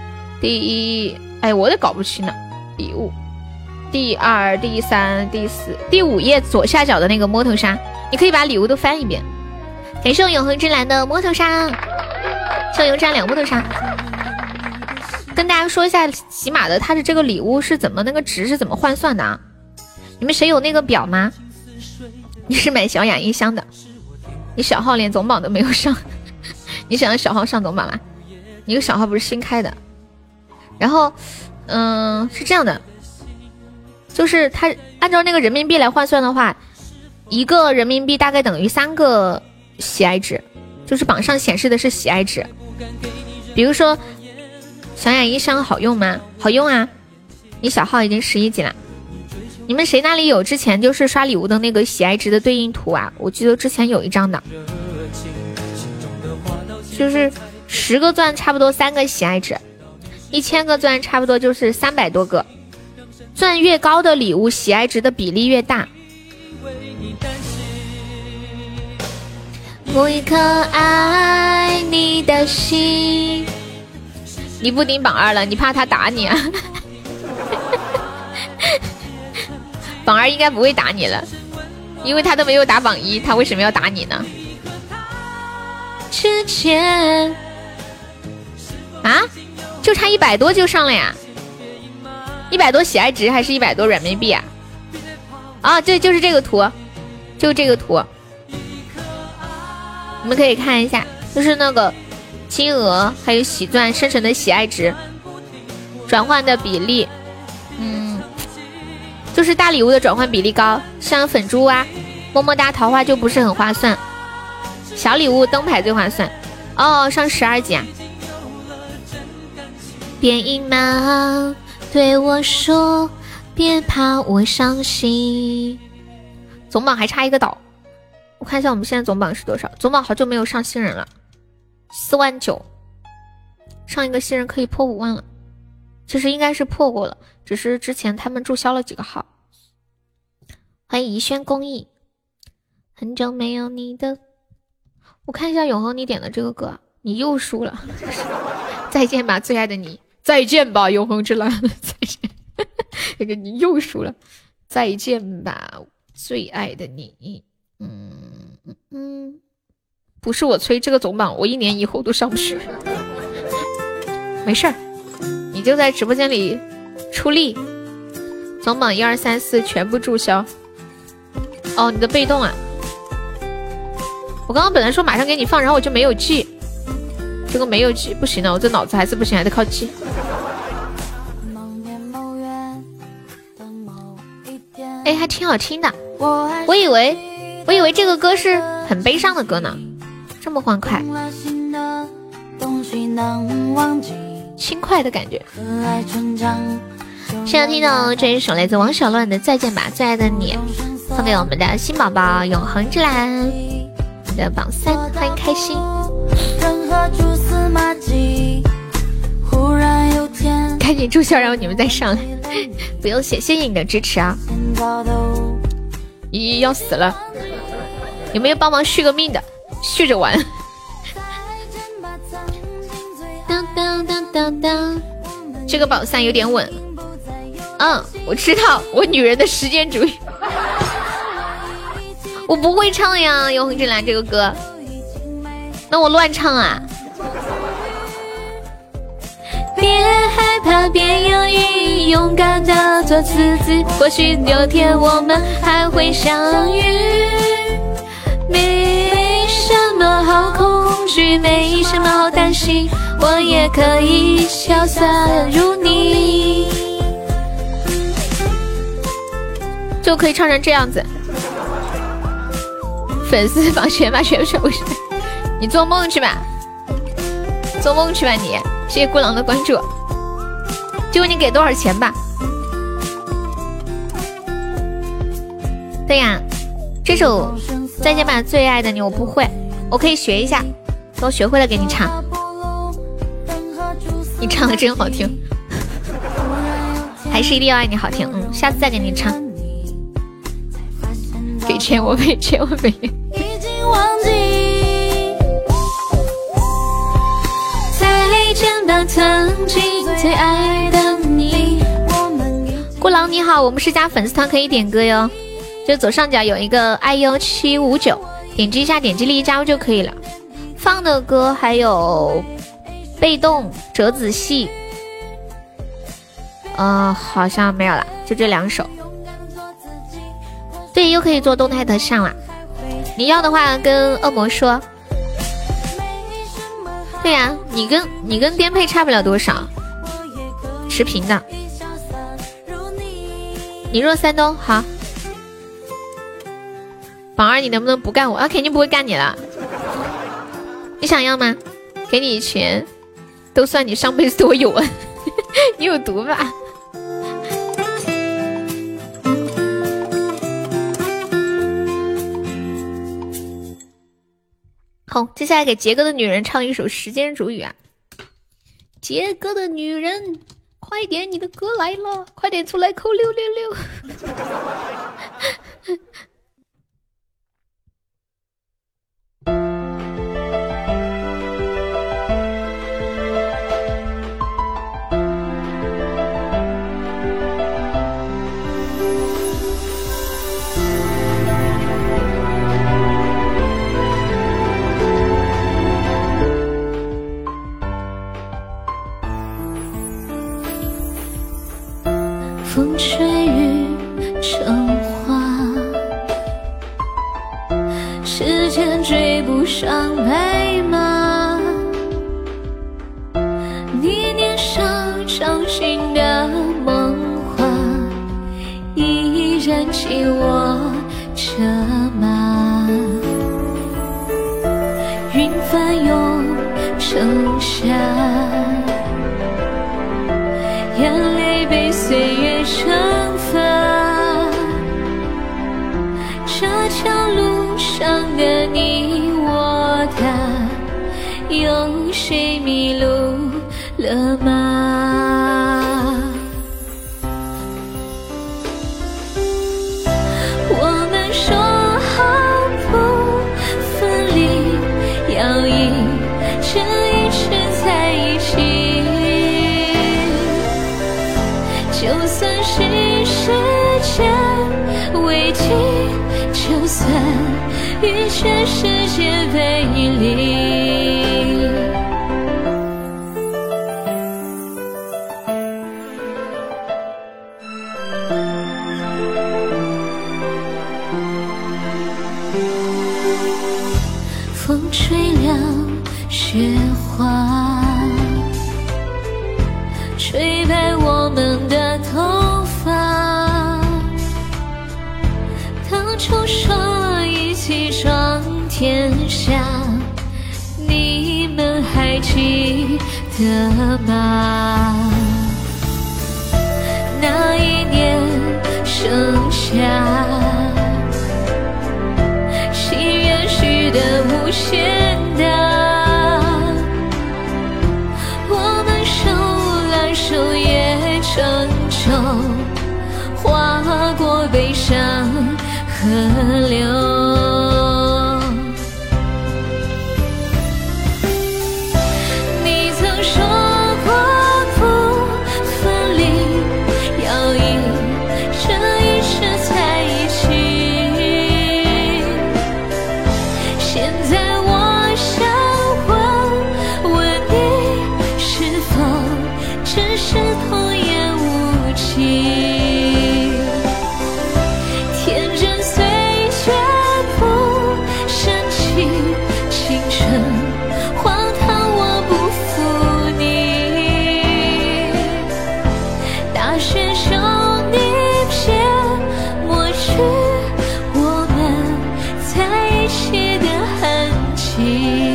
我也搞不清了。礼物第2、第3、第4、第5页左下角的那个摸头杀，你可以把礼物都翻一遍。感谢我永恒之蓝的摸头杀，谢永战2摸头杀。跟大家说一下喜马的它的这个礼物是怎么，那个值是怎么换算的啊？你们谁有那个表吗？你是买小雅音箱的，你小号连总榜都没有上。你想让小号上总榜吗？你个小号不是新开的。然后是这样的，就是它按照那个人民币来换算的话，1个人民币大概等于3个喜爱值，就是榜上显示的是喜爱值。比如说小雅音箱好用吗？好用啊。你小号已经11级了。你们谁那里有之前就是刷礼物的那个喜爱值的对应图啊？我记得之前有一张的，就是10个钻差不多3个喜爱值，1000个钻差不多就是300多个。钻越高的礼物喜爱值的比例越大。我一颗爱你的心。你不顶榜2了，你怕他打你啊？榜2应该不会打你了，因为他都没有打榜1，他为什么要打你呢？之前啊，就差100多就上了呀，100多喜爱值还是100多人民币啊？啊，对，就是这个图，就这个图，你们可以看一下，就是那个金额还有喜钻生成的喜爱值转换的比例，就是大礼物的转换比例高，像粉珠啊、么么哒、桃花就不是很划算。 小礼物灯牌最划算。哦，上12级啊。别隐瞒对我说，别怕我伤心。总榜还差一个岛，我看一下我们现在总榜是多少。总榜好久没有上新人了，49000，上一个新人可以破5万了。其实应该是破过了，只是之前他们注销了几个号。欢迎怡轩公益，很久没有你的。我看一下永恒你点的这个歌，你又输了。再见吧最爱的你，再见吧永恒之蓝，再见。那个你又输了，再见吧最爱的你。不是我催这个总榜，我1年以后都上不去。没事儿，你就在直播间里出力。总榜1、2、3、4全部注销。哦，你的被动啊！我刚刚本来说马上给你放，然后我就没有记，这个没有记，不行了，我这脑子还是不行，还得靠记。哎，还挺好听的。我以为这个歌是很悲伤的歌呢，这么欢快，轻快的感觉。现在听到这一首来自王小乱的《再见吧最爱的你》，送给我们的新宝宝永恒之蓝的榜3，欢迎开心。赶紧注销，然后你们再上来，不用谢谢你的支持啊！咦，要死了，有没有帮忙续个命的？续着玩。这个榜3有点稳。我知道，我女人的时间主义。我不会唱呀，永恒之蓝这个歌，那我乱唱啊。别害怕，别犹豫，勇敢的做自己，或许有天我们还会相遇。没什么好恐惧，没什么好担心，我也可以潇洒如你。就可以唱成这样子。粉丝榜选吧，选不选不选？你做梦去吧，做梦去吧你！谢谢孤狼的关注，就问你给多少钱吧。对呀，这首再见吧最爱的你我不会，我可以学一下，等我学会了给你唱。你唱的真好听，还是一定要爱你好听。下次再给你唱。给钱我没钱我没已经忘记。再见吧曾经最爱的你。孤狼你好，我们是加粉丝团，可以点歌哟，就左上角有一个 IU759，点击一下，点击立即加入就可以了。放的歌还有被动折子戏，好像没有了，就这2首。对，又可以做动态的上了。你要的话跟恶魔说。对呀，你跟颠沛差不了多少，持平的。你若三东好。榜2你能不能不干我？肯定不会干你了。你想要吗？给你钱，都算你上辈子对我有恩。你有毒吧？好，接下来给杰哥的女人唱一首《时间煮雨》啊！杰哥的女人，快点，你的歌来了，快点出来扣666！风吹雨成花，时间追不上白马，你年少掌心的梦话，依然紧握着吗？ 惩罚。这条路上的你我他，有谁迷路了吗？我们说好不分离，要一直一直在一起。就算是世界危机，就算与全世界背离，风吹凉雪花，吹白我们的头发。当初说一起闯天下，你们还记得吗？那一年盛夏，心愿许得无限大，我们手拉手也成舟，划过悲伤河流。你曾说过不分离，要一直在一起。现在我想问你，是否只是童言无忌？天真岁月不生气，青春荒唐我不负你。大学兄弟别抹去我们在一起的痕迹，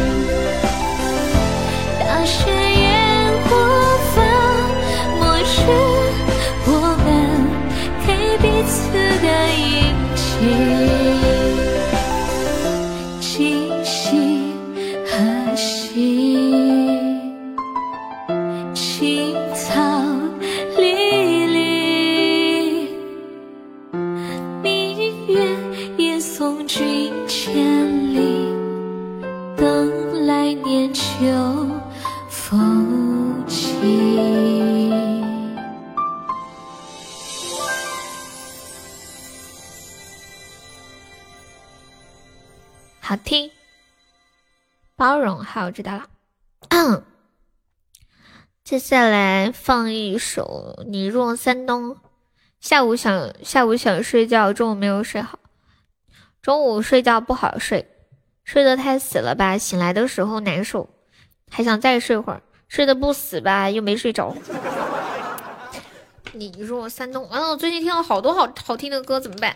大学烟火粉抹去我们给彼此的印记。今夕何夕，青草离离，明月也送君千里，等来年秋风起。 好听，包容，好，知道了。接下来放一首《你若三冬》。下午想睡觉，中午没有睡好。中午睡觉不好睡，睡得太死了吧，醒来的时候难受，还想再睡会儿。睡得不死吧，又没睡着。你若三冬，完了，我最近听了好多好听的歌，怎么办？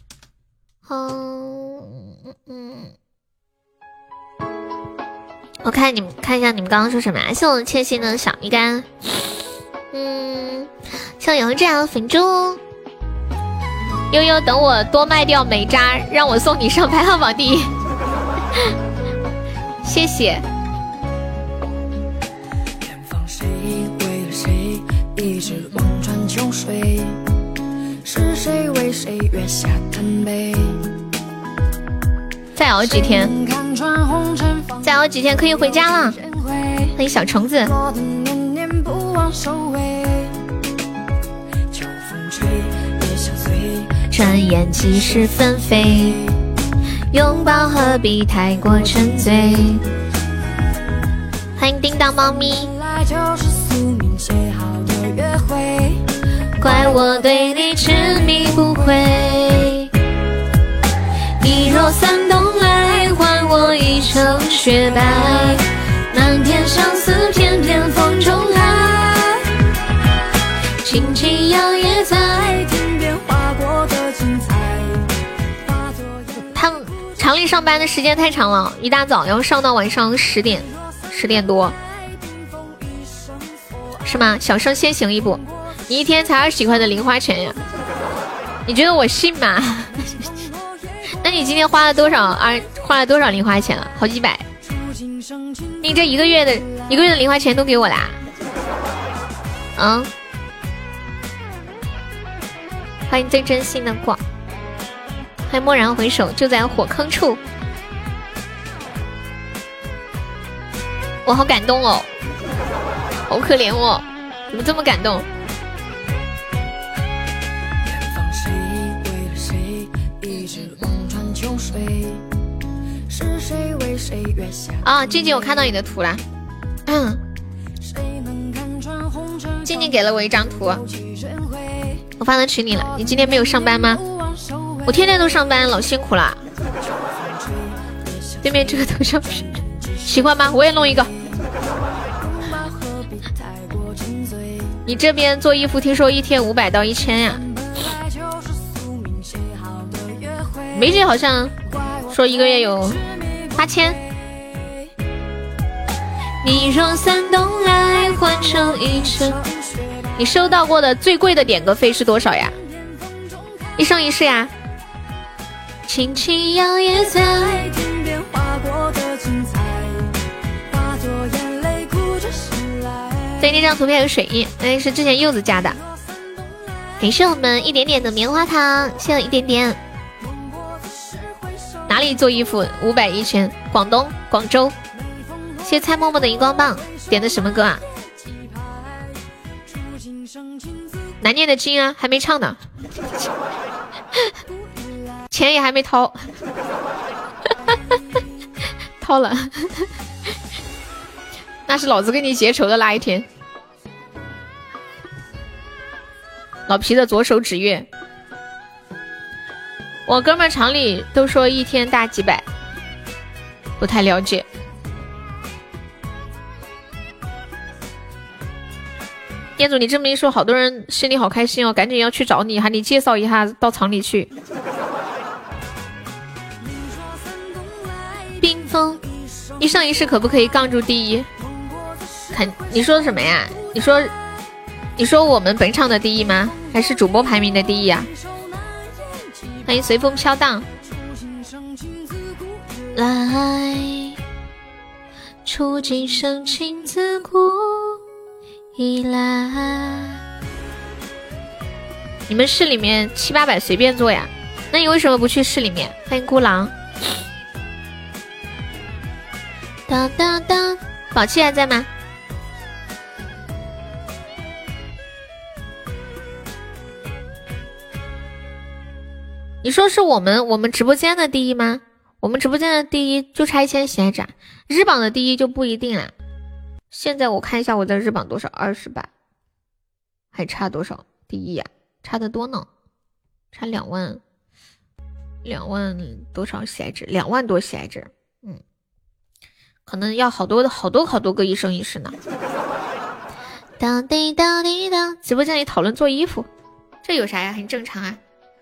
我看一下你们刚刚说什么啊？谢我切心的小鱼干，像有这样的粉猪，悠悠等我多卖掉美渣，让我送你上排行榜第一。谢谢。 远方谁为了谁一直望穿秋水，是谁为谁月下贪杯？ 再熬几天，再熬几天可以回家了。欢迎小橙子。转眼即是纷飞，拥抱何必太过沉醉。欢迎叮当猫咪。怪我对你执迷不悔，你若三冬来还我一程雪白，漫天相思片片风中来，轻轻摇曳在天边划过的精彩。他们厂里上班的时间太长了，一大早要上到晚上10点多，是吗？小生先行一步。 你一天才20几块的零花钱呀？你觉得我信吗？那你今天花了多少零花钱了？好几百。你这一个月的零花钱都给我啦？嗯。欢迎最真心的过，欢迎蓦然回首，就在火坑处。我好感动哦，好可怜哦，怎么这么感动？啊，静静，我看到你的图了。静静给了我一张图，我发到群里了。你今天没有上班吗？我天天都上班，老辛苦了。对面这个头像喜欢吗？我也弄一个。你这边做衣服听说一天500到1000呀？梅姐好像说一个月有8000。你若三冬来换成一程。你收到过的最贵的点歌费是多少呀？一生一世呀。轻轻摇曳在天边划过的精彩，化作眼泪哭着醒来。对，那张图片有水印，那是之前柚子加的。感谢我们一点点的棉花糖，谢谢一点点。哪里做衣服500、1000？广东广州。谢谢蔡默默的荧光棒，点的什么歌啊？难念的经啊，还没唱呢，钱也还没掏，掏了，那是老子跟你结仇的那一天。老皮的左手指月，我哥们厂里都说一天大几百，不太了解。店主，你这么一说，好多人心里好开心哦，赶紧要去找你，喊你介绍一下到厂里去。冰封，一生一世可不可以杠住第一？你说什么呀？你说我们本场的第一吗？还是主播排名的第一啊？欢迎随风飘荡。来，触景生情自古以来。你们市里面700、800随便做呀，那你为什么不去市里面？欢迎孤狼。当当当，宝气还在吗？你说是我们直播间的第一吗？我们直播间的第一就差1000喜爱值，日榜的第一就不一定了。现在我看一下我的日榜多少，28，还差多少？第一呀，差得多呢，差2万多少喜爱值？2万多喜爱值，可能要好多个一生一世呢。当滴当滴当，直播间里讨论做衣服，这有啥呀？很正常啊。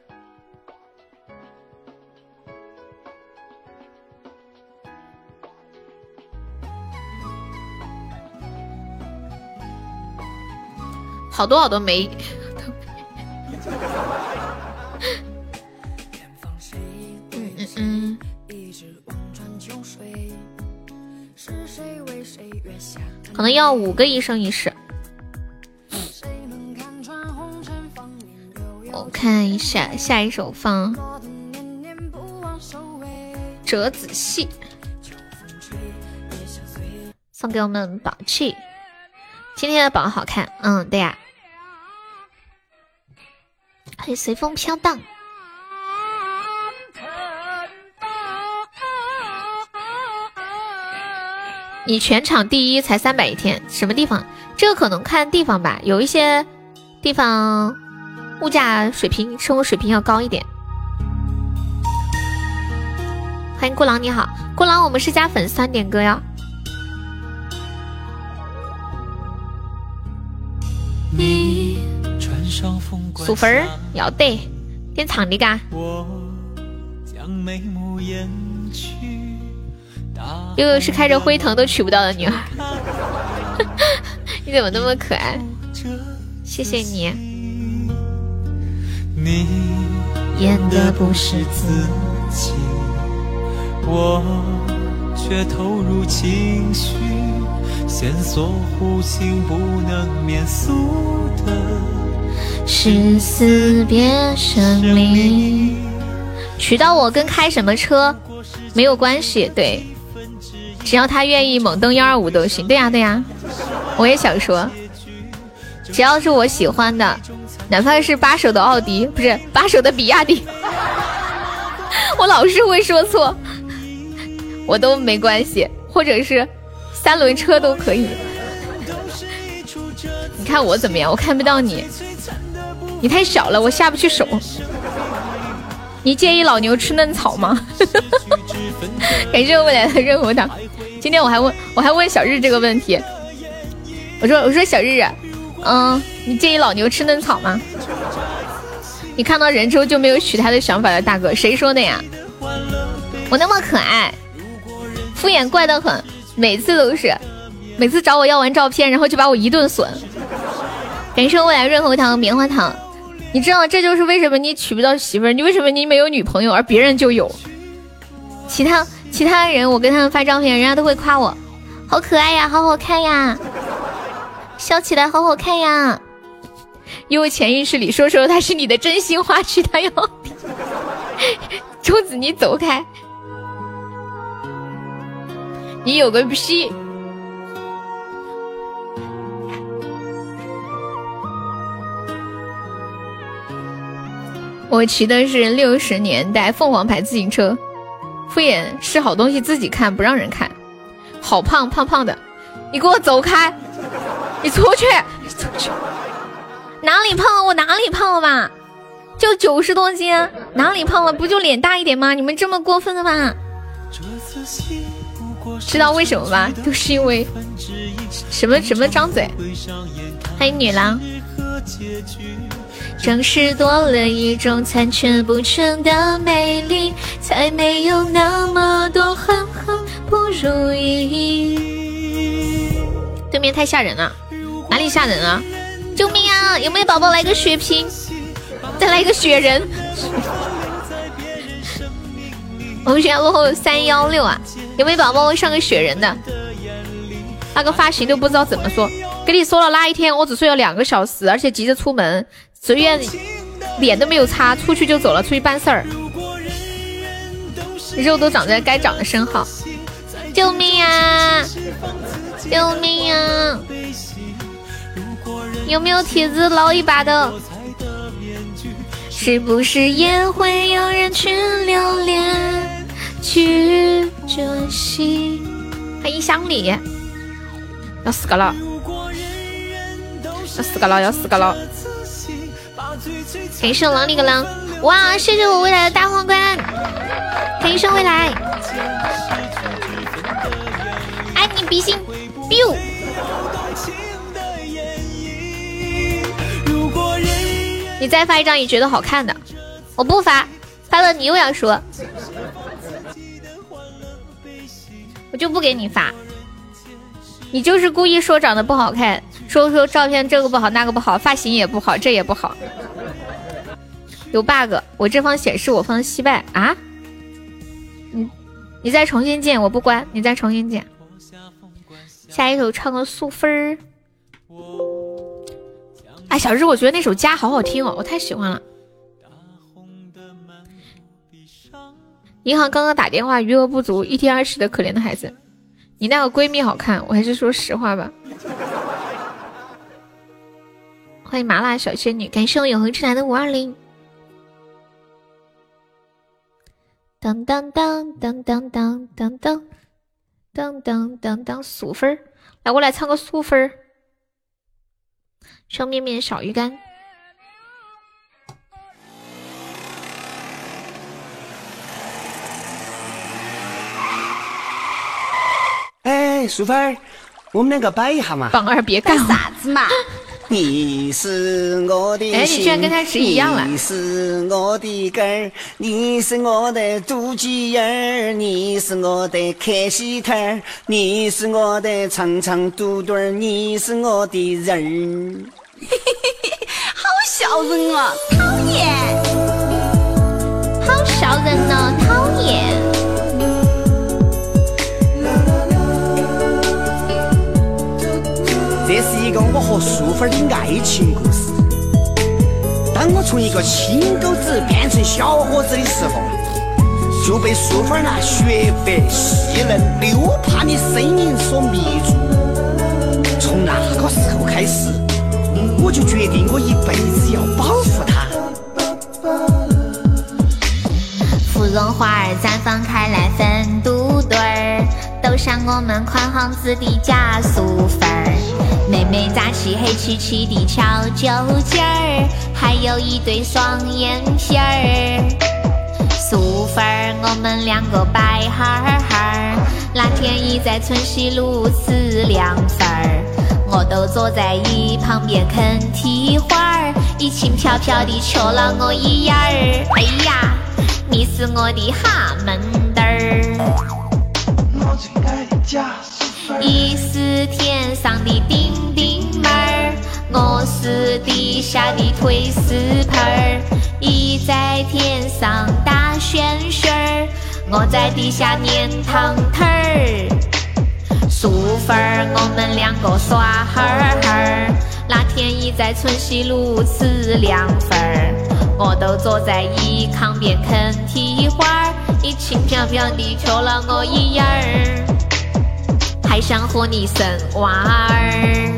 好多没可能要5个一生一世。我看一下下一首放折子戏，送给我们宝气。今天的宝好看，对呀。还有随风飘荡。你全场第一才300一天，什么地方？这个可能看地方吧，有一些地方物价水平、生活水平要高一点。欢迎顾狼，你好，顾狼，我们是加粉丝点歌哟。你素粉儿要得点唱的嘎。悠悠是开着辉腾都娶不到的女孩。你怎么那么可爱？ 谢谢你。 你演的不是自己，我却投入情绪，线索弧形不能免俗的是死别生离。娶到我跟开什么车没有关系，对，只要他愿意猛蹬125都行。对呀对呀，我也想说，只要是我喜欢的，哪怕是8手的奥迪，不是8手的比亚迪，我老是会说错，我都没关系，或者是3轮车都可以。你看我怎么样？我看不到你，你太小了，我下不去手。你介意老牛吃嫩草吗？感谢未来的任务糖。今天我还问小日这个问题，我说小日，你介意老牛吃嫩草吗？你看到人之后就没有许他的想法的大哥，谁说的呀？我那么可爱，敷衍怪得很，每次都是，每次找我要完照片，然后就把我一顿损。感谢未来润喉糖、棉花糖。你知道这就是为什么你娶不到媳妇儿，你为什么你没有女朋友而别人就有。其他人我跟他们发照片，人家都会夸我好可爱呀，好好看呀，笑起来好好看呀。因为潜意识里说他是你的真心话，娶他要周子你走开，你有个屁。我骑的是60年代凤凰牌自行车，敷衍是好东西自己看不让人看，好胖胖的，你给我走开，你出去，哪里胖了？我哪里胖了吧？就90多斤，哪里胖了？不就脸大一点吗？你们这么过分的吗？知道为什么吗？就是因为什么张嘴。欢迎女郎。正是多了一种残缺不全的美丽，才没有那么多很不如意。对面太吓人了，哪里吓人啊？救命啊！有没有宝宝来个血瓶？再来一个雪人。我们学校落后316啊，有没有宝宝上个雪人的？那个发型都不知道怎么说。跟你说了，那一天我只睡了2个小时，而且急着出门，随便脸都没有擦，出去就走了，出去办事儿。肉都长在该长的身上。救命呀！救命呀！有没有帖子捞一把的？是不是也会有人去留恋，去珍惜？欢迎乡里，要死个了！要死个了！要死个了！感谢狼里个狼，哇！谢谢我未来的大皇冠，感谢未来，爱你比心 ，biu。你再发一张你觉得好看的，我不发，发了你又要说，我就不给你发。你就是故意说长得不好看，说照片这个不好那个不好，发型也不好，这也不好，有 bug。我这方显示我方惜败啊！你再重新建，我不关，你再重新建。下一首唱个素分儿。哎，小日，我觉得那首家好好听哦，我太喜欢了。银行刚刚打电话，余额不足，1天20的可怜的孩子。你那个闺蜜好看，我还是说实话吧。欢迎麻辣小仙女，感谢我永恒之蓝的520。当当当当当当当当当当当当，素分儿，来，我来唱个素分儿。双面面小鱼干。 哎，淑芬儿，我们两个摆一下嘛。 榜二别干啥子嘛？ 你是我的心， 哎，你居然跟他是一样了。 你是我的根儿，你是我的肚脐眼儿，你是我的客西头儿，你是我的长长肚肚儿，你是我的人儿。 笑人啊，讨厌， 好笑人呢，讨厌。 这是一个我和淑芬的爱情故事。当我从一个青狗子变成小伙子的时候，就被淑芬那雪白细嫩溜趴的声音所迷住。从那个时候开始，我就决定我一辈子要保护她。 芙蓉花儿绽放开来分嘟对儿，都像我们宽皇子的家淑芬儿。妹妹扎起黑漆漆的翘揪筋儿，还有一对双眼皮儿。淑芬儿，我们两个白哈哈，那天已在春熙路吃凉粉儿。我都坐在一旁边啃蹄花儿，你轻飘飘地瞅了我一眼儿。哎呀，你是我的哈门灯儿。你是天上的叮叮门儿，我是地下的推屎盆儿。你在天上打旋旋儿，我在地下捏糖藤儿。淑芬儿，我们两个耍哈哈，那天已在春熙路吃凉粉儿。我都坐在一炕边啃蹄花，你轻飘飘地瞅了我一眼儿，还想和你生娃儿。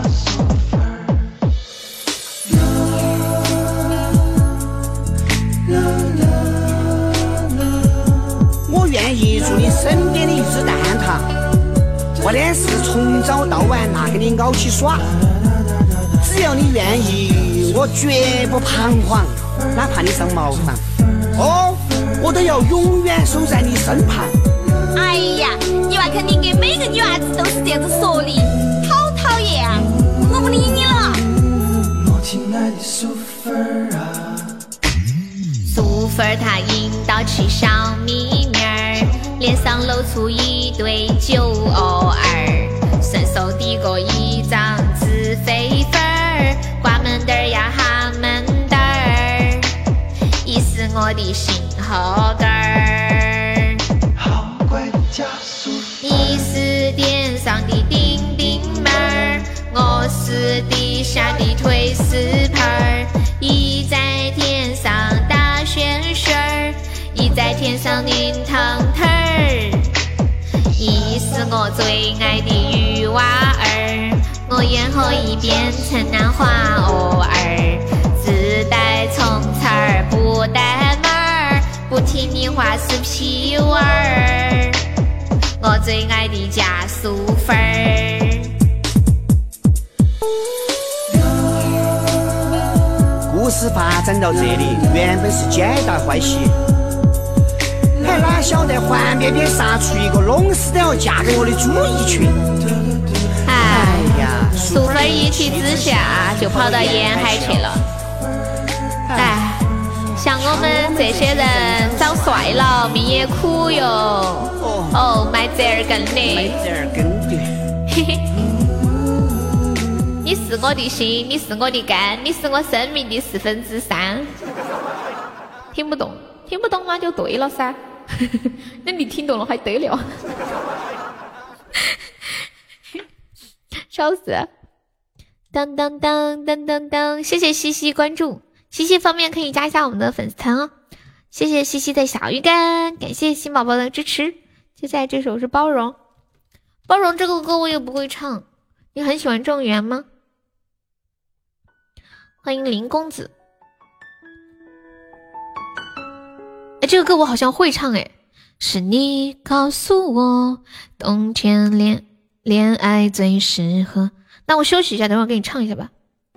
我愿意做你身边的一只蛋挞，我的是从早到晚拿给你熬起耍。只要你愿意，我绝不彷徨，哪怕你上茅房，哦，我都要永远守在你身旁。 哎呀，你娃肯定给每个女娃子都是这样子说的，好讨厌啊！我不理你了。 我亲爱的淑芬儿啊， 淑芬儿她引导起小米妮儿，脸上露出一对952，顺手递过一张纸飞分儿，挂门灯儿呀哈门灯儿，你是我的心后根儿。 好乖的家淑芬， 你是天上的叮叮门儿，我是地下的推屎盆儿。你在天上打旋旋儿，你在天上拧糖藤儿。你是我最爱的女娃儿，我愿和你变成那花偶儿，自带葱刺儿不带门儿，不听你话是屁娃儿。我最爱的家淑芬儿。 故事发展到这里，原本是皆大欢喜，还哪晓得环边边杀出一个弄死都要嫁给我的猪一群。 哎呀， 淑芬一气之下就跑到沿海去了。哎，像我们这些人长帅了，命也苦哟。哦，卖折耳根的， 没这儿根的。 嘿嘿。你是我的心，你是我的肝，你是我生命的3/4。听不懂，听不懂那就对了噻。那你听懂了还得了？笑死！当当当当当当，谢谢西西关注，西西方面可以加一下我们的粉丝团哦。谢谢西西的小鱼干，感谢新宝宝的支持。接下来这首是包容，包容这个歌我也不会唱。你很喜欢郑源吗？欢迎林公子。哎，这个歌我好像会唱哎。是你告诉我，冬天恋爱最适合。那我休息一下，等会儿给你唱一下吧。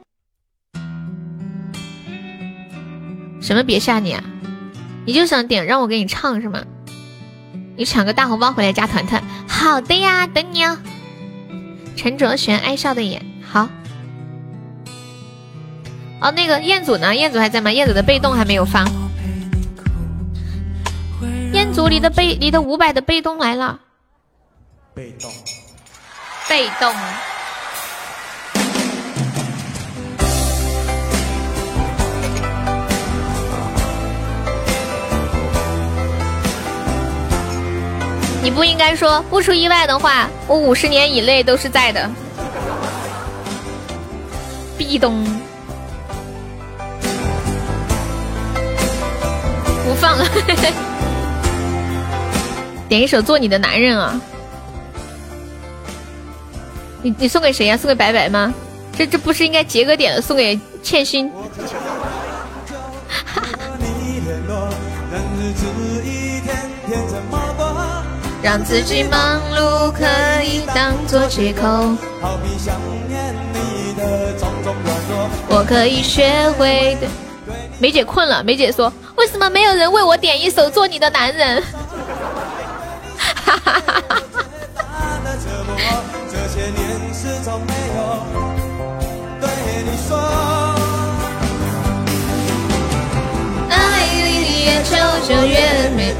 什么别吓你啊？你就想点让我给你唱是吗？你抢个大红包回来加团团。好的呀，等你哦。陈卓璇爱笑的眼，好。哦，那个彦祖呢？彦祖还在吗？彦祖的被动还没有放。彦祖，你的500的被动来了。被动。 不应该说不出意外的话，我50年以内都是在的。壁咚，不放了。点一首《做你的男人》啊！你送给谁呀？送给白白吗？这不是应该结个点送给倩心？让自己忙碌可以当作借口，我可以学会的。梅姐困了，梅姐说为什么没有人为我点一首《做你的男人》？哈哈哈哈哈！爱你越久就越美。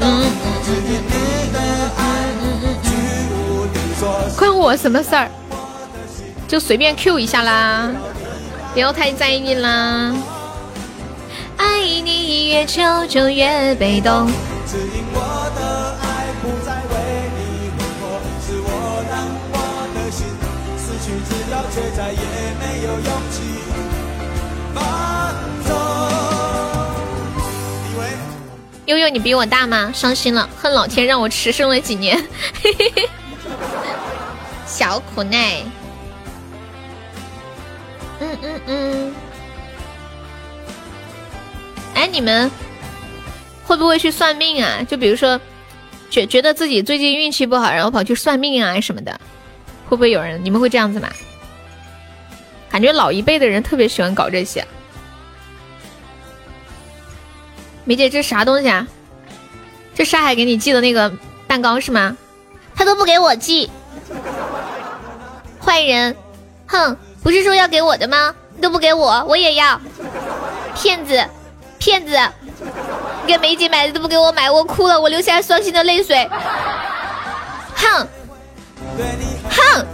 关我什么事儿？就随便 Q 一下啦，不要太在意啦。爱你越久就越被动。悠悠，你比我大吗？伤心了，恨老天让我迟生了几年。小苦耐。哎，你们会不会去算命啊？就比如说觉得自己最近运气不好，然后跑去算命啊什么的，会不会有人？你们会这样子吗？感觉老一辈的人特别喜欢搞这些。梅姐，这啥东西啊？这沙海给你寄的那个蛋糕是吗？他都不给我寄，坏人！哼，不是说要给我的吗？你都不给我，我也要！骗子，骗子！你给梅姐买的都不给我买，我哭了，我流下伤心的泪水。哼，哼！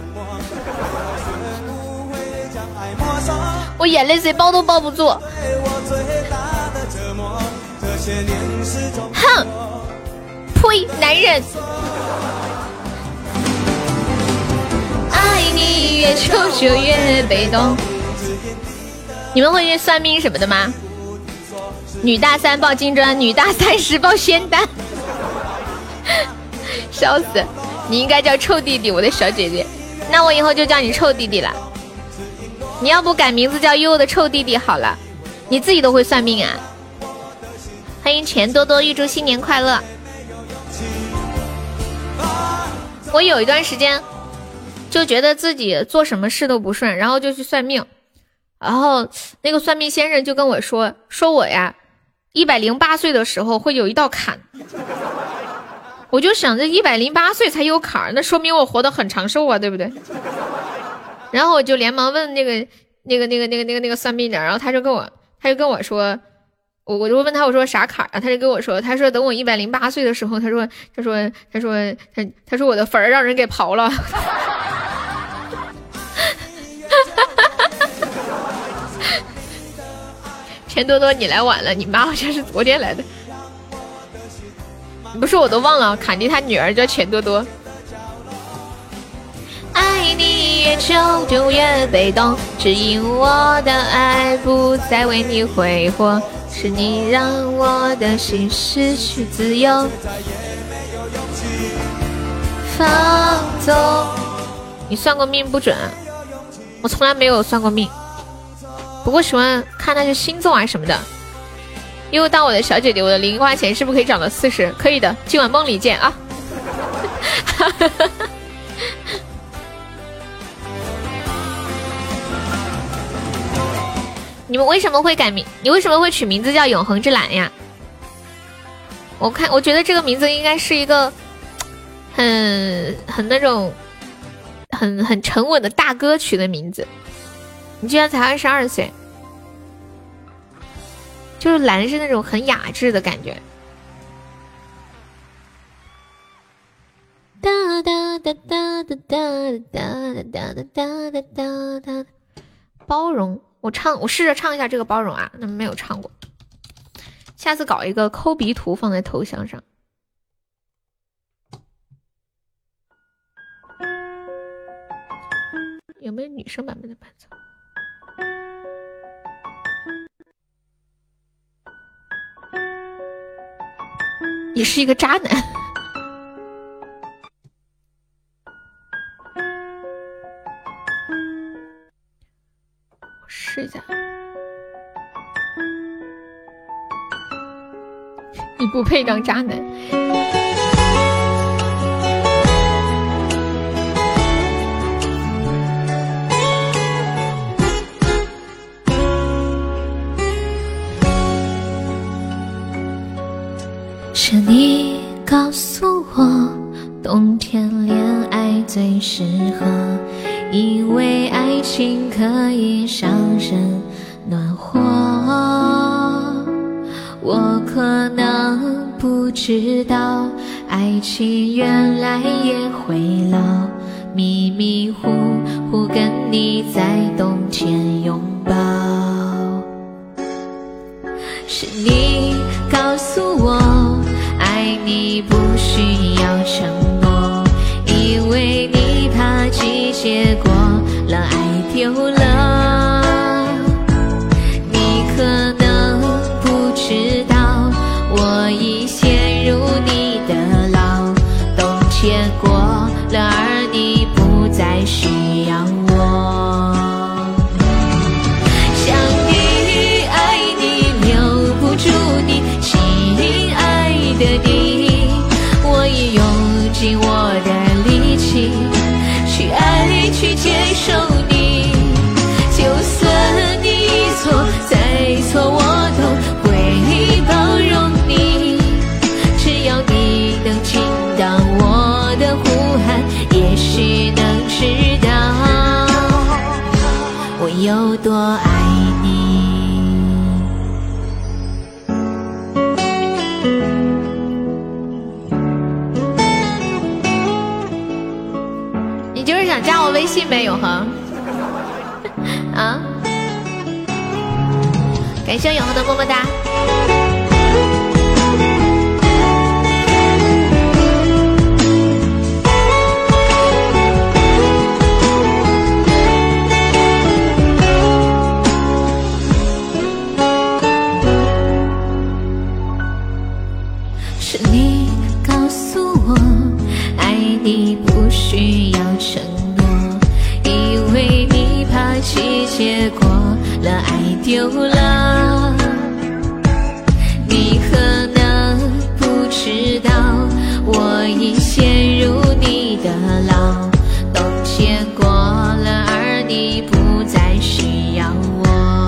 我眼泪水包都包不住。哼，呸，男人！爱你越久就越被动。你们会去算命什么的吗？女大3报金砖，女大30报仙丹。笑死！你应该叫臭弟弟，我的小姐姐。那我以后就叫你臭弟弟了。你要不改名字叫悠悠的臭弟弟好了。你自己都会算命啊？欢迎钱多多，预祝新年快乐。我有一段时间就觉得自己做什么事都不顺，然后就去算命，然后那个算命先生就跟我说我呀108岁的时候会有一道坎。我就想着108岁才有坎，那说明我活得很长寿啊，对不对？然后我就连忙问那个算命的，然后他就跟我说，我就问他，我说啥坎啊？他就跟我说，他说等我108岁的时候，他说我的坟让人给刨了。钱多多，你来晚了，你妈好像是昨天来的。不是，我都忘了，坎迪他女儿叫钱多多。爱你越久就越被动，只因我的爱不再为你挥霍，是你让我的心失去自由，放纵。你算过命不准？我从来没有算过命，不过喜欢看那些星座啊什么的。因为当我的小姐姐，我的零花钱是不是可以涨到40？可以的，今晚梦里见啊！你们为什么会改名？你为什么会取名字叫永恒之蓝呀？我觉得这个名字应该是一个很那种很沉稳的大哥取的名字。你居然才22岁，就是蓝是那种很雅致的感觉。哒哒哒哒哒哒哒哒哒哒哒哒。包容，我试着唱一下这个包容啊，那没有唱过。下次搞一个抠鼻图放在头像上。 有没有女生版本的伴奏？你是一个渣男。我试一下。你不配当渣男。 是你告诉我，冬天恋爱最适合，因为爱情可以让人暖和。我可能不知道，爱情原来也会老，迷迷糊糊跟你在冬天拥抱。是你告诉我，爱你不需要承诺，因为你怕季节过了爱丢了。你可能不知道，我已陷入你的牢，冬天过了，而你不再需要我。想你爱你留不住你，亲爱的你，我已用尽我的力气去爱去接受你，就算你一错再错我都会包容你，只要你能听到我的呼喊，也许能知道我有多爱你。 你就是想加我微信呗，永恒啊！感谢永恒的么么哒。 是你告诉我，爱你不需要承诺，因为你怕季节过了爱丢了。你可能不知道，我已陷入你的牢，冬天过了，而你不再需要我。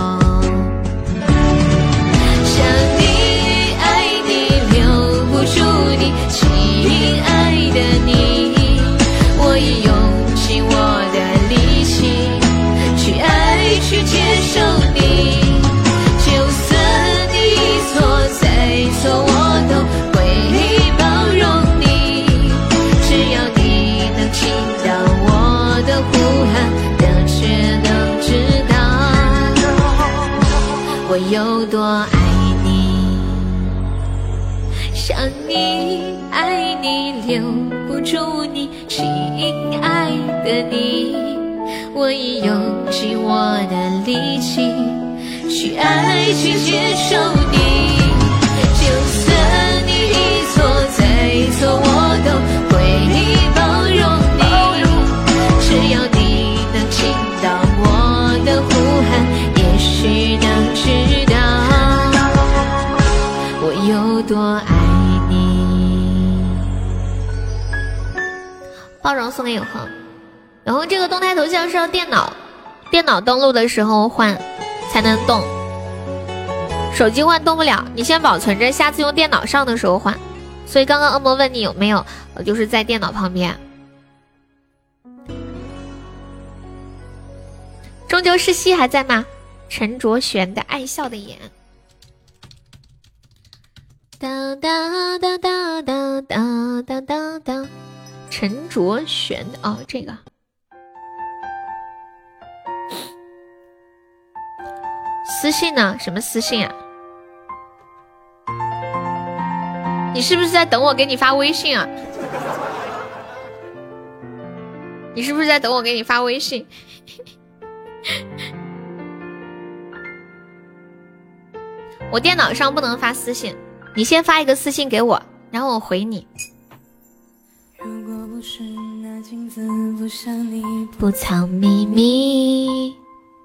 想你爱你留不住你，亲爱的你，我已用尽我的力气去爱去接受你，就算你一错再错我都会包容你，只要你能听到我的呼喊，的确能知道我有多爱你。想你爱你留不住你，亲爱的你，我已用尽我的力气去爱去接受你，就算你一错再错我都会包容你，只要你能听到我的呼喊，也许能知道我有多爱你。 包容送给永恒。然后这个动态头像是要电脑登录的时候换才能动，手机换动不了，你先保存着，下次用电脑上的时候换。所以刚刚恶魔问你有没有，就是在电脑旁边。终究是西还在吗？陈卓璇的爱笑的眼。哒哒哒哒哒哒哒哒哒，陈卓璇的哦，这个。私信呢？什么私信啊？你是不是在等我给你发微信啊？ 你是不是在等我给你发微信？我电脑上不能发私信，你先发一个私信给我，然后我回你。 如果不是那镜子不像你不藏秘密，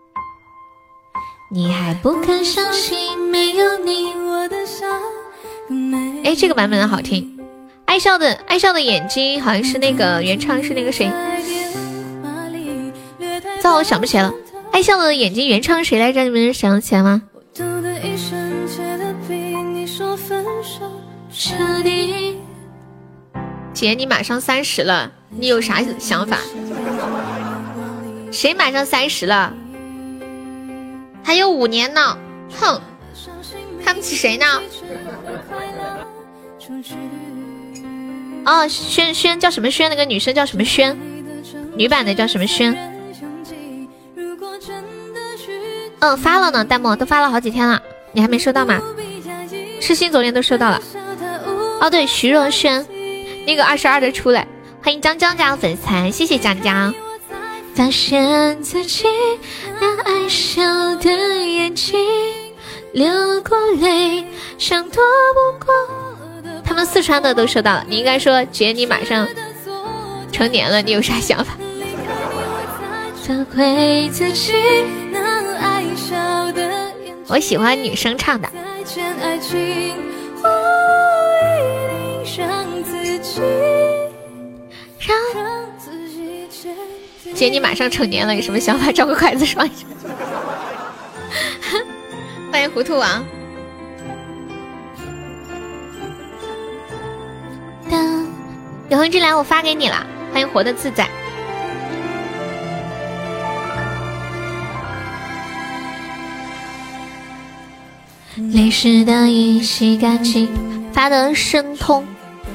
你还不肯相信没有你我的伤。 哎，这个版本的好听。爱笑的眼睛好像是那个原唱是那个谁，糟我想不起来了。爱笑的眼睛原唱谁来着？你们想起来吗？姐，你马上30了，你有啥想法？谁马上30了？还有5年呢，哼，看不起谁呢？哦，轩叫什么轩？那个女生叫什么轩？女版的叫什么轩？发了呢，弹幕都发了好几天了，你还没收到吗？痴心昨天都收到了。哦，对，徐若瑄，那个22的出来，欢迎江江加入粉丝团，谢谢江江。 发现自己那爱笑的眼睛流过泪，想躲不过。 他们四川的都收到了，你应该说姐你马上成年了，你有啥想法？我喜欢女生唱的。姐你马上成年了，有什么想法？找个筷子刷一下。欢迎糊涂王。永恒之蓝我发给你了，欢迎活得自在。 泪湿的衣洗干净， 发的申通。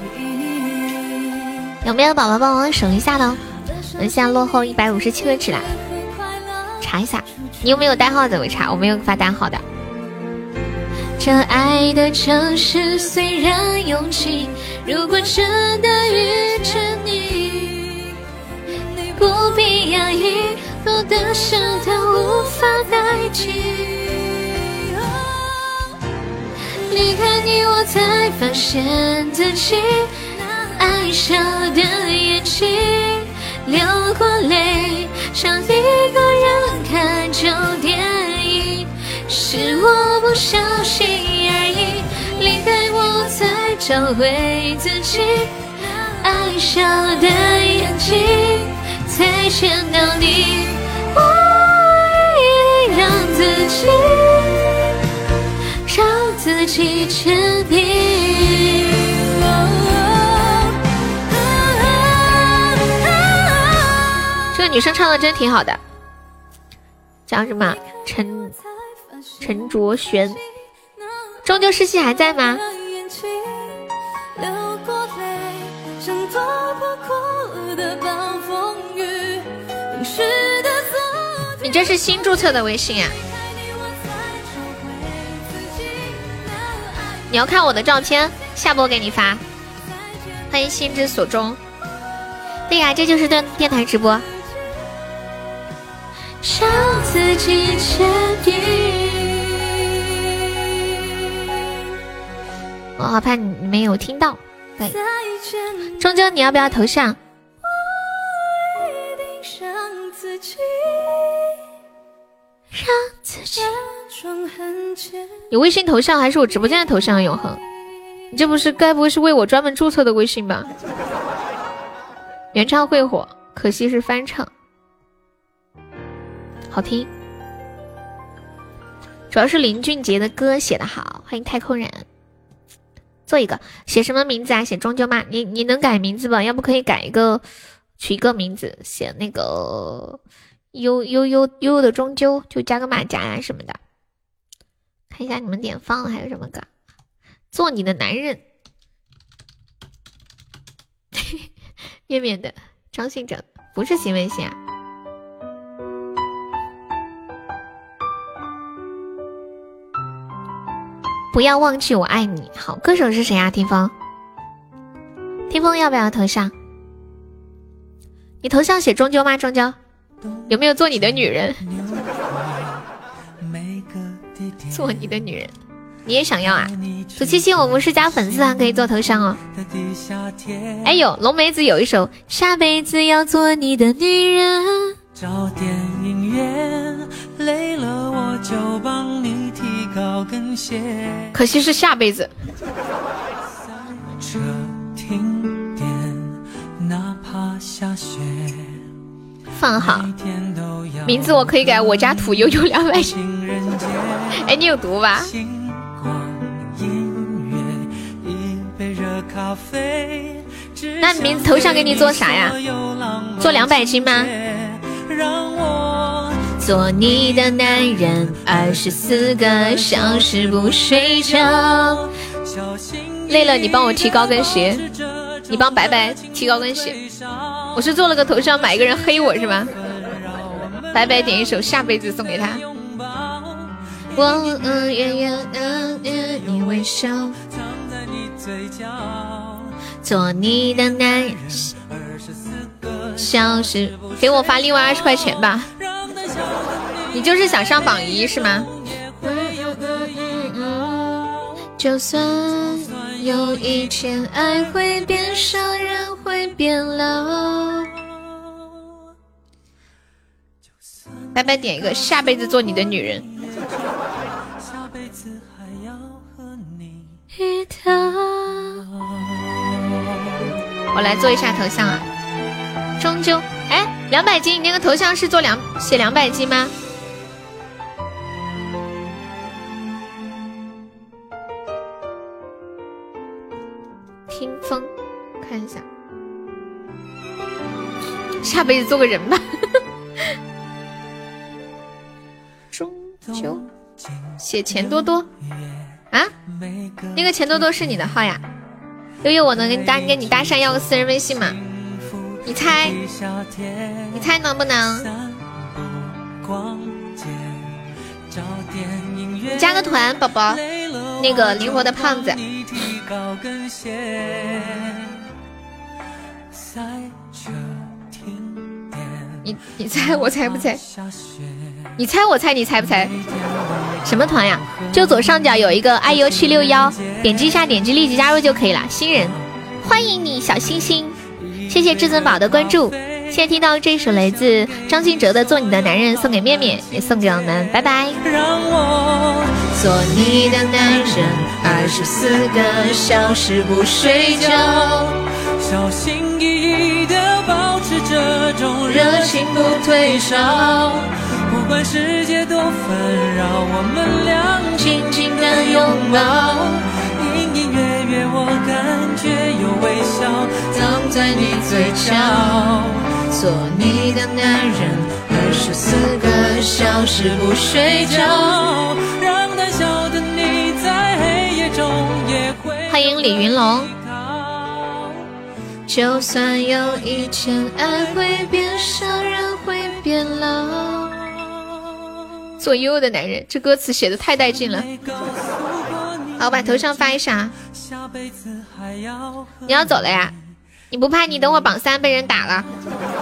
有没有宝宝帮我守一下呢？我们现在落后157个值啦，查一下。你有没有单号怎么查？我没有发单号的。 这爱的城市虽然拥挤，如果真的遇着你，你不必压抑，多的伤都无法代替。离开你我才发现自己爱笑的眼睛流过泪，像一个人看旧电影，是我不小心而已，离开我才找回自己爱笑的眼睛，才见到你，我一定让自己让自己坚定。 这个女生唱的真挺好的，叫什么？陈卓璇。终究世系还在吗？你这是新注册的微信啊？你要看我的照片，下播给你发。欢迎心之所钟。对呀，这就是电台直播。 让自己坚定。 我好怕你没有听到。对，终究你要不要头像？你微信头像还是我直播间的头像？永恒，你这该不会是为我专门注册的微信吧？原唱会火，可惜是翻唱，好听。主要是林俊杰的歌写得好。欢迎太空人。做一个写什么名字啊？写终究吗？你能改名字吧？要不可以改一个，取一个名字，写那个悠的终究，就加个马甲啊什么的。看一下你们点放了还有什么歌？做你的男人。面面的张信哲不是新微信啊。不要忘记我爱你。好，歌手是谁啊？听风，听风要不要头像？ 你头像写终究吗？终究有没有做你的女人？做你的女人，你也想要啊？楚七七，我们是加粉丝啊，可以做头像哦。哎呦，龙梅子有一首下辈子要做你的女人。 找电影院，累了我就帮你提高跟鞋。 可惜是下辈子。 车停电，哪怕下雪。 放好，名字我可以改，我家土悠悠200。哎，你有读吧？那名字头像给你做啥呀？做200斤吗？做你的男人24个小时不睡觉。累了你帮我提高跟鞋，你帮白白提高跟鞋。我是做了个头像，买一个人黑我是吧？白白点一首下辈子送给他。我远远的你微笑，做你的男人小时，给我发另外20块钱吧。你就是想上榜1是吗？就算有一天爱会变少，人会变老。白白点一个下辈子做你的女人。我来做一下头像啊。终究，哎，200斤，你那个头像是做写200斤吗？听风，看一下，下辈子做个人吧。终究写钱多多啊，那个钱多多是你的号呀？悠悠，我能跟你搭讪要个私人微信吗？你猜能不能？你加个团，宝宝，那个灵活的胖子。你猜我猜不猜？你猜我猜，你猜不猜？什么团呀？就左上角有一个IU761，点击一下，点击立即加入就可以了。新人，欢迎你，小星星。谢谢至尊宝的关注。现在听到这首来自张信哲的《做你的男人》，送给面面，也送给我们，拜拜。让我做你的男人，24个小时不睡觉，小心翼翼地保持这种热情不退烧。不管世界多纷扰，我们俩紧紧的拥抱。隐隐约约我感觉有微笑藏在你嘴角，做你的男人，24个小时不睡觉，让胆小的你在黑夜中也会。欢迎李云龙。就算有一天爱会变少，人会变老。做悠悠的男人，这歌词写的太带劲了。好，我把头像发一下。你要走了呀？你不怕你等会榜3被人打了？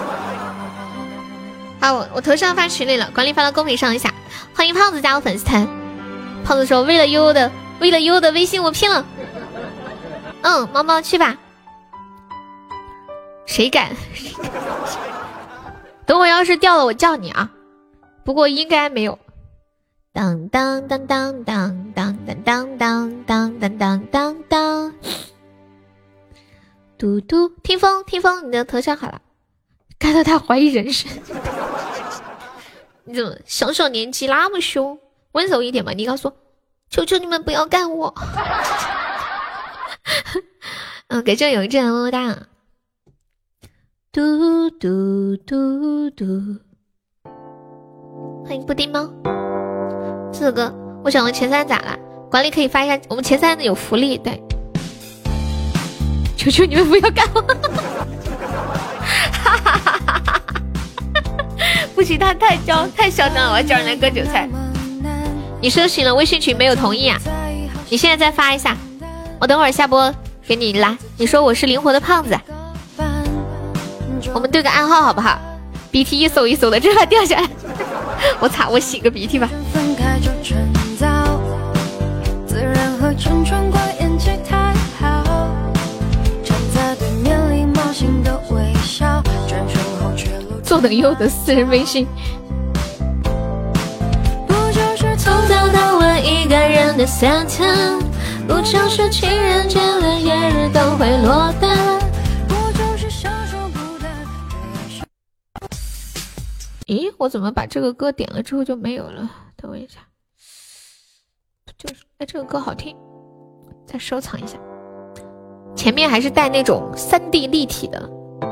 好，我头像发群里了，管理发到公屏上一下。欢迎胖子加入粉丝团。胖子说为了悠悠的微信我拼了。猫猫去吧。谁敢？等会要是掉了我叫你啊。不过应该没有。当当当当当当当当当当当当当当，嘟嘟，听风，你的头像好了。看到他怀疑人生，你怎么小小年纪那么凶？温柔一点吧，你告诉我，求求你们不要干我。给这有一阵么么哒。嘟嘟嘟嘟，欢迎布丁猫。这首歌我想问前3咋了？管理可以发一下，我们前3有福利，对。求求你们不要干我！不行，他太嚣张了，我要叫人来割韭菜。你申请了微信群没有同意啊？你现在再发一下，我等会儿下播给你拉。你说我是灵活的胖子。 我们对个暗号好不好？鼻涕一搜一搜的，这还掉下来。我擦，我擤个鼻涕吧。 分开就趁早，自然和成穿过演技太好，站在对面礼貌性的微笑，转身后却露出坐等优的私人微信。 不就是从早到晚一个人的散谈，不就是情人节的夜日都会落单， 不就是享受孤单。 咦，我怎么把这个歌点了之后就没有了？等我一下，就是哎，这个歌好听，再收藏一下。前面还是带那种3D 立体的。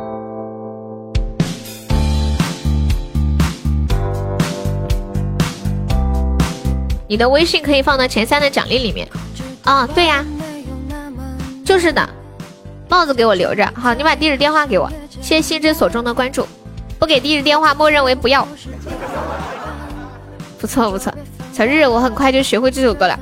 你的微信可以放到前3的奖励里面。啊，对呀，就是的，帽子给我留着。好，你把地址电话给我。谢谢心之所中的关注。不给地址电话，默认为不要。不错不错，小日，我很快就学会这首歌了。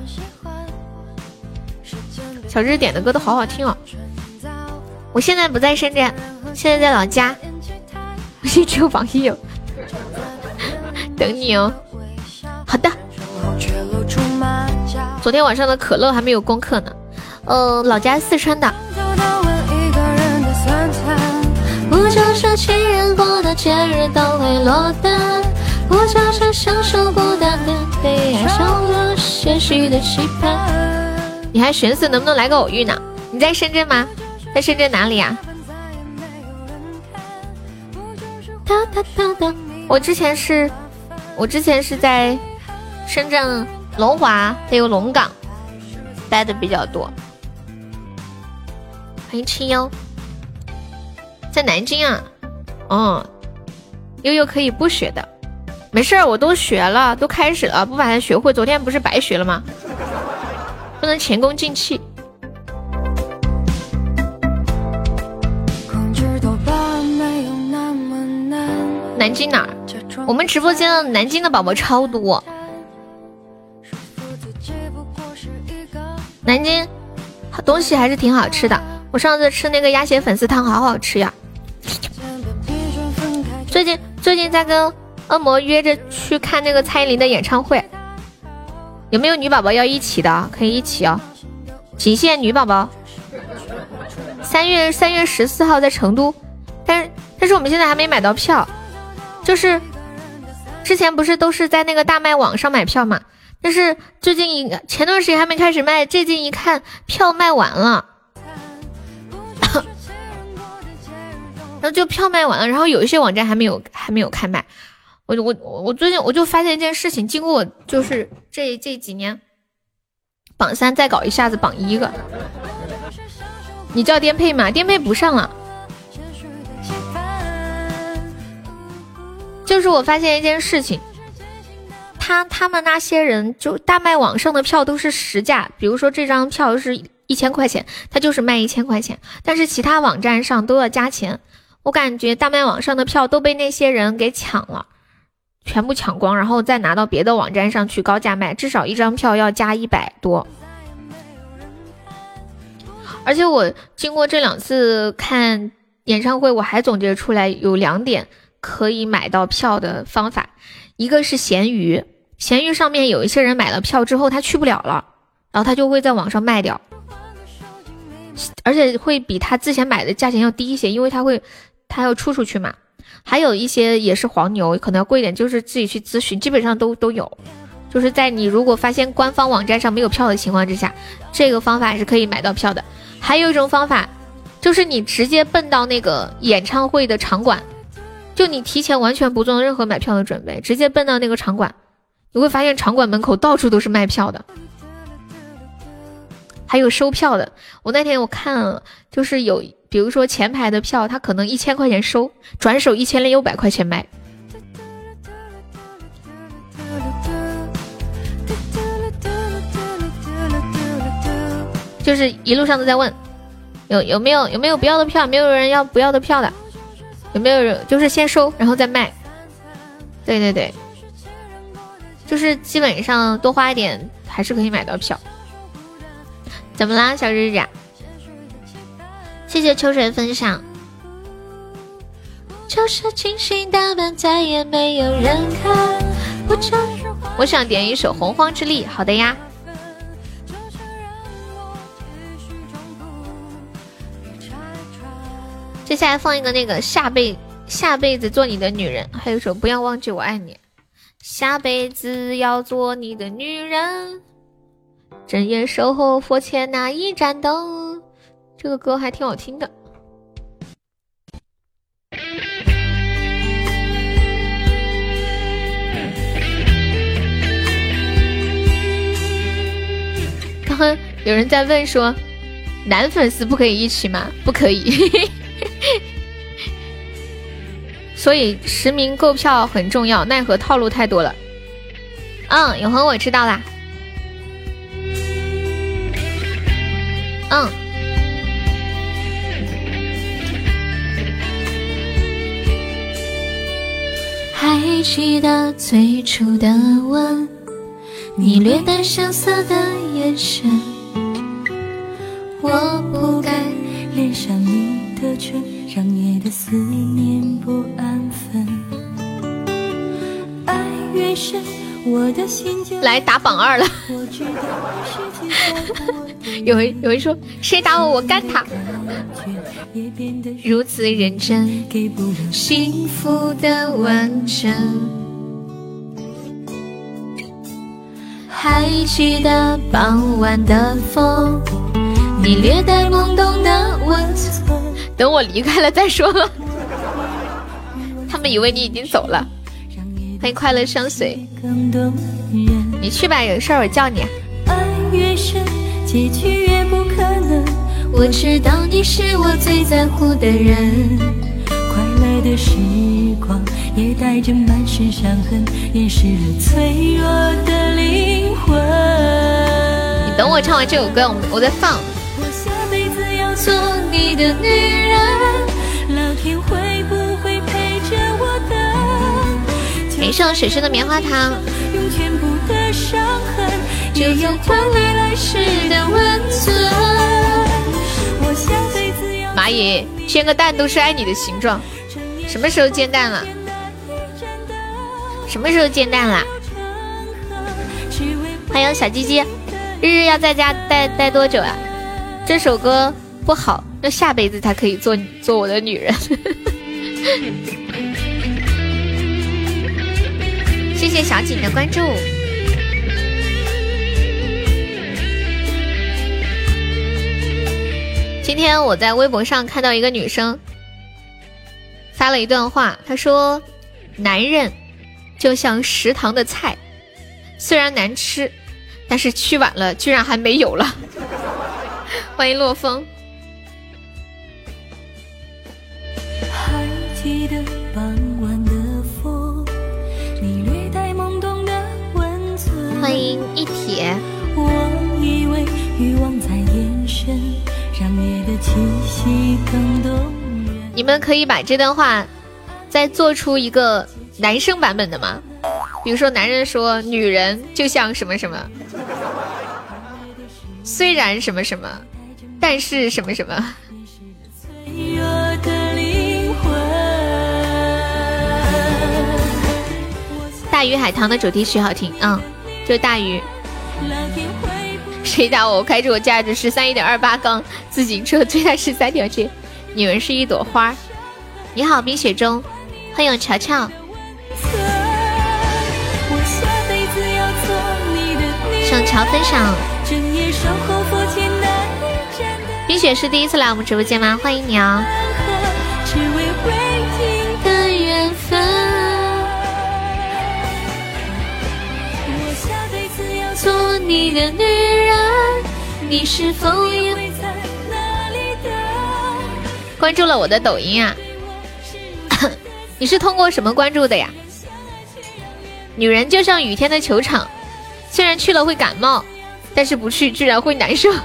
小日点的歌都好好听哦。我现在不在深圳，现在在老家。微信只有网易有。等你哦。好的。昨天晚上的可乐还没有功课呢。老家四川的。 不就是情人过的节日都会落单，不就是享受孤单的被爱上了些许的期盼。 你还寻思能不能来个偶遇呢？你在深圳吗？在深圳哪里啊？我之前是在深圳龙华还有龙岗待的比较多。欢迎清幽。在南京啊。哦，悠悠可以不学的，没事儿，我都学了，都开始了，不把它学会，昨天不是白学了吗？不能前功尽弃。南京哪儿？我们直播间的南京的宝宝超多。南京东西还是挺好吃的，我上次吃那个鸭血粉丝汤好好吃呀。最近在跟恶魔约着去看那个蔡依林的演唱会，有没有女宝宝要一起的？可以一起哦，仅限女宝宝。3月14号在成都，但是我们现在还没买到票，就是之前不是都是在那个大麦网上买票嘛，但是最近前段时间还没开始卖，最近一看票卖完了。然后就票卖完了，然后有一些网站还没有开卖。我最近我就发现一件事情，经过就是这几年榜3再搞一下子榜1个，你叫颠沛吗？颠沛不上了。就是我发现一件事情，他们那些人就大麦网上的票都是实价，比如说这张票是1000块钱，他就是卖1000块钱，但是其他网站上都要加钱。我感觉大麦网上的票都被那些人给抢了，全部抢光，然后再拿到别的网站上去高价卖，至少一张票要加100多。而且我经过这2次看演唱会，我还总结出来有2点可以买到票的方法。一个是闲鱼，闲鱼上面有一些人买了票之后他去不了了，然后他就会在网上卖掉，而且会比他之前买的价钱要低一些，因为他要出去嘛。还有一些也是黄牛，可能要贵一点，就是自己去咨询，基本上都有。就是在你如果发现官方网站上没有票的情况之下，这个方法是可以买到票的。还有一种方法就是你直接奔到那个演唱会的场馆，就你提前完全不做任何买票的准备，直接奔到那个场馆，你会发现场馆门口到处都是卖票的，还有收票的。我那天我看了，就是有比如说前排的票，他可能1000块钱收，转手1600块钱卖。就是一路上都在问有没有不要的票，没有人要不要的票的，有没有人就是先收然后再卖。对对对，就是基本上多花一点还是可以买到票。怎么啦小日日啊？谢谢秋水分享。 就是精心打扮，再也没有人看。 我想点一首《洪荒之力》。好的呀。接下来放一个那个下辈子做你的女人，还有一首不要忘记我爱你。下辈子要做你的女人，整夜守候佛前那一盏灯。这个歌还挺好听的。刚刚有人在问说，男粉丝不可以一起吗？不可以。所以实名购票很重要，奈何套路太多了。永恒我知道啦。 还记得最初的吻，你略带羞涩的眼神，我不该恋上你的唇，让夜的思念不安分。爱越深，我的心就来打榜2了。有人说谁打我干他。如此认真，给不了幸福的完整。 还记得傍晚的风，你略带懵懂的温存。 等我离开了再说吧。他们以为你已经走了。欢迎快乐相随。你去吧，有事儿我叫你。 爱越深，结局越不可能。我知道你是我最在乎的人，快乐的时光也带着满身伤痕，掩饰了脆弱的灵魂。 你等我唱完这首歌，我再放。 我下辈子要做你的女人，老天会不会陪着我的？ 给上水生的棉花糖。 用全部的伤痕，就要换来来世的温存。 蚂蚁煎个蛋都是爱你的形状，什么时候煎蛋了？什么时候煎蛋啦？还有小鸡鸡，日日要在家待多久啊？这首歌不好，要下辈子才可以做我的女人。谢谢小景的关注。今天我在微博上看到一个女生发了一段话，她说男人就像食堂的菜，虽然难吃，但是吃晚了居然还没有了。欢迎洛风。 还记得傍晚的风，你略带懵懂的温存。 欢迎一铁。 我以为欲望在眼神，让夜的气息更动人。 你们可以把这段话再做出一个男生版本的吗？比如说男人说女人就像什么什么，虽然什么什么，但是什么什么。大鱼海棠的主题曲好听，就是大鱼。谁打我？我开着我价值13.28缸自行车追他13条街。女人是一朵花。你好，冰雪中，欢迎乔乔。上乔分享。冰雪是第一次来我们直播间吗？欢迎你哦。做你的女人，你是否也会在哪里的？关注了我的抖音啊。你是通过什么关注的呀？女人就像雨天的球场，虽然去了会感冒，但是不去居然会难受。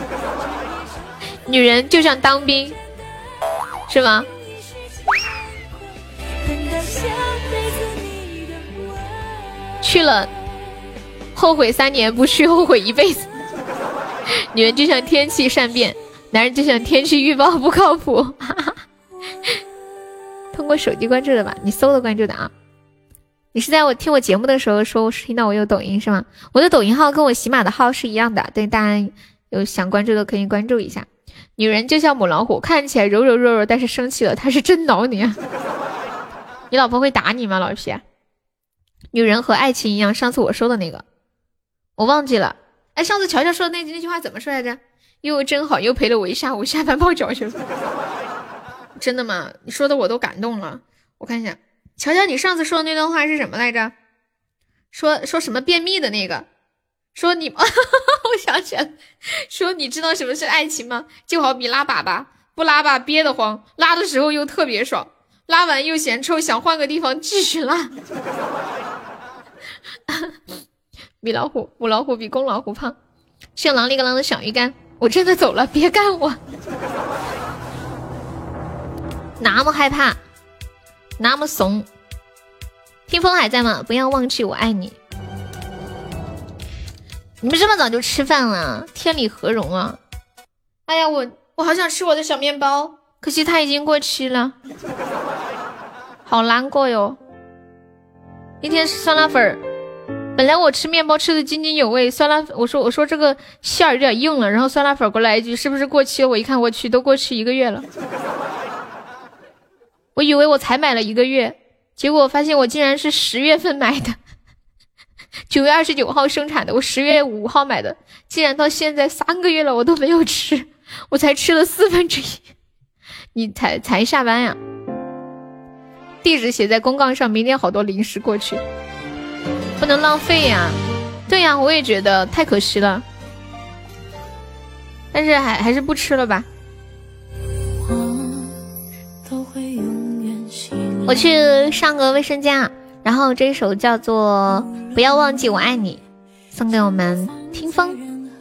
女人就像当兵，是吗？去了后悔3年，不去后悔一辈子。女人就像天气善变，男人就像天气预报不靠谱。通过手机关注的吧？你搜的关注的啊？你是在我听我节目的时候说听到我有抖音是吗？我的抖音号跟我喜马的号是一样的，对，大家有想关注的可以关注一下。女人就像母老虎，看起来柔柔弱弱，但是生气了她是真挠你啊。你老婆会打你吗，老皮？女人和爱情一样，上次我说的那个我忘记了。哎，上次乔乔说的那句话怎么说来着？又真好，又陪了我一下午，下班泡脚去了。真的吗？你说的我都感动了。我看一下，乔乔，你上次说的那段话是什么来着？说什么便秘的那个？说你，我想起来，说你知道什么是爱情吗？就好比拉粑粑，不拉吧憋得慌，拉的时候又特别爽，拉完又嫌臭，想换个地方继续拉。米老虎、母老虎比公老虎胖，像狼里个狼的小鱼干。我真的走了，别干我。那么害怕，那么怂。听风还在吗？不要忘记我爱你。你们这么早就吃饭了，天理何容啊！哎呀，我好想吃我的小面包，可惜它已经过期了，好难过哟。那天酸辣粉，本来我吃面包吃的津津有味，酸辣我说这个馅儿有点硬了，然后酸辣粉过来一句是不是过期了？我一看，我去，都过期1个月了。我以为我才买了1个月，结果我发现我竟然是10月份买的。9月29号生产的，我10月5号买的，竟然到现在3个月了，我都没有吃，我才吃了1/4。你才下班呀？地址写在公告上，明天好多零食过去，不能浪费呀。对呀，我也觉得太可惜了，但是还是不吃了吧。我去上个卫生间啊。然后这一首叫做不要忘记我爱你，送给我们听风。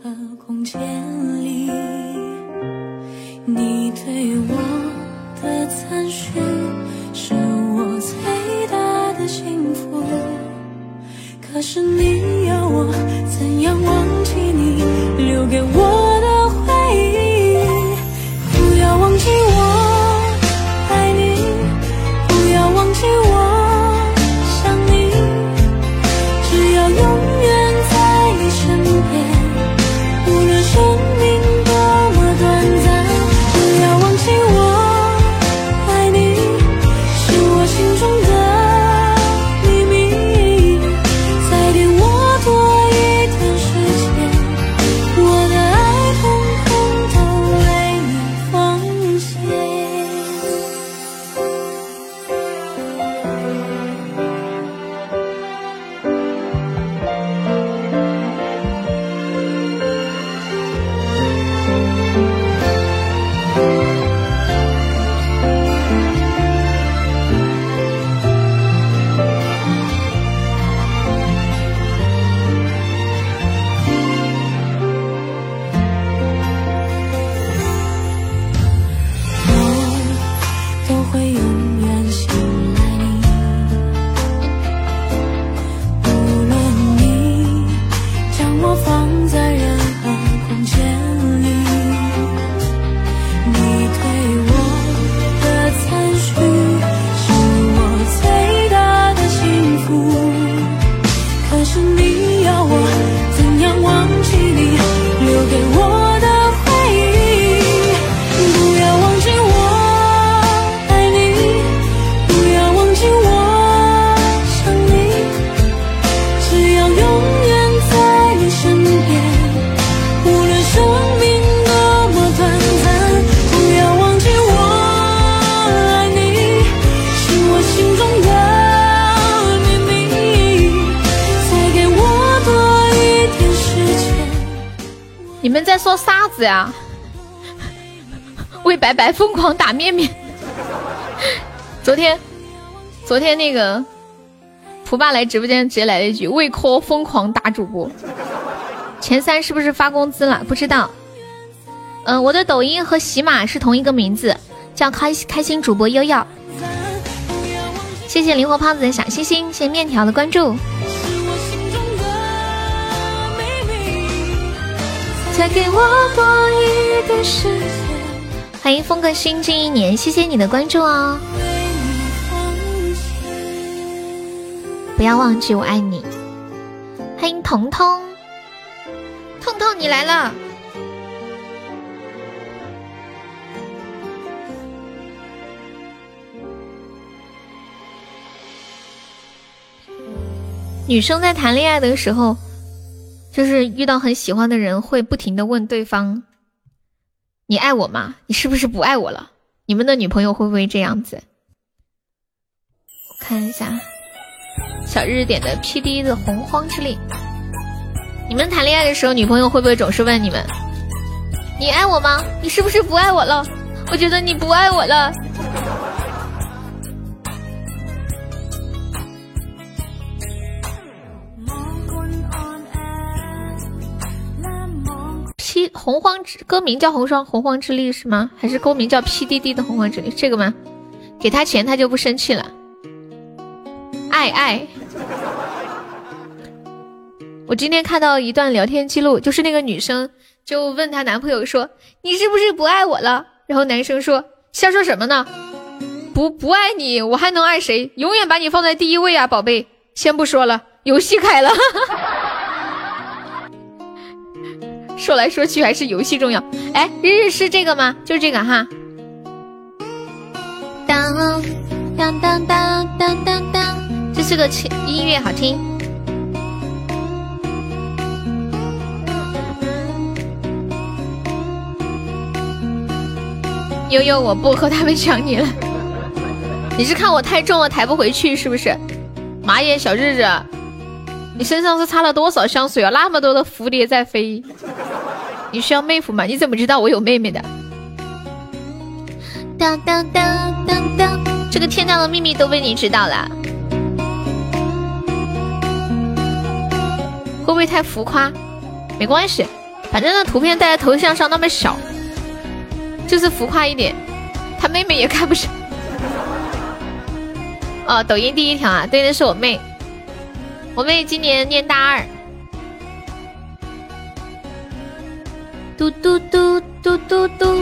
你对我的赞许是我最大的幸福，可是你要我怎样忘记你留给我的回忆。不要忘记我爱你，不要忘记我永远在你身边，无论生命多么短暂，不要忘记我爱你，是我心中的秘密。再给我多一点时间，我的爱统统都为你奉献。你们在说啥子呀？为白白疯狂打面面。昨天那个蒲爸来直播间直接来了一句为科疯狂打主播。前3是不是发工资了？不知道。我的抖音和喜马是同一个名字，叫开心主播悠悠。谢谢灵活胖子的小星星，谢谢面条的关注。再给我多一点时间。欢迎风哥新进1年，谢谢你的关注哦。 不要忘记我爱你。欢迎彤彤，彤彤你来了。女生在谈恋爱的时候，就是遇到很喜欢的人，会不停的问对方，你爱我吗？你是不是不爱我了？你们的女朋友会不会这样子？我看一下小日点的 PD 的洪荒之力。你们谈恋爱的时候，女朋友会不会总是问你们，你爱我吗？你是不是不爱我了？我觉得你不爱我了。洪荒之歌名叫洪荒之力是吗？还是歌名叫 PDD 的洪荒之力？这个吗？给他钱他就不生气了。爱，我今天看到一段聊天记录，就是那个女生就问她男朋友说，你是不是不爱我了？然后男生说，瞎说什么呢？不爱你我还能爱谁？永远把你放在第一位啊，宝贝。先不说了，游戏开了。说来说去还是游戏重要。哎，日是这个吗？就是这个哈。当当当当当当当，这是个音乐，好听。悠悠，我不和他们抢你了。你是看我太重了抬不回去是不是？马眼小日日，你身上是擦了多少香水啊？那么多的蝴蝶在飞。你需要妹夫吗？你怎么知道我有妹妹的？当当当当当，这个天大的秘密都被你知道了，会不会太浮夸？没关系，反正那图片戴在头像上那么小，就是浮夸一点，他妹妹也看不上。哦，抖音第一条啊，对，那是我妹，我妹今年念大2。嘟嘟嘟嘟嘟嘟，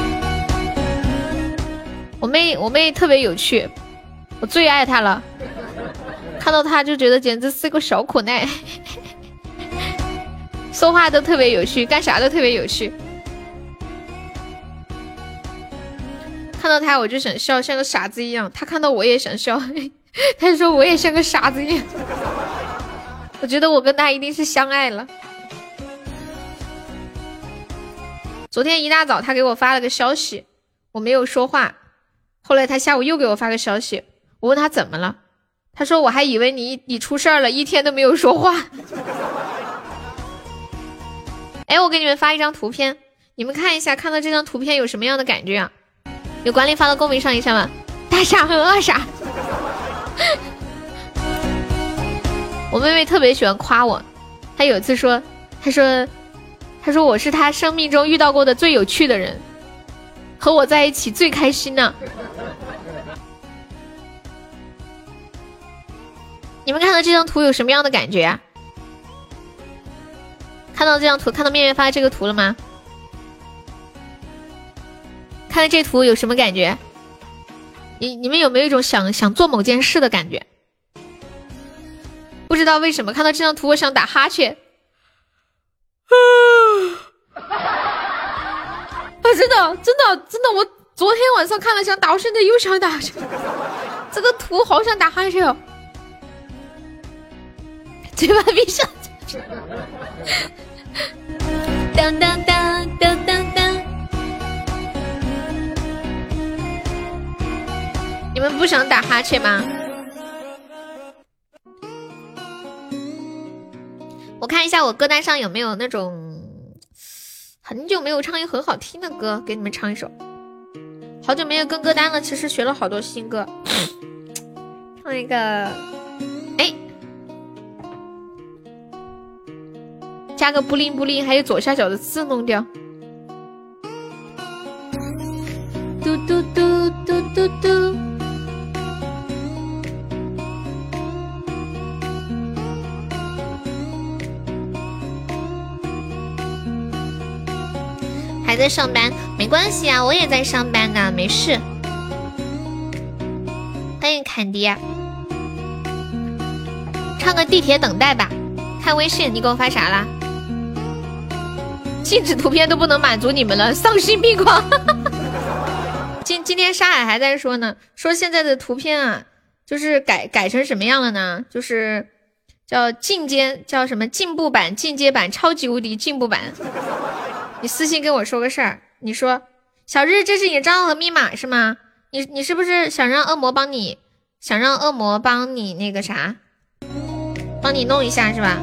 我妹特别有趣，我最爱她了，看到她就觉得简直是个小可爱，说话都特别有趣，干啥都特别有趣，看到她我就想笑，像个傻子一样，她看到我也想笑，她说我也像个傻子一样，我觉得我跟她一定是相爱了。昨天一大早他给我发了个消息，我没有说话，后来他下午又给我发个消息，我问他怎么了，他说我还以为你出事了，一天都没有说话。哎，我给你们发一张图片，你们看一下，看到这张图片有什么样的感觉啊？有管理发到公屏上一下吗？大傻和二傻。我妹妹特别喜欢夸我，她有一次说，他说我是他生命中遇到过的最有趣的人，和我在一起最开心呢。你们看到这张图有什么样的感觉啊？看到这张图，看到面面发的这个图了吗？看到这图有什么感觉？你们有没有一种想做某件事的感觉？不知道为什么看到这张图我想打哈欠。真的，我昨天晚上看了想打，我现在又想打，这个图好想打哈欠哦，嘴巴闭上。当当当当当当，你们不想打哈欠吗？我看一下我歌单上有没有那种很久没有唱一个很好听的歌，给你们唱一首。好久没有跟歌单了，其实学了好多新歌。唱一个，哎，加个布灵布灵，还有左下角的字弄掉。嘟嘟嘟嘟嘟嘟。还在上班，没关系啊，我也在上班呢，没事。欢迎坎迪啊！ 唱个地铁等待吧。看微信，你给我发啥啦？禁止图片都不能满足你们了，丧心病狂。今天沙海还在说呢，说现在的图片啊，就是改成什么样了呢？就是叫叫什么进步版、进阶版、超级无敌进步版。你私信跟我说个事儿，你说小日，这是你账号和密码是吗？你是不是想让恶魔帮你那个啥，帮你弄一下是吧？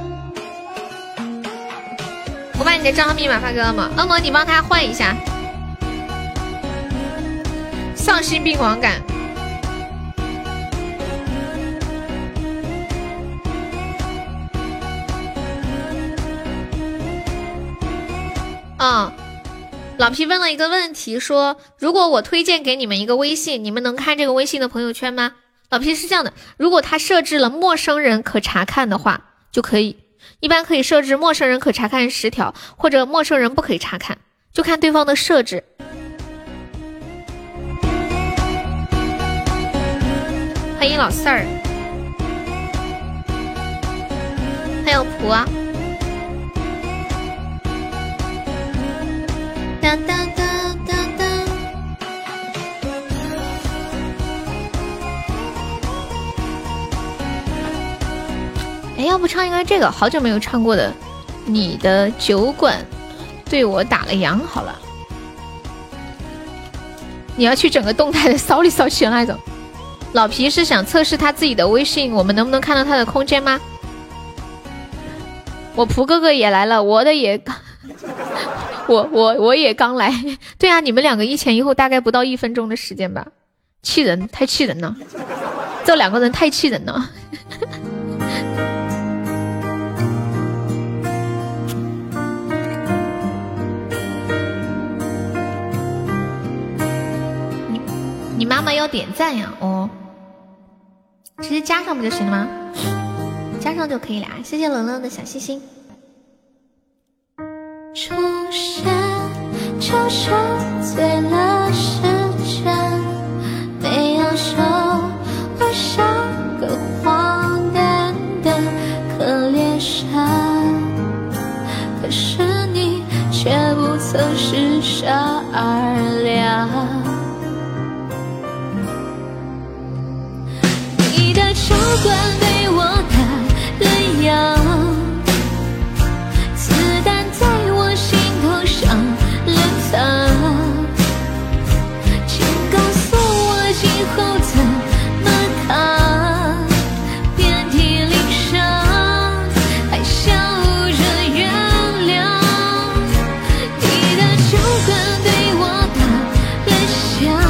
我把你的账号密码发给恶魔，恶魔你帮他换一下。丧心病狂感。老皮问了一个问题，说如果我推荐给你们一个微信，你们能看这个微信的朋友圈吗？老皮是这样的，如果他设置了陌生人可查看的话就可以，一般可以设置陌生人可查看10条，或者陌生人不可以查看，就看对方的设置。欢迎老四儿，还有蒲啊。哒哒哒哒哒。哎，要不唱一个这个好久没有唱过的，你的酒馆对我打了烊好了。你要去整个动态的骚里骚气的那种。老皮是想测试他自己的微信，我们能不能看到他的空间吗？我蒲哥哥也来了，我的也我也刚来。对啊，你们两个一前一后大概不到1分钟的时间吧，气人，太气人了，这两个人太气人了。你妈妈要点赞呀？哦，直接加上不就行了吗？加上就可以了。谢谢冷冷的小心心。 出现就是醉了时间，没有手，我像个荒诞的可怜山，可是你却不曾施舍而凉。你的酒馆对我打了烊，子弹在我心头上冷藏，请告诉我今后怎么扛，遍体鳞伤还笑着原谅。你的酒馆对我打了烊，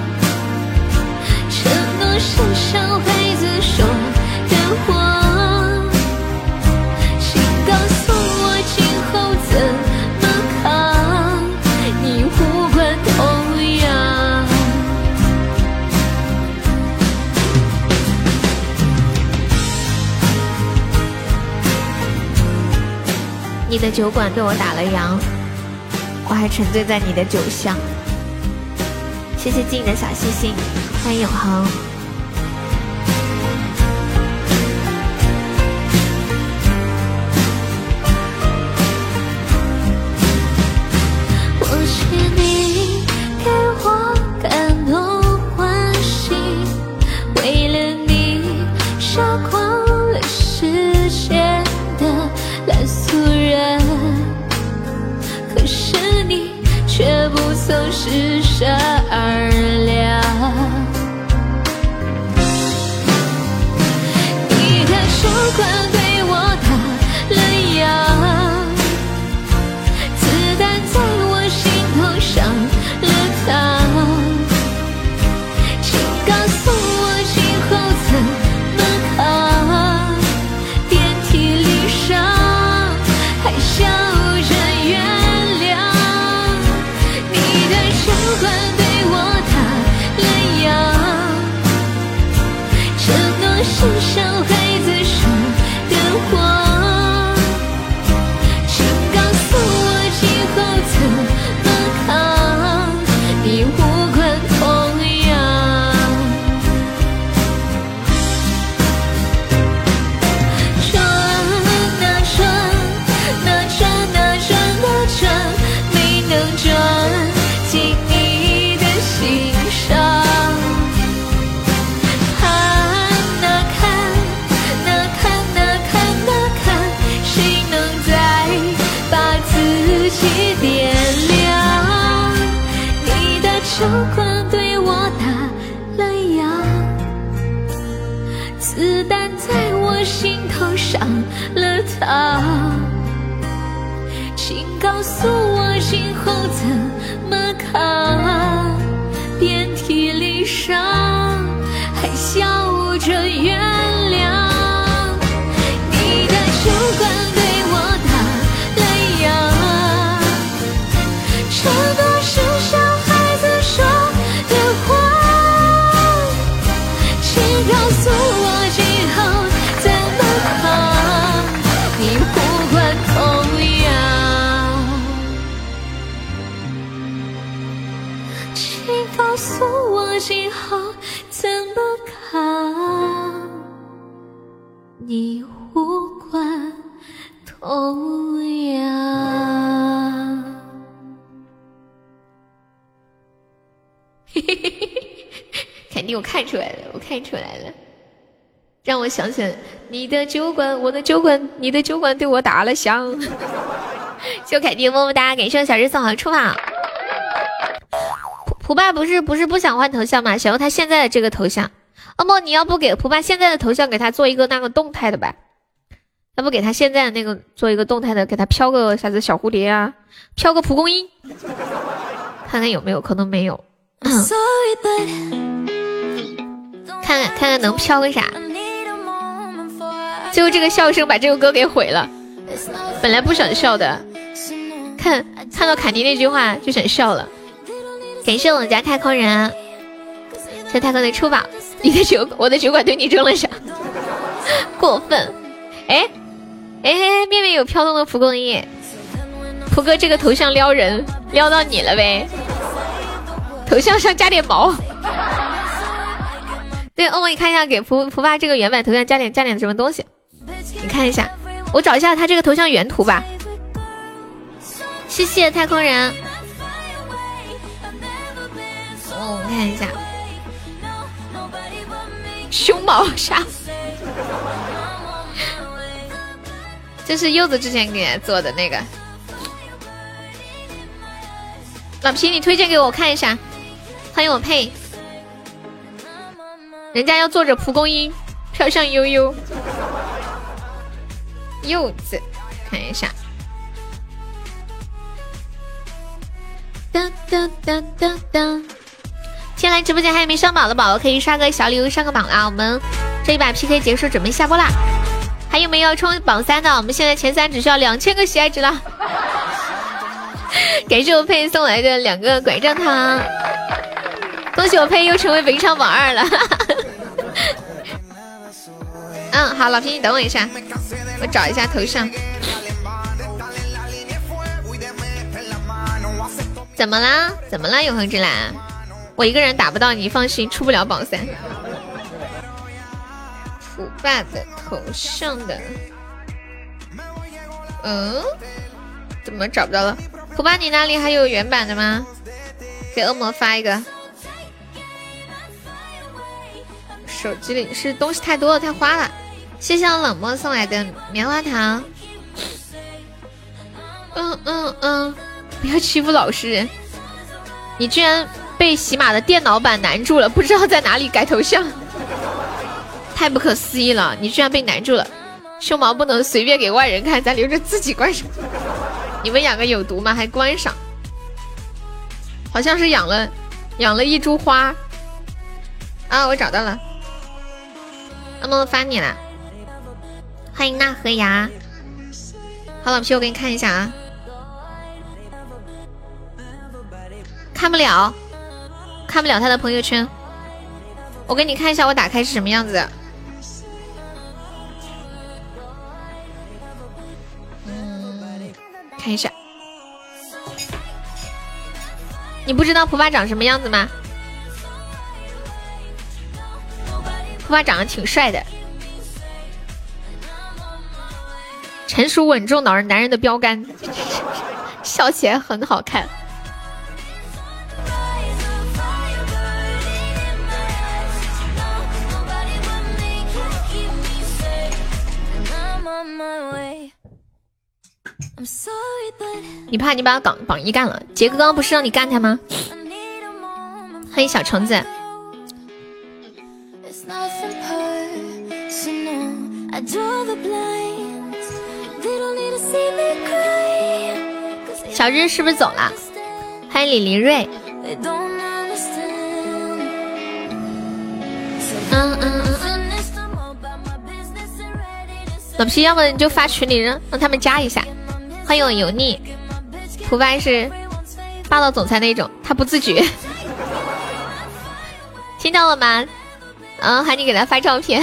承诺是小孩子说的谎，请告诉我今后怎么扛，你无关痛痒。 你的酒馆对我打了烊，我还沉醉在你的酒香。谢谢静的小星星，欢迎永恒。 我请你给我感动欢喜，为了你杀光了世间的烂俗人，可是你却不曾施舍而凉。你的酒馆对我打了烊，子弹在我心头上了膛，请告诉我今后怎么扛，遍体鳞伤还笑着原谅。你的酒馆对我诉我今后怎么扛，遍体鳞伤，还笑着原谅。你的酒馆对我打了烊，这都是小孩子说的话，请告诉我今后怎么扛，你无关痛痒。请告诉我今后怎么扛，你无关痛痒。 肯定我看出来了，我看出来了，让我想起来你的酒馆，我的酒馆，你的酒馆对我打了响。谢凯蒂么么哒，感谢小日送好出发。蒲爸不是不想换头像吗？想要他现在的这个头像。欧梦，你要不给蒲爸现在的头像给他做一个那个动态的吧？要不给他现在的那个做一个动态的，给他飘个啥子小蝴蝶啊，飘个蒲公英，看看有没有，可能没有。看看能飘个啥。最后这个笑声把这个歌给毁了，本来不想笑的，看到凯迪那句话就想笑了。感谢我们家太空人，这太空的出宝，我的酒馆对你中了奖，过分。哎，面面有飘动的蒲公英，蒲哥这个头像撩人，撩到你了呗，头像上加点毛。对，欧梦，你看一下给蒲爸这个原版头像加点什么东西，你看一下，我找一下他这个头像原图吧。谢谢太空人。我看一下，胸毛啥？这是柚子之前给他做的那个。老皮，你推荐给我看一下。欢迎我佩，人家要坐着蒲公英飘向悠悠。柚子，看一下。当当当当当。先来直播间还没上榜的宝宝可以刷个小礼物上个榜啦！我们这一把 PK 结束，准备下播啦！还有没有要冲榜3的？我们现在前3只需要2000个喜爱值了。感谢我佩送来的2个拐杖糖，恭喜我佩又成为本场榜2了。好，老皮你等我一下，我找一下头像。怎么啦？怎么啦？永恒之蓝，我一个人打不到你，放心，出不了榜3。蒲爸的头像的，怎么找不到了？蒲爸，你那里还有原版的吗？给恶魔发一个。手机里是东西太多了，太花了。谢谢冷漠送来的棉花糖。不要欺负老实人！你居然被喜马的电脑版难住了，不知道在哪里改头像，太不可思议了！你居然被难住了，胸毛不能随便给外人看，咱留着自己观赏。你们养个有毒吗？还观赏？好像是养了一株花啊！我找到了，我发你了。欢迎纳河牙。好，老皮，我给你看一下啊。看不了他的朋友圈，我给你看一下我打开是什么样子的。看一下，你不知道蒲爸长什么样子吗？蒲爸长得挺帅的，成熟稳重男人的标杆，笑起来很好看。你怕你把榜1干了？杰哥刚刚不是让你干他吗？欢迎小橙子。 小日是不是走了？欢迎李林瑞。老皮，要不你就发群里让他们加一下。欢迎我油腻，普白是霸道总裁那种，他不自觉。听到了吗？喊你给他发照片。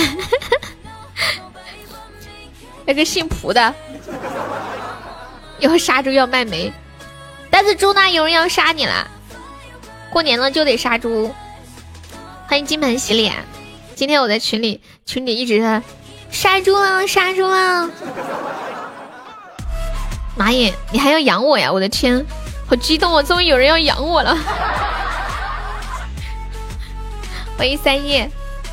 那个姓蒲的要杀猪要卖煤，但是猪呢？有人要杀你了，过年了就得杀猪。欢迎金盆洗脸。今天我在群里一直在杀猪了杀猪了。妈耶，你还要养我呀？我的天，好激动哦，终于有人要养我了。欢迎三叶，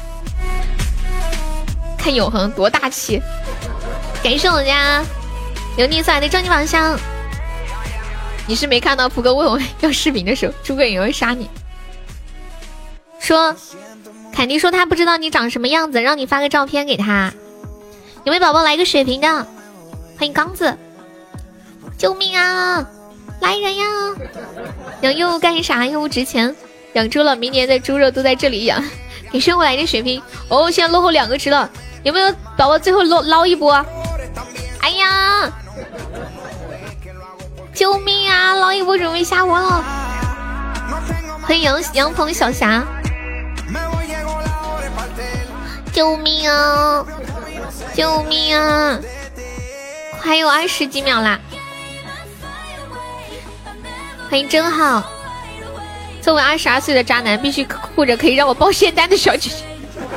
看永恒多大气。感谢我家油腻送来的终极宝箱。你是没看到蒲哥问我要视频的时候，诸葛也会杀你。说凯蒂说他不知道你长什么样子，让你发个照片给他。有没有宝宝来个血瓶的？欢迎刚子。救命啊，来人呀！养幼干啥？又不值钱，养猪了，明年的猪肉都在这里养。给生过来的血瓶哦，现在落后2个值了。有没有宝宝最后捞一波？哎呀，救命啊，捞一波准备下播了。欢迎杨鹏小霞。救命啊，救命啊，还有20几秒啦。欢迎真好。作为22岁的渣男，必须护着可以让我报仙丹的小姐姐。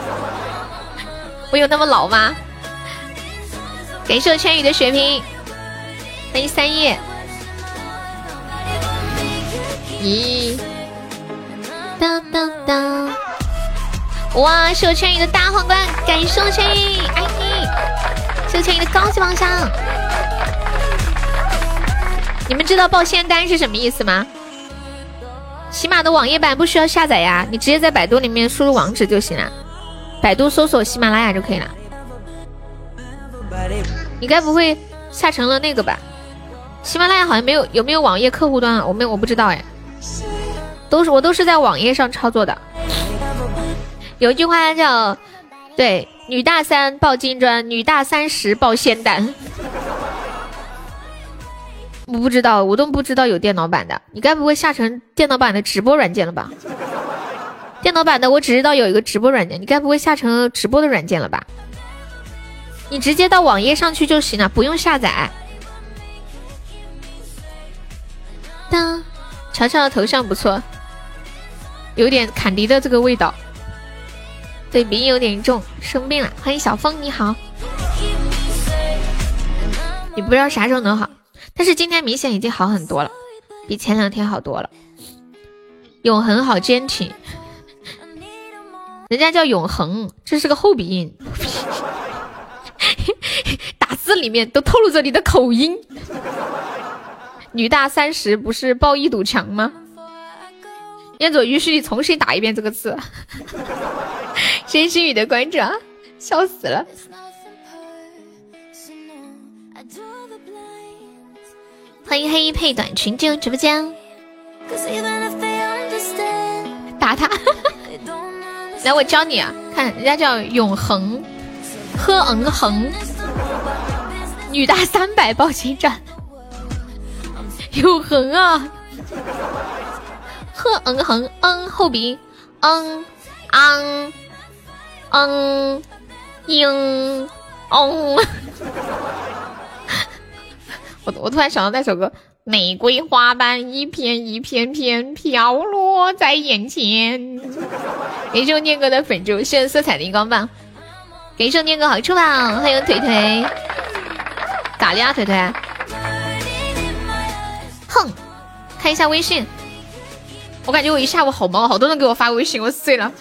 我有那么老吗？感谢我千羽的血瓶。欢迎三叶。咦，当当当！哇，是我千羽的大皇冠，感谢我千羽，爱你！是我千羽的高级宝箱。你们知道报仙丹是什么意思吗？喜马的网页版不需要下载呀，你直接在百度里面输入网址就行了，百度搜索喜马拉雅就可以了。你该不会下成了那个吧？喜马拉雅好像没有，有没有网页客户端啊？我不知道哎，我都是在网页上操作的。有一句话叫对，女大3报金砖，女大30报仙丹。我不知道，我都不知道有电脑版的。你该不会下成电脑版的直播软件了吧？电脑版的我只知道有一个直播软件，你该不会下成直播的软件了吧？你直接到网页上去就行了，不用下载。当，乔乔的头像不错，有点坎迪的这个味道。对，鼻音有点重，生病了。欢迎小峰，你好。你不知道啥时候能好，但是今天明显已经好很多了，比前2天好多了。永恒好坚挺，人家叫永恒，这是个后鼻音。打字里面都透露着你的口音。女大30不是抱一堵墙吗？彦祖于是你重新打一遍这个字。真心语的关注啊，笑死了。欢迎黑衣配短裙进入直播间。打他。来我教你啊，看人家叫永恒，喝恒，女大300报金砖，永恒啊，喝恒后鼻英我突然想到那首歌，玫瑰花瓣一片一片片飘落在眼前。给这首念歌的粉猪，炫色彩的荧光棒。给这首念歌好处吧，欢迎腿腿。咋了呀，腿腿？哼，看一下微信。我感觉我一下午好忙，好多人给我发微信，我碎了。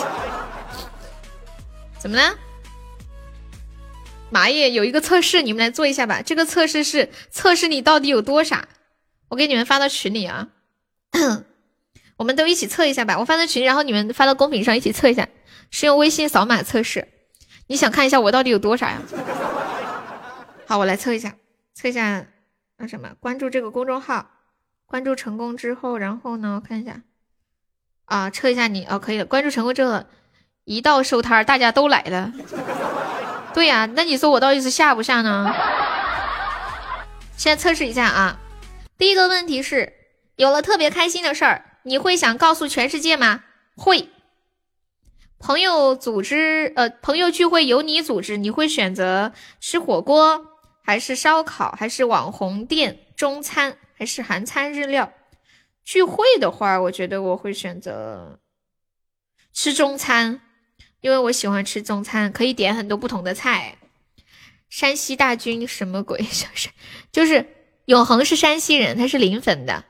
怎么了？马爷有一个测试，你们来做一下吧。这个测试是测试你到底有多傻，我给你们发到群里啊。我们都一起测一下吧，我发到群，然后你们发到公屏上一起测一下，是用微信扫码测试。你想看一下我到底有多傻呀？好，我来测一下， 啊什么？关注这个公众号，关注成功之后，然后呢，我看一下啊，测一下你哦，可以了。关注成功之后，一到收摊大家都来了。对呀，那你说我到底是下不下呢？现在测试一下啊。第一个问题是，有了特别开心的事儿，你会想告诉全世界吗？会。朋友聚会由你组织，你会选择吃火锅还是烧烤还是网红店中餐还是韩餐日料？聚会的话，我觉得我会选择吃中餐，因为我喜欢吃中餐，可以点很多不同的菜。山西大军什么鬼？就是永恒是山西人，他是临汾的。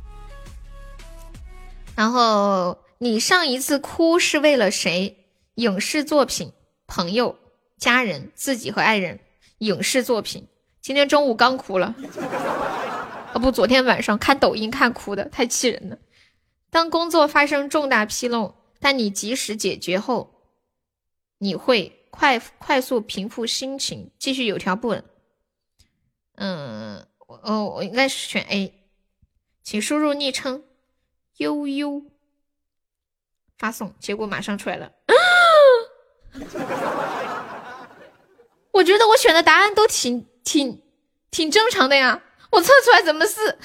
然后你上一次哭是为了谁？影视作品、朋友、家人、自己和爱人。影视作品，今天中午刚哭了。不，昨天晚上看抖音看哭的，太气人了。当工作发生重大纰漏，但你及时解决后，你会快速平复心情，继续有条不紊。我应该是选 A， 请输入昵称悠悠，发送，结果马上出来了。我觉得我选的答案都挺正常的呀，我测出来怎么是？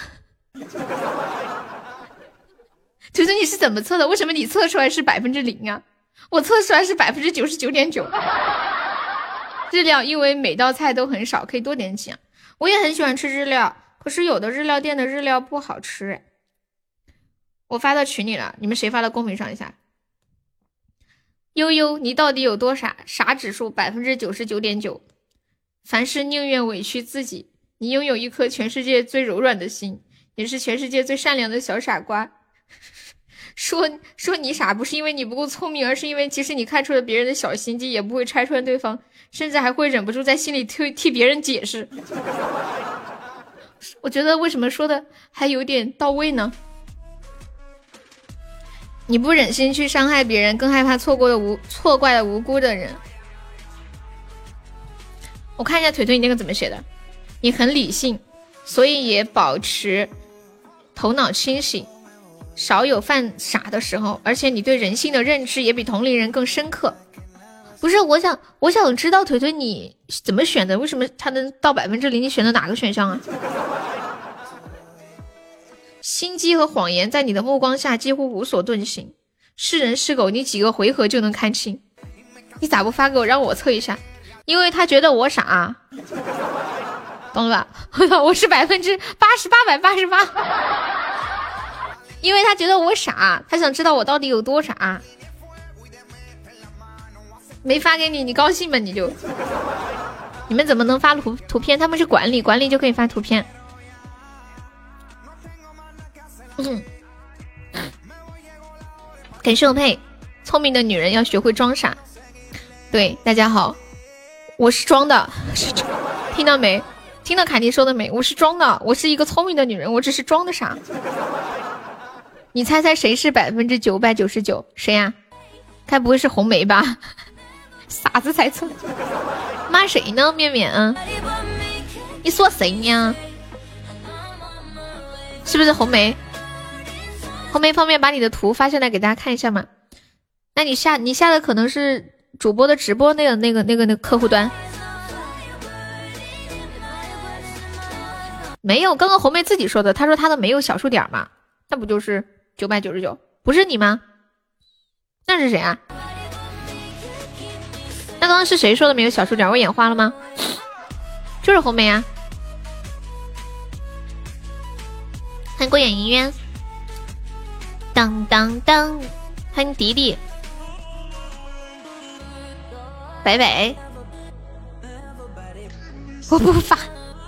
图图你是怎么测的？为什么你测出来是0%啊？我测出来是99.9%。日料因为每道菜都很少，可以多点几样。我也很喜欢吃日料，可是有的日料店的日料不好吃。我发到群里了，你们谁发到公屏上一下？悠悠，你到底有多傻？傻指数99.9%。凡事宁愿委屈自己。你拥有一颗全世界最柔软的心，也是全世界最善良的小傻瓜。说你傻不是因为你不够聪明，而是因为即使你看出了别人的小心机，也不会拆穿对方，甚至还会忍不住在心里替别人解释。我觉得为什么说的还有点到位呢？你不忍心去伤害别人，更害怕错怪了无辜的人。我看一下腿腿你那个怎么写的。你很理性，所以也保持头脑清醒，少有犯傻的时候，而且你对人性的认知也比同龄人更深刻。不是，我想知道腿腿你怎么选的？为什么他能到0%？你选的哪个选项啊？心机和谎言在你的目光下几乎无所遁形，是人是狗你几个回合就能看清。你咋不发给我让我测一下？因为他觉得我傻，懂了吧？我是88%，因为他觉得我傻，他想知道我到底有多傻。没发给你，你高兴吗？你们怎么能发图片？他们是管理就可以发图片。感谢我配，聪明的女人要学会装傻。对，大家好，我是装的，听到没？听到凯蒂说的没？我是装的，我是一个聪明的女人，我只是装的傻。你猜猜谁是999%？谁呀？该不会是红梅吧？傻子猜测，骂谁呢？面面啊，你说谁呀？是不是红梅？红梅方便把你的图发下来给大家看一下吗？那你下的可能是主播的直播那个客户端。没有，刚刚红梅自己说的，她说她的没有小数点嘛，那不就是999？不是你吗？那是谁啊？那刚刚是谁说的没有小数点？我眼花了吗？就是红梅啊。欢迎过眼云渊，当当当，欢迎迪迪，拜拜，我不发。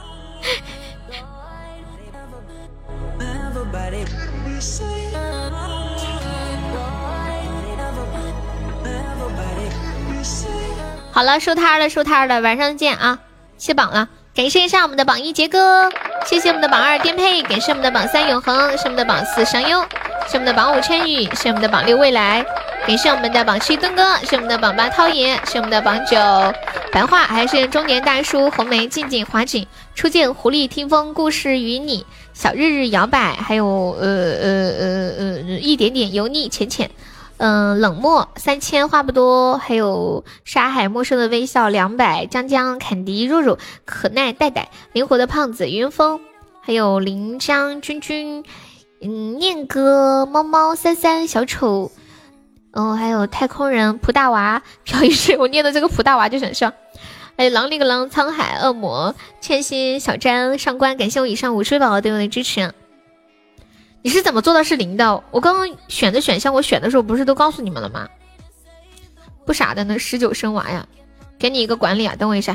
好了，收摊了，晚上见啊！卸榜了，感谢一下我们的榜1杰哥，谢谢我们的榜2颠沛，感谢我们的榜3永恒，谢我们的榜4商优，谢我们的榜5千羽，谢我们的榜6未来，感也是我们的榜7墩哥，是我们的榜8涛爷，是我们的榜9白话，还是中年大叔红梅静静华景初见狐狸听风故事与你小日日摇摆，还有一点点油腻浅浅，冷漠3000话不多，还有沙海陌生的微笑200，江江坎迪若若可耐戴戴灵活的胖子云峰，还有临江君君，念哥猫猫33小丑，还有太空人蒲大娃朴一世，我念的这个蒲大娃就想笑，还有狼里个狼沧海恶魔欠薪小詹上官，感谢我以上5岁宝宝对我的支持。你是怎么做到是0的？我刚刚选的选项，我选的时候不是都告诉你们了吗？不傻的呢，19生娃呀，给你一个管理啊，等我一下。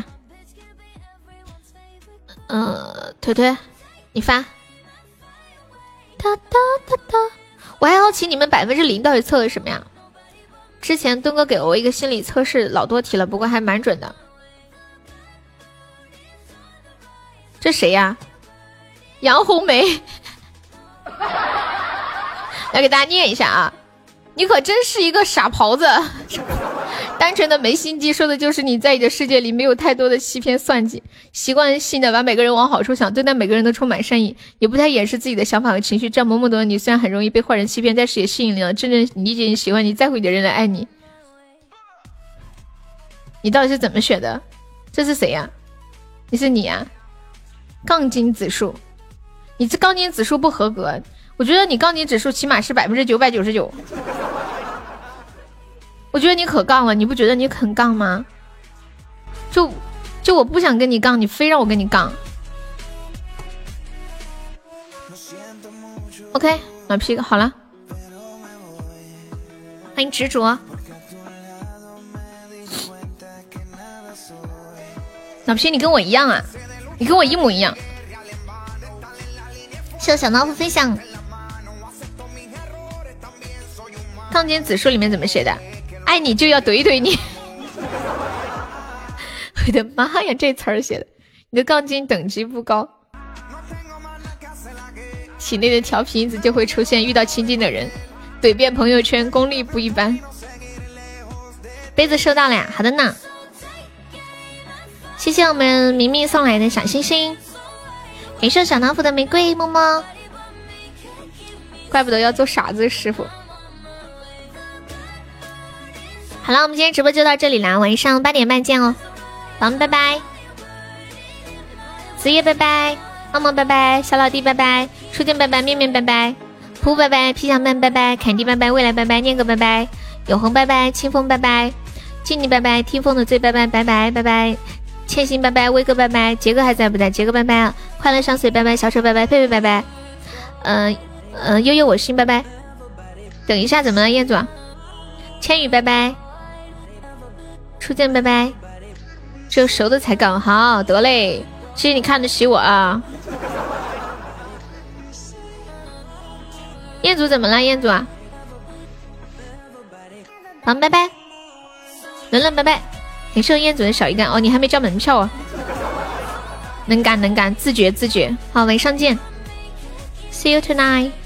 腿腿，你发。哒哒哒哒，我还好奇你们0%到底测的什么呀？之前墩哥给了我一个心理测试，老多题了，不过还蛮准的。这谁呀？杨红梅。来给大家念一下啊，你可真是一个傻狍子，单纯的没心机，说的就是你在你的世界里没有太多的欺骗算计，习惯性的把每个人往好处想，对待每个人都充满善意，也不太掩饰自己的想法和情绪，这样懵懵懂懂你虽然很容易被坏人欺骗，但是也吸引了真正理解你喜欢你在乎你的人来爱你。你到底是怎么选的？这是谁呀？你是你啊？杠精指数，你这杠精指数不合格，我觉得你杠精指数起码是999%。我觉得你可杠了，你不觉得你很杠吗？就我不想跟你杠，你非让我跟你杠。OK， 老皮好了，欢迎执着。老皮，你跟我一样啊，你跟我一模一样。谢谢小老虎分享。杠精指数里面怎么写的？爱你就要怼怼你。我的妈呀，这词儿写的，你的杠精等级不高，体内的调皮因子就会出现，遇到亲近的人怼遍朋友圈，功力不一般。杯子收到了呀，好的呢。谢谢我们明明送来的小星星，感谢小老虎的玫瑰，么么。怪不得要做傻子师傅。好了，我们今天直播就到这里啦，晚上8点半见哦。宝们拜拜，子夜拜拜，猫猫拜拜，小老弟拜拜，初见拜拜，面面拜拜，噗拜拜，皮小曼拜拜，凯蒂拜拜，未来拜拜，念哥拜拜，永恒拜拜，清风拜拜，静妮拜拜，听风的醉拜拜，拜拜拜拜，千心拜拜，威哥拜拜，杰哥还在不在？杰哥拜拜啊，快乐上水拜拜，小丑拜拜，佩佩拜拜，悠悠我心拜拜。等一下怎么了彦祖？千羽拜拜，初见拜拜，只有熟的才杠，好得嘞，谢谢你看得起我啊。彦祖怎么了？彦祖啊，好拜拜，伦伦拜拜，感谢彦祖的小鱼干哦，你还没交门票啊，能干能干，自觉自觉，好晚上见 ，See you tonight。